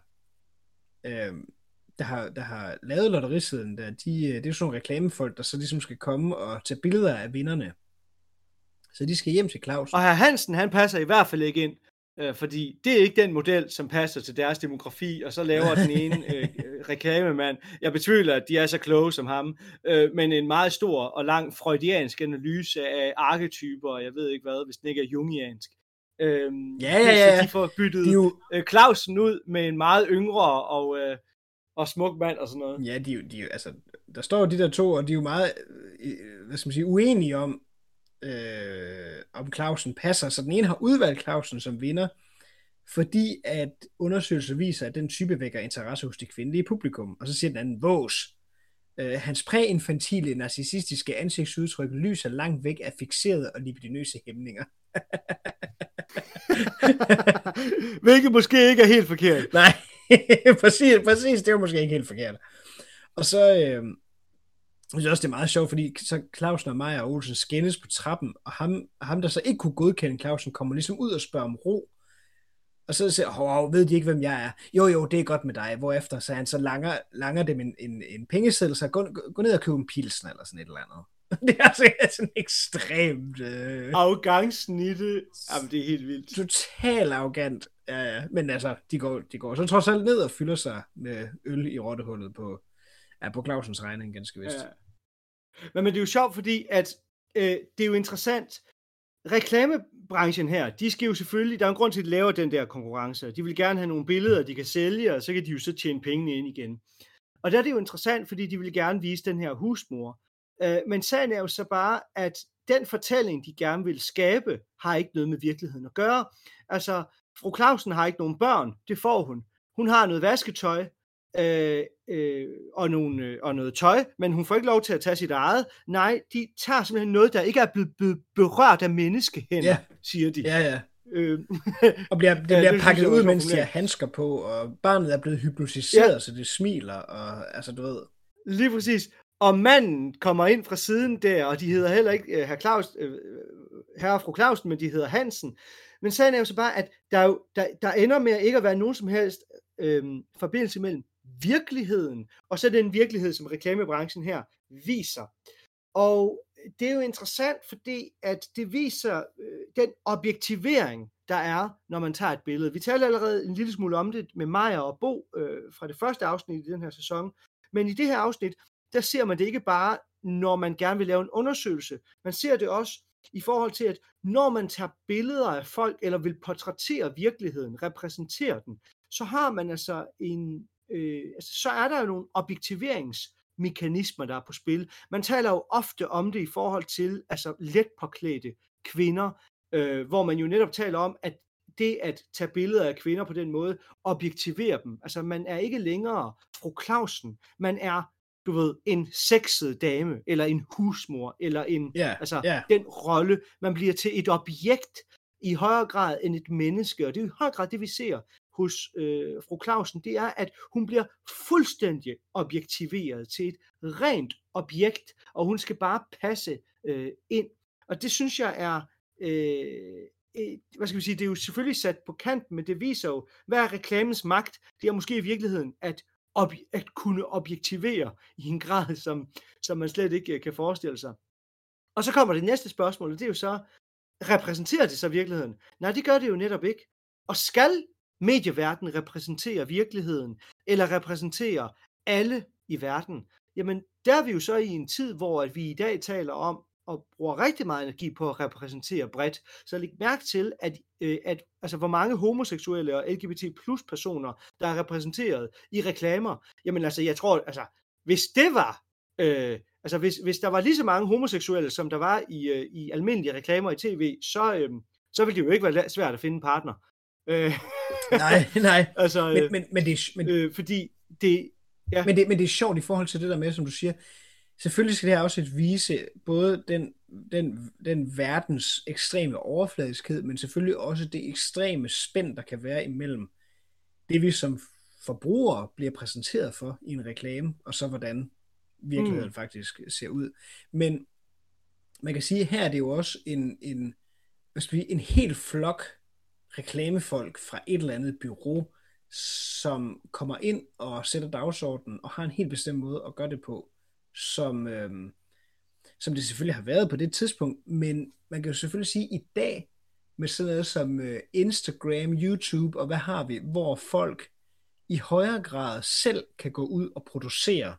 der har lavet lotterisiden, det er jo sådan nogle reklamefolk, der så ligesom skal komme og tage billeder af vinderne. Så de skal hjem til Clausen. Og hr. Hansen, han passer i hvert fald ikke ind, fordi det er ikke den model, som passer til deres demografi, og så laver den ene reklamemand. Jeg betvivler, at de er så kloge som ham, men en meget stor og lang freudiansk analyse af arketyper, og jeg ved ikke hvad, hvis den ikke er jungiansk. Ja. Så de får byttet Clausen ud med en meget yngre og smuk mand og sådan noget. Ja, de altså, der står jo de der to, og de er jo meget, hvad skal man sige, uenige om Clausen passer. Så den ene har udvalgt Clausen som vinder, fordi at undersøgelser viser, at den type vækker interesse hos det kvindelige publikum. Og så siger den anden, vås. Hans præinfantile, narcissistiske ansigtsudtryk lyser langt væk af fikserede og libidinøse hæmninger. Hvilket måske ikke er helt forkert. Nej, præcis, det er jo måske ikke helt forkert. Og så jeg synes også, det er meget sjovt, fordi så Clausen og Meyer og Olsen skændes på trappen, og ham, der så ikke kunne godkende Clausen, kommer ligesom ud og spørger om ro. Og så siger ved de ikke, hvem jeg er? Jo, det er godt med dig. Hvorefter så han så langer dem en pengeseddel, så gå ned og købe en pilsen eller sådan et eller andet. Det er altså sådan ekstremt arrogancen i det. Jamen, det er helt vildt. Totalt arrogant. Ja. Men altså, de går så trods alt ned og fylder sig med øl i rottehullet på Clausens regning, ganske vist. Ja. Men det er jo sjovt, fordi at det er jo interessant. Reklamebranchen her, de skal jo selvfølgelig, der er en grund til, at de laver den der konkurrence. De vil gerne have nogle billeder, de kan sælge, og så kan de jo så tjene pengene ind igen. Og der er det jo interessant, fordi de vil gerne vise den her husmor. Men sagen er jo så bare, at den fortælling, de gerne vil skabe, har ikke noget med virkeligheden at gøre. Altså, fru Clausen har ikke nogen børn, det får hun. Hun har noget vasketøj, og noget tøj, men hun får ikke lov til at tage sit eget. Nej, de tager simpelthen noget, der ikke er blevet berørt af menneskehænder, siger de. Ja. Og det bliver pakket ud, mens de har handsker på, og barnet er blevet hypnotiseret, så det smiler, og altså, du ved. Lige præcis. Og manden kommer ind fra siden der, og de hedder heller ikke herre og fru Clausen, men de hedder Hansen. Men sagen er jo så bare, at der ender med ikke at være nogen som helst forbindelse mellem virkeligheden, og så den virkelighed, som reklamebranchen her viser. Og det er jo interessant, fordi at det viser den objektivering, der er, når man tager et billede. Vi talte allerede en lille smule om det med Meyer og Bo fra det første afsnit i den her sæson, men i det her afsnit, der ser man det ikke bare, når man gerne vil lave en undersøgelse. Man ser det også i forhold til, at når man tager billeder af folk, eller vil portrættere virkeligheden, repræsentere den, så har man altså så er der jo nogle objektiveringsmekanismer, der er på spil. Man taler jo ofte om det i forhold til altså let påklædte kvinder, hvor man jo netop taler om, at det at tage billeder af kvinder på den måde, objektiverer dem. Altså man er ikke længere fru Clausen, man er, du ved, en sexet dame, eller en husmor, eller den rolle. Man bliver til et objekt i højere grad end et menneske, og det er i højere grad det, vi ser hos fru Clausen, det er, at hun bliver fuldstændig objektiveret til et rent objekt, og hun skal bare passe ind. Og det synes jeg er, hvad skal vi sige, det er jo selvfølgelig sat på kanten, men det viser jo, hvad er reklamens magt? Det er måske i virkeligheden at kunne objektivere i en grad, som man slet ikke kan forestille sig. Og så kommer det næste spørgsmål, og det er jo så, repræsenterer det så virkeligheden? Nej, det gør det jo netop ikke. Og skal medieverdenen repræsentere virkeligheden, eller repræsentere alle i verden? Jamen, der er vi jo så i en tid, hvor at vi i dag taler om, og bruger rigtig meget energi på at repræsentere bredt. Så læg mærke til, at altså, hvor mange homoseksuelle og LGBT plus personer, der er repræsenteret i reklamer. Jamen altså, jeg tror, altså, hvis det var, hvis der var lige så mange homoseksuelle, som der var i almindelige reklamer i tv, så ville det jo ikke være svært at finde en partner. Nej. Altså, Fordi det, ja. Men det er sjovt i forhold til det der med, som du siger, selvfølgelig skal det her også vise både den verdens ekstreme overfladiskhed, men selvfølgelig også det ekstreme spænd, der kan være imellem det, vi som forbrugere bliver præsenteret for i en reklame, og så hvordan virkeligheden faktisk ser ud. Men man kan sige, at her er det jo også en hel flok reklamefolk fra et eller andet bureau, som kommer ind og sætter dagsordenen og har en helt bestemt måde at gøre det på, som det selvfølgelig har været på det tidspunkt, men man kan jo selvfølgelig sige, at i dag, med sådan noget som Instagram, YouTube og hvad har vi, hvor folk i højere grad selv kan gå ud og producere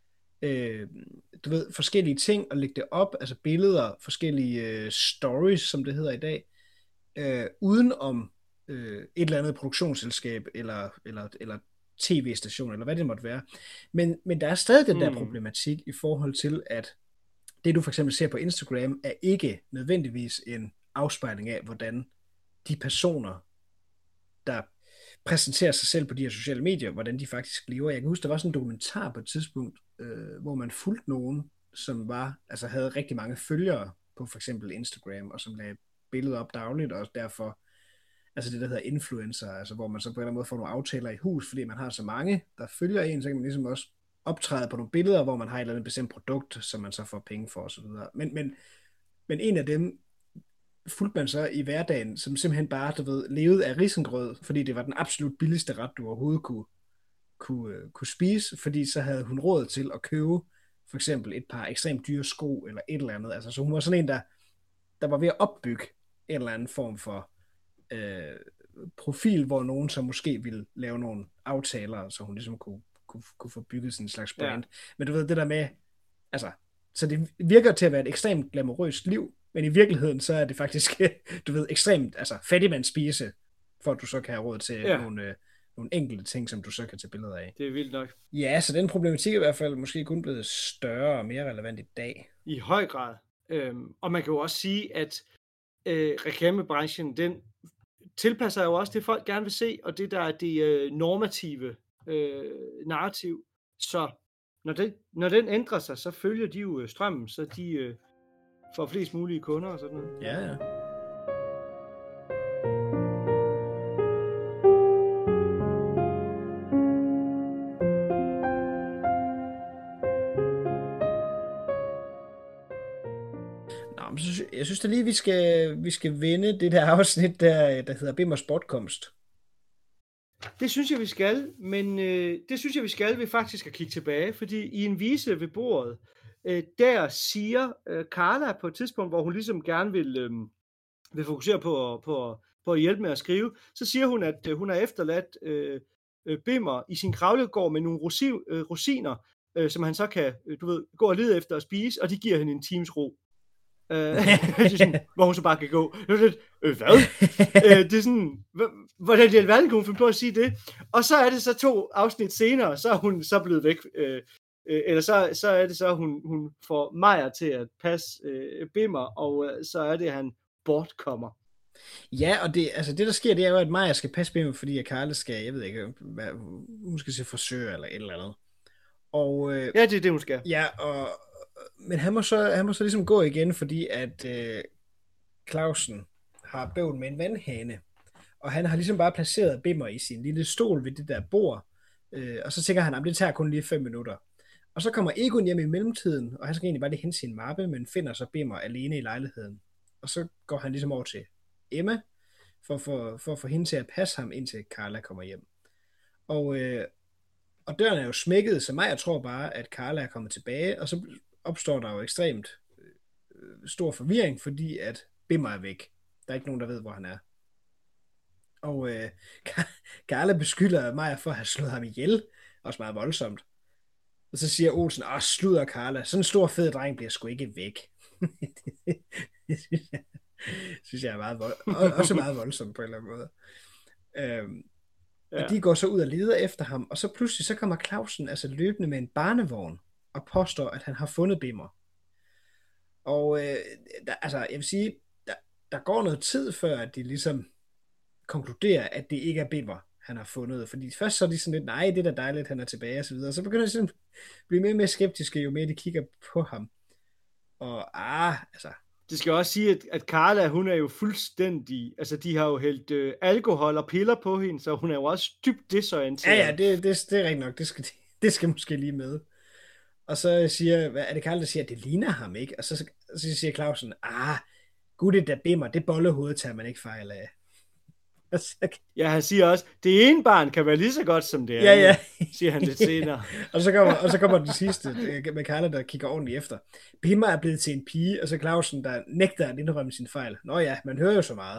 forskellige ting og lægge det op, altså billeder, forskellige stories, som det hedder i dag, uden om et eller andet produktionsselskab eller tv-station, eller hvad det måtte være. Men der er stadig den der problematik i forhold til, at det du for eksempel ser på Instagram, er ikke nødvendigvis en afspejling af, hvordan de personer, der præsenterer sig selv på de her sociale medier, hvordan de faktisk lever. Jeg kan huske, der var sådan en dokumentar på et tidspunkt, hvor man fulgte nogen, som havde rigtig mange følgere på for eksempel Instagram, og som lagde billeder op dagligt, og derfor altså det, der hedder influencer, altså hvor man så på en eller anden måde får nogle aftaler i hus, fordi man har så mange, der følger en, så kan man ligesom også optræde på nogle billeder, hvor man har et eller andet bestemt produkt, som man så får penge for osv. Men en af dem fulgte man så i hverdagen, som simpelthen bare, levede af risengrød, fordi det var den absolut billigste ret, du overhovedet kunne spise, fordi så havde hun råd til at købe for eksempel et par ekstremt dyre sko, eller et eller andet. Altså, så hun var sådan en, der var ved at opbygge en eller anden form for profil, hvor nogen så måske ville lave nogle aftaler, så hun ligesom kunne få bygget sådan en slags brand. Ja. Men du ved, det der med, altså, så det virker til at være et ekstremt glamourøst liv, men i virkeligheden, så er det faktisk, ekstremt, altså, fattigmandsspise, for at du så kan have råd til nogle enkelte ting, som du så kan tage billeder af. Det er vildt nok. Ja, så den problematik er i hvert fald måske kun blevet større og mere relevant i dag. I høj grad. Og man kan jo også sige, at reklamebranchen, den tilpasser jo også det, folk gerne vil se, og det der er det normative narrativ. Så når den ændrer sig, så følger de jo strømmen, så de får flest mulige kunder og sådan noget. Ja. Jeg synes da lige, vi skal vende det der afsnit, der hedder Bimmers bortkomst. Det synes jeg, vi skal, men det synes jeg, vi skal ved faktisk at kigge tilbage, fordi i en vise ved bordet, der siger Carla på et tidspunkt, hvor hun ligesom gerne vil fokusere på at hjælpe med at skrive, så siger hun, at hun har efterladt Bimmer i sin kravlegård med nogle rosiner, som han så kan gå og lede efter at spise, og de giver hende en times ro. Hvor hun så bare kan gå. Hvad? Det er sådan, hvordan i alverden kunne hun finde på at sige det? Og så er det så 2 afsnit senere, så er hun så blevet væk. Eller så er det så, hun får Maja til at passe Bimmer, og så er det, han bortkommer. Ja, og det der sker, det er jo, at Maja skal passe Bimmer, fordi at Carla skal, jeg ved ikke, hun skal se frisør eller et eller andet. Og, ja, det er det, hun skal. Ja, men han må så ligesom gå igen, fordi at Clausen har bøvl med en vandhane, og han har ligesom bare placeret Bimmer i sin lille stol ved det der bord, og så tænker han, at det tager kun lige 5 minutter. Og så kommer Egon hjem i mellemtiden, og han skal egentlig bare lige hente sin mappe, men finder så Bimmer alene i lejligheden. Og så går han ligesom over til Emma, for at få hende til at passe ham, indtil Carla kommer hjem. Og døren er jo smækket, så Maja tror bare, at Carla er kommet tilbage, og så opstår der jo ekstremt stor forvirring, fordi at Bimmer er væk. Der er ikke nogen, der ved, hvor han er. Og Carla beskylder Maja for at have slået ham ihjel, også meget voldsomt. Og så siger Olsen, sludder Carla, sådan en stor fed dreng bliver sgu ikke væk. Det synes jeg er meget også meget voldsomt på en eller anden måde. Og de går så ud og leder efter ham, og så pludselig så kommer Clausen altså løbende med en barnevogn, og påstår, at han har fundet Bimmer. Og jeg vil sige, der går noget tid før, at de ligesom konkludere, at det ikke er Bimmer, han har fundet. Fordi først så er de sådan lidt, nej, det er da dejligt, han er tilbage, og så videre. Så begynder de sådan at blive mere og mere skeptiske, jo mere de kigger på ham. Og altså... Det skal også sige, at Carla, hun er jo fuldstændig... Altså, de har jo hældt alkohol og piller på hende, så hun er jo også dybt desorienteret. Ja, det er rigtigt nok. Det skal måske lige med. Og så siger... Er det Carla, der siger, at det ligner ham, ikke? Og så siger Clausen, gud, det der Bimmer, det bollehoved tager man ikke fejl af. Ja, han siger også, det ene barn kan være lige så godt som det andet, ja. siger han lidt senere. og så kommer det sidste med Carla, der kigger ordentligt efter. Bimmer er blevet til en pige, og så Clausen, der nægter at indrømme sin fejl. Nå ja, man hører jo så meget.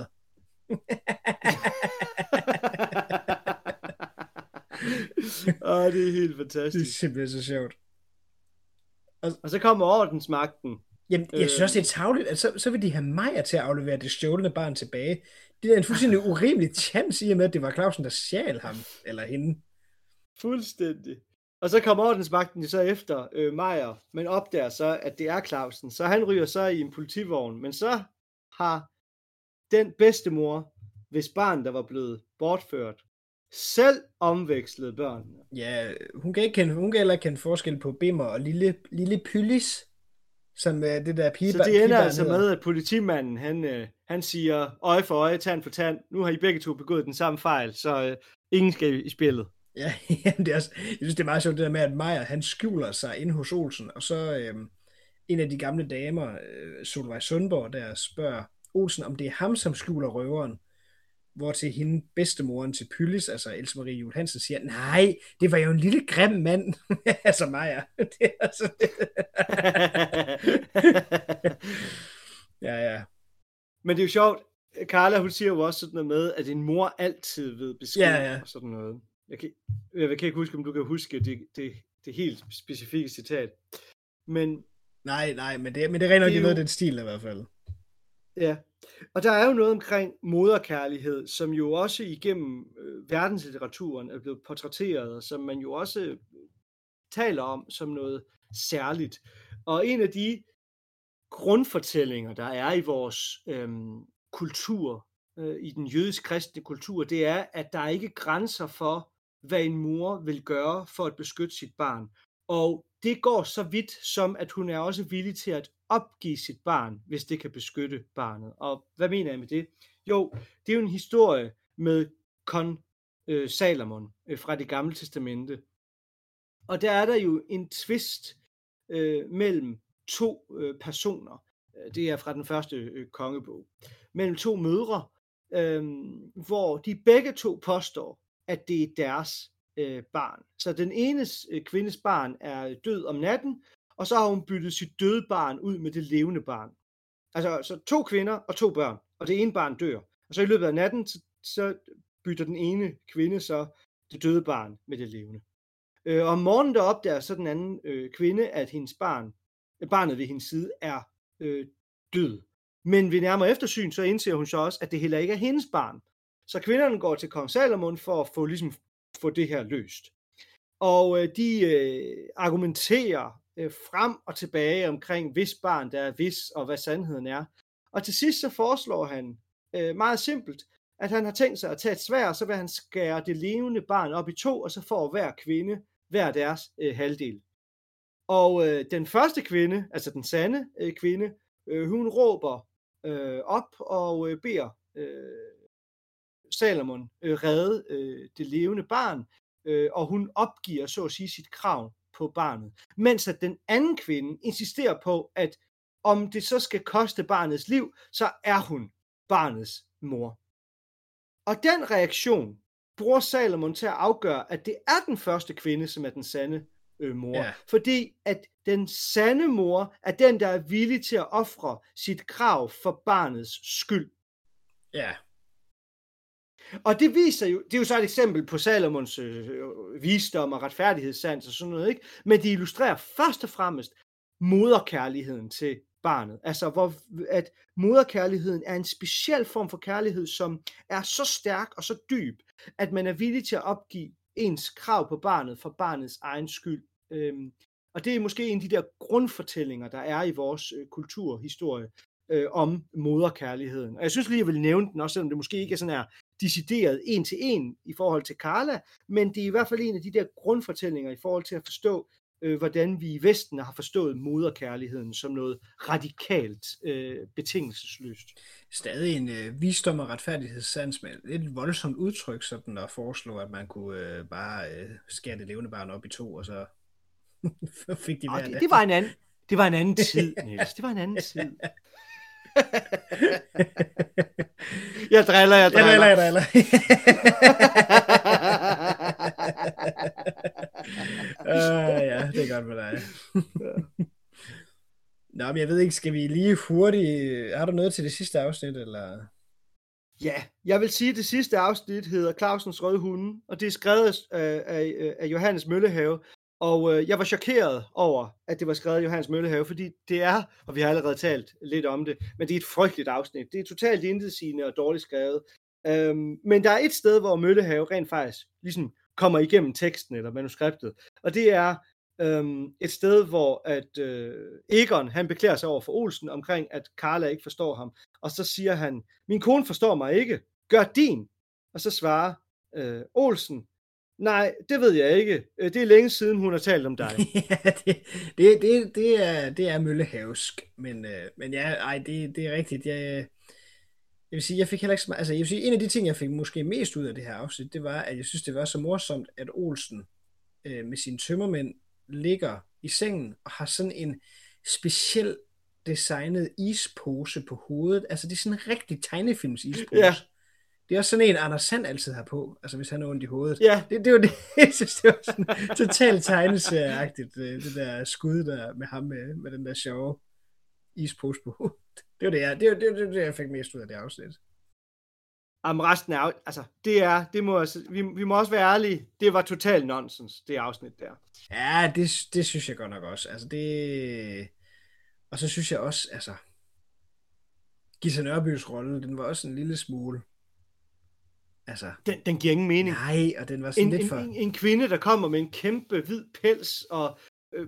Det er helt fantastisk. Det er simpelthen så sjovt. Og så kommer ordensmagten. Jamen, jeg synes også, det er tarveligt, at så vil de have Maja til at aflevere det stjålne barn tilbage. Det er en fuldstændig urimelig chance i og med, at det var Clausen, der stjal ham, eller hende. Fuldstændig. Og så kommer ordensmagten så efter Maja, men opdager så, at det er Clausen. Så han ryger så i en politivogn, men så har den bedstemor, hvis barn, der var blevet bortført, selv omvekslet børnene. Ja, hun kan heller ikke kende forskel på Bimmer og lille Pyllis, som det der pige. Så det ender altså med, at politimanden, han siger, øje for øje, tand for tand, nu har I begge to begået den samme fejl, så ingen skal i spillet. Ja, det er også, jeg synes, det er meget sjovt det der med, at Maja, han skjuler sig inde hos Olsen, og så en af de gamle damer, Solvej Sundborg, der spørger Olsen, om det er ham, som skjuler røveren, hvor til hende bedstemoren til Pyllis, altså Else Marie Juel Hansen, siger, nej, det var jo en lille grim mand. Altså Maja. Det er altså... ja. Men det er jo sjovt. Carla, hun siger jo også sådan noget med, at en mor altid ved besked og sådan noget. Jeg kan ikke huske, om du kan huske det helt specifikke citat. Men... Nej, men det er rent nok i noget af den stil i hvert fald. Ja, og der er jo noget omkring moderkærlighed, som jo også igennem verdenslitteraturen er blevet portrætteret, og som man jo også taler om som noget særligt. Og en af de grundfortællinger, der er i vores kultur, i den jødisk-kristne kultur, det er, at der ikke er grænser for, hvad en mor vil gøre for at beskytte sit barn. Og det går så vidt, som at hun er også villig til at opgive sit barn, hvis det kan beskytte barnet. Og hvad mener jeg med det? Jo, det er jo en historie med kong Salomon fra Det Gamle Testamente. Og der er der jo en tvist mellem to personer. Det er fra den første kongebog. Mellem to mødre, hvor de begge to påstår, at det er deres barn. Så den ene kvindes barn er død om natten, og så har hun byttet sit døde barn ud med det levende barn. Altså så 2 kvinder og 2 børn, og det ene barn dør. Og så i løbet af natten, så bytter den ene kvinde så det døde barn med det levende. Og om morgenen der opdager så den anden kvinde, at hendes barnet ved hendes side er død. Men ved nærmere eftersyn, så indser hun så også, at det heller ikke er hendes barn. Så kvinderne går til kong Salomon for at få det her løst. Og de argumenterer frem og tilbage omkring, hvis barn der er hvis, og hvad sandheden er. Og til sidst så foreslår han meget simpelt, at han har tænkt sig at tage et sværd, og så vil han skære det levende barn op i 2, og så får hver kvinde hver deres halvdel. Og den første kvinde, altså den sande kvinde, hun råber op og beder Salomon redde det levende barn, og hun opgiver så at sige sit krav på barnet. Mens at den anden kvinde insisterer på, at om det så skal koste barnets liv, så er hun barnets mor. Og den reaktion bruger Salomon til at afgøre, at det er den første kvinde, som er den sande mor. Ja. Fordi at den sande mor er den, der er villig til at ofre sit krav for barnets skyld. Ja. Og det viser jo, det er jo så et eksempel på Salomons visdom og retfærdighedssans og sådan noget, ikke? Men det illustrerer først og fremmest moderkærligheden til barnet. Altså, at moderkærligheden er en speciel form for kærlighed, som er så stærk og så dyb, at man er villig til at opgive ens krav på barnet for barnets egen skyld. Og det er måske en af de der grundfortællinger, der er i vores kulturhistorie om moderkærligheden. Og jeg synes lige, jeg vil nævne den, også selvom det måske ikke er sådan her decideret en til en i forhold til Carla, men det er i hvert fald en af de der grundfortællinger i forhold til at forstå, hvordan vi i Vesten har forstået moderkærligheden som noget radikalt betingelsesløst. Stadig en visdom og retfærdighedssans, men et voldsomt udtryk, sådan at foreslå, at man kunne bare skære det levende barn op i 2, og så fik de hver dag. Det var en anden tid, Niels. Det var en anden tid. Jeg driller. Ja, det er godt med dig. Nå, men jeg ved ikke, skal vi lige hurtigt... Har du noget til det sidste afsnit, eller... Ja, jeg vil sige, at det sidste afsnit hedder Clausens Røde Hunde, og det er skrevet af Johannes Møllehave. Og jeg var chokeret over, at det var skrevet af Johannes Møllehave, fordi det er, og vi har allerede talt lidt om det, men det er et frygteligt afsnit. Det er totalt intetsigende og dårligt skrevet. Men der er et sted, hvor Møllehave rent faktisk ligesom kommer igennem teksten eller manuskriptet, og det er et sted, hvor at Egon, han beklager sig over for Olsen omkring, at Carla ikke forstår ham. Og så siger han, min kone forstår mig ikke, gør din. Og så svarer Olsen, nej, det ved jeg ikke. Det er længe siden, hun har talt om dig. Ja, det er Møllehavsk, men ja, ej, det er rigtigt. Jeg vil sige, jeg fik heller ikke så meget, altså jeg vil sige, en af de ting, jeg fik måske mest ud af det her afsnit, det var, at jeg synes, det var så morsomt, at Olsen med sine tømmermænd ligger i sengen og har sådan en speciel designet ispose på hovedet. Altså det er sådan en rigtig tegnefilms ispose. Ja. Det er også sådan en, Anders Sand altid har på, altså hvis han er ondt i hovedet. Ja. Det var det, jeg synes, det var sådan totalt tegneserieagtigt, det der skud der med ham med den der sjove ispose på hovedet. Det var det, jeg fik mest ud af det afsnit. Jamen resten af, altså vi må også være ærlige, det var totalt nonsens, det afsnit der. Ja, det synes jeg godt nok også. Altså det... Og så synes jeg også, altså... Gita Nørbys rolle, den var også en lille smule... Altså... Den giver ingen mening. Nej, og den var sådan lidt for... En kvinde, der kommer med en kæmpe hvid pels og...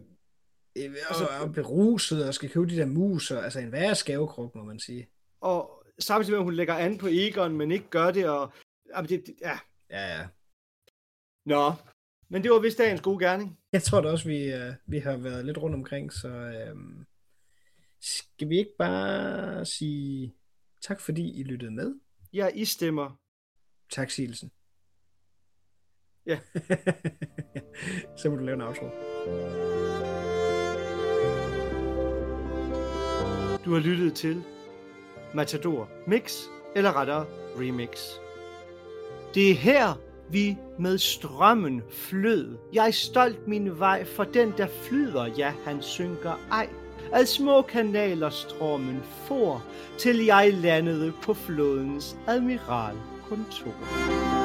og beruset og skal købe de der muser, altså en værre skavekruk, må man sige. Og samtidig med, at hun lægger an på Egon, men ikke gør det, og... Ja. Ja. Nå, men det var vist dagens gode gerning. Jeg tror da også, vi har været lidt rundt omkring, så skal vi ikke bare sige tak, fordi I lyttede med? Ja, I stemmer. Tak, Sigelsen. Ja. Så må du lave en outro. Du har lyttet til Matador Mix, eller rettere Remix. Det er her, vi med strømmen flød. Jeg stolt min vej for den, der flyder, ja, han synker ej. Ad små kanaler strømmen for, til jeg landede på flådens admiralkontor.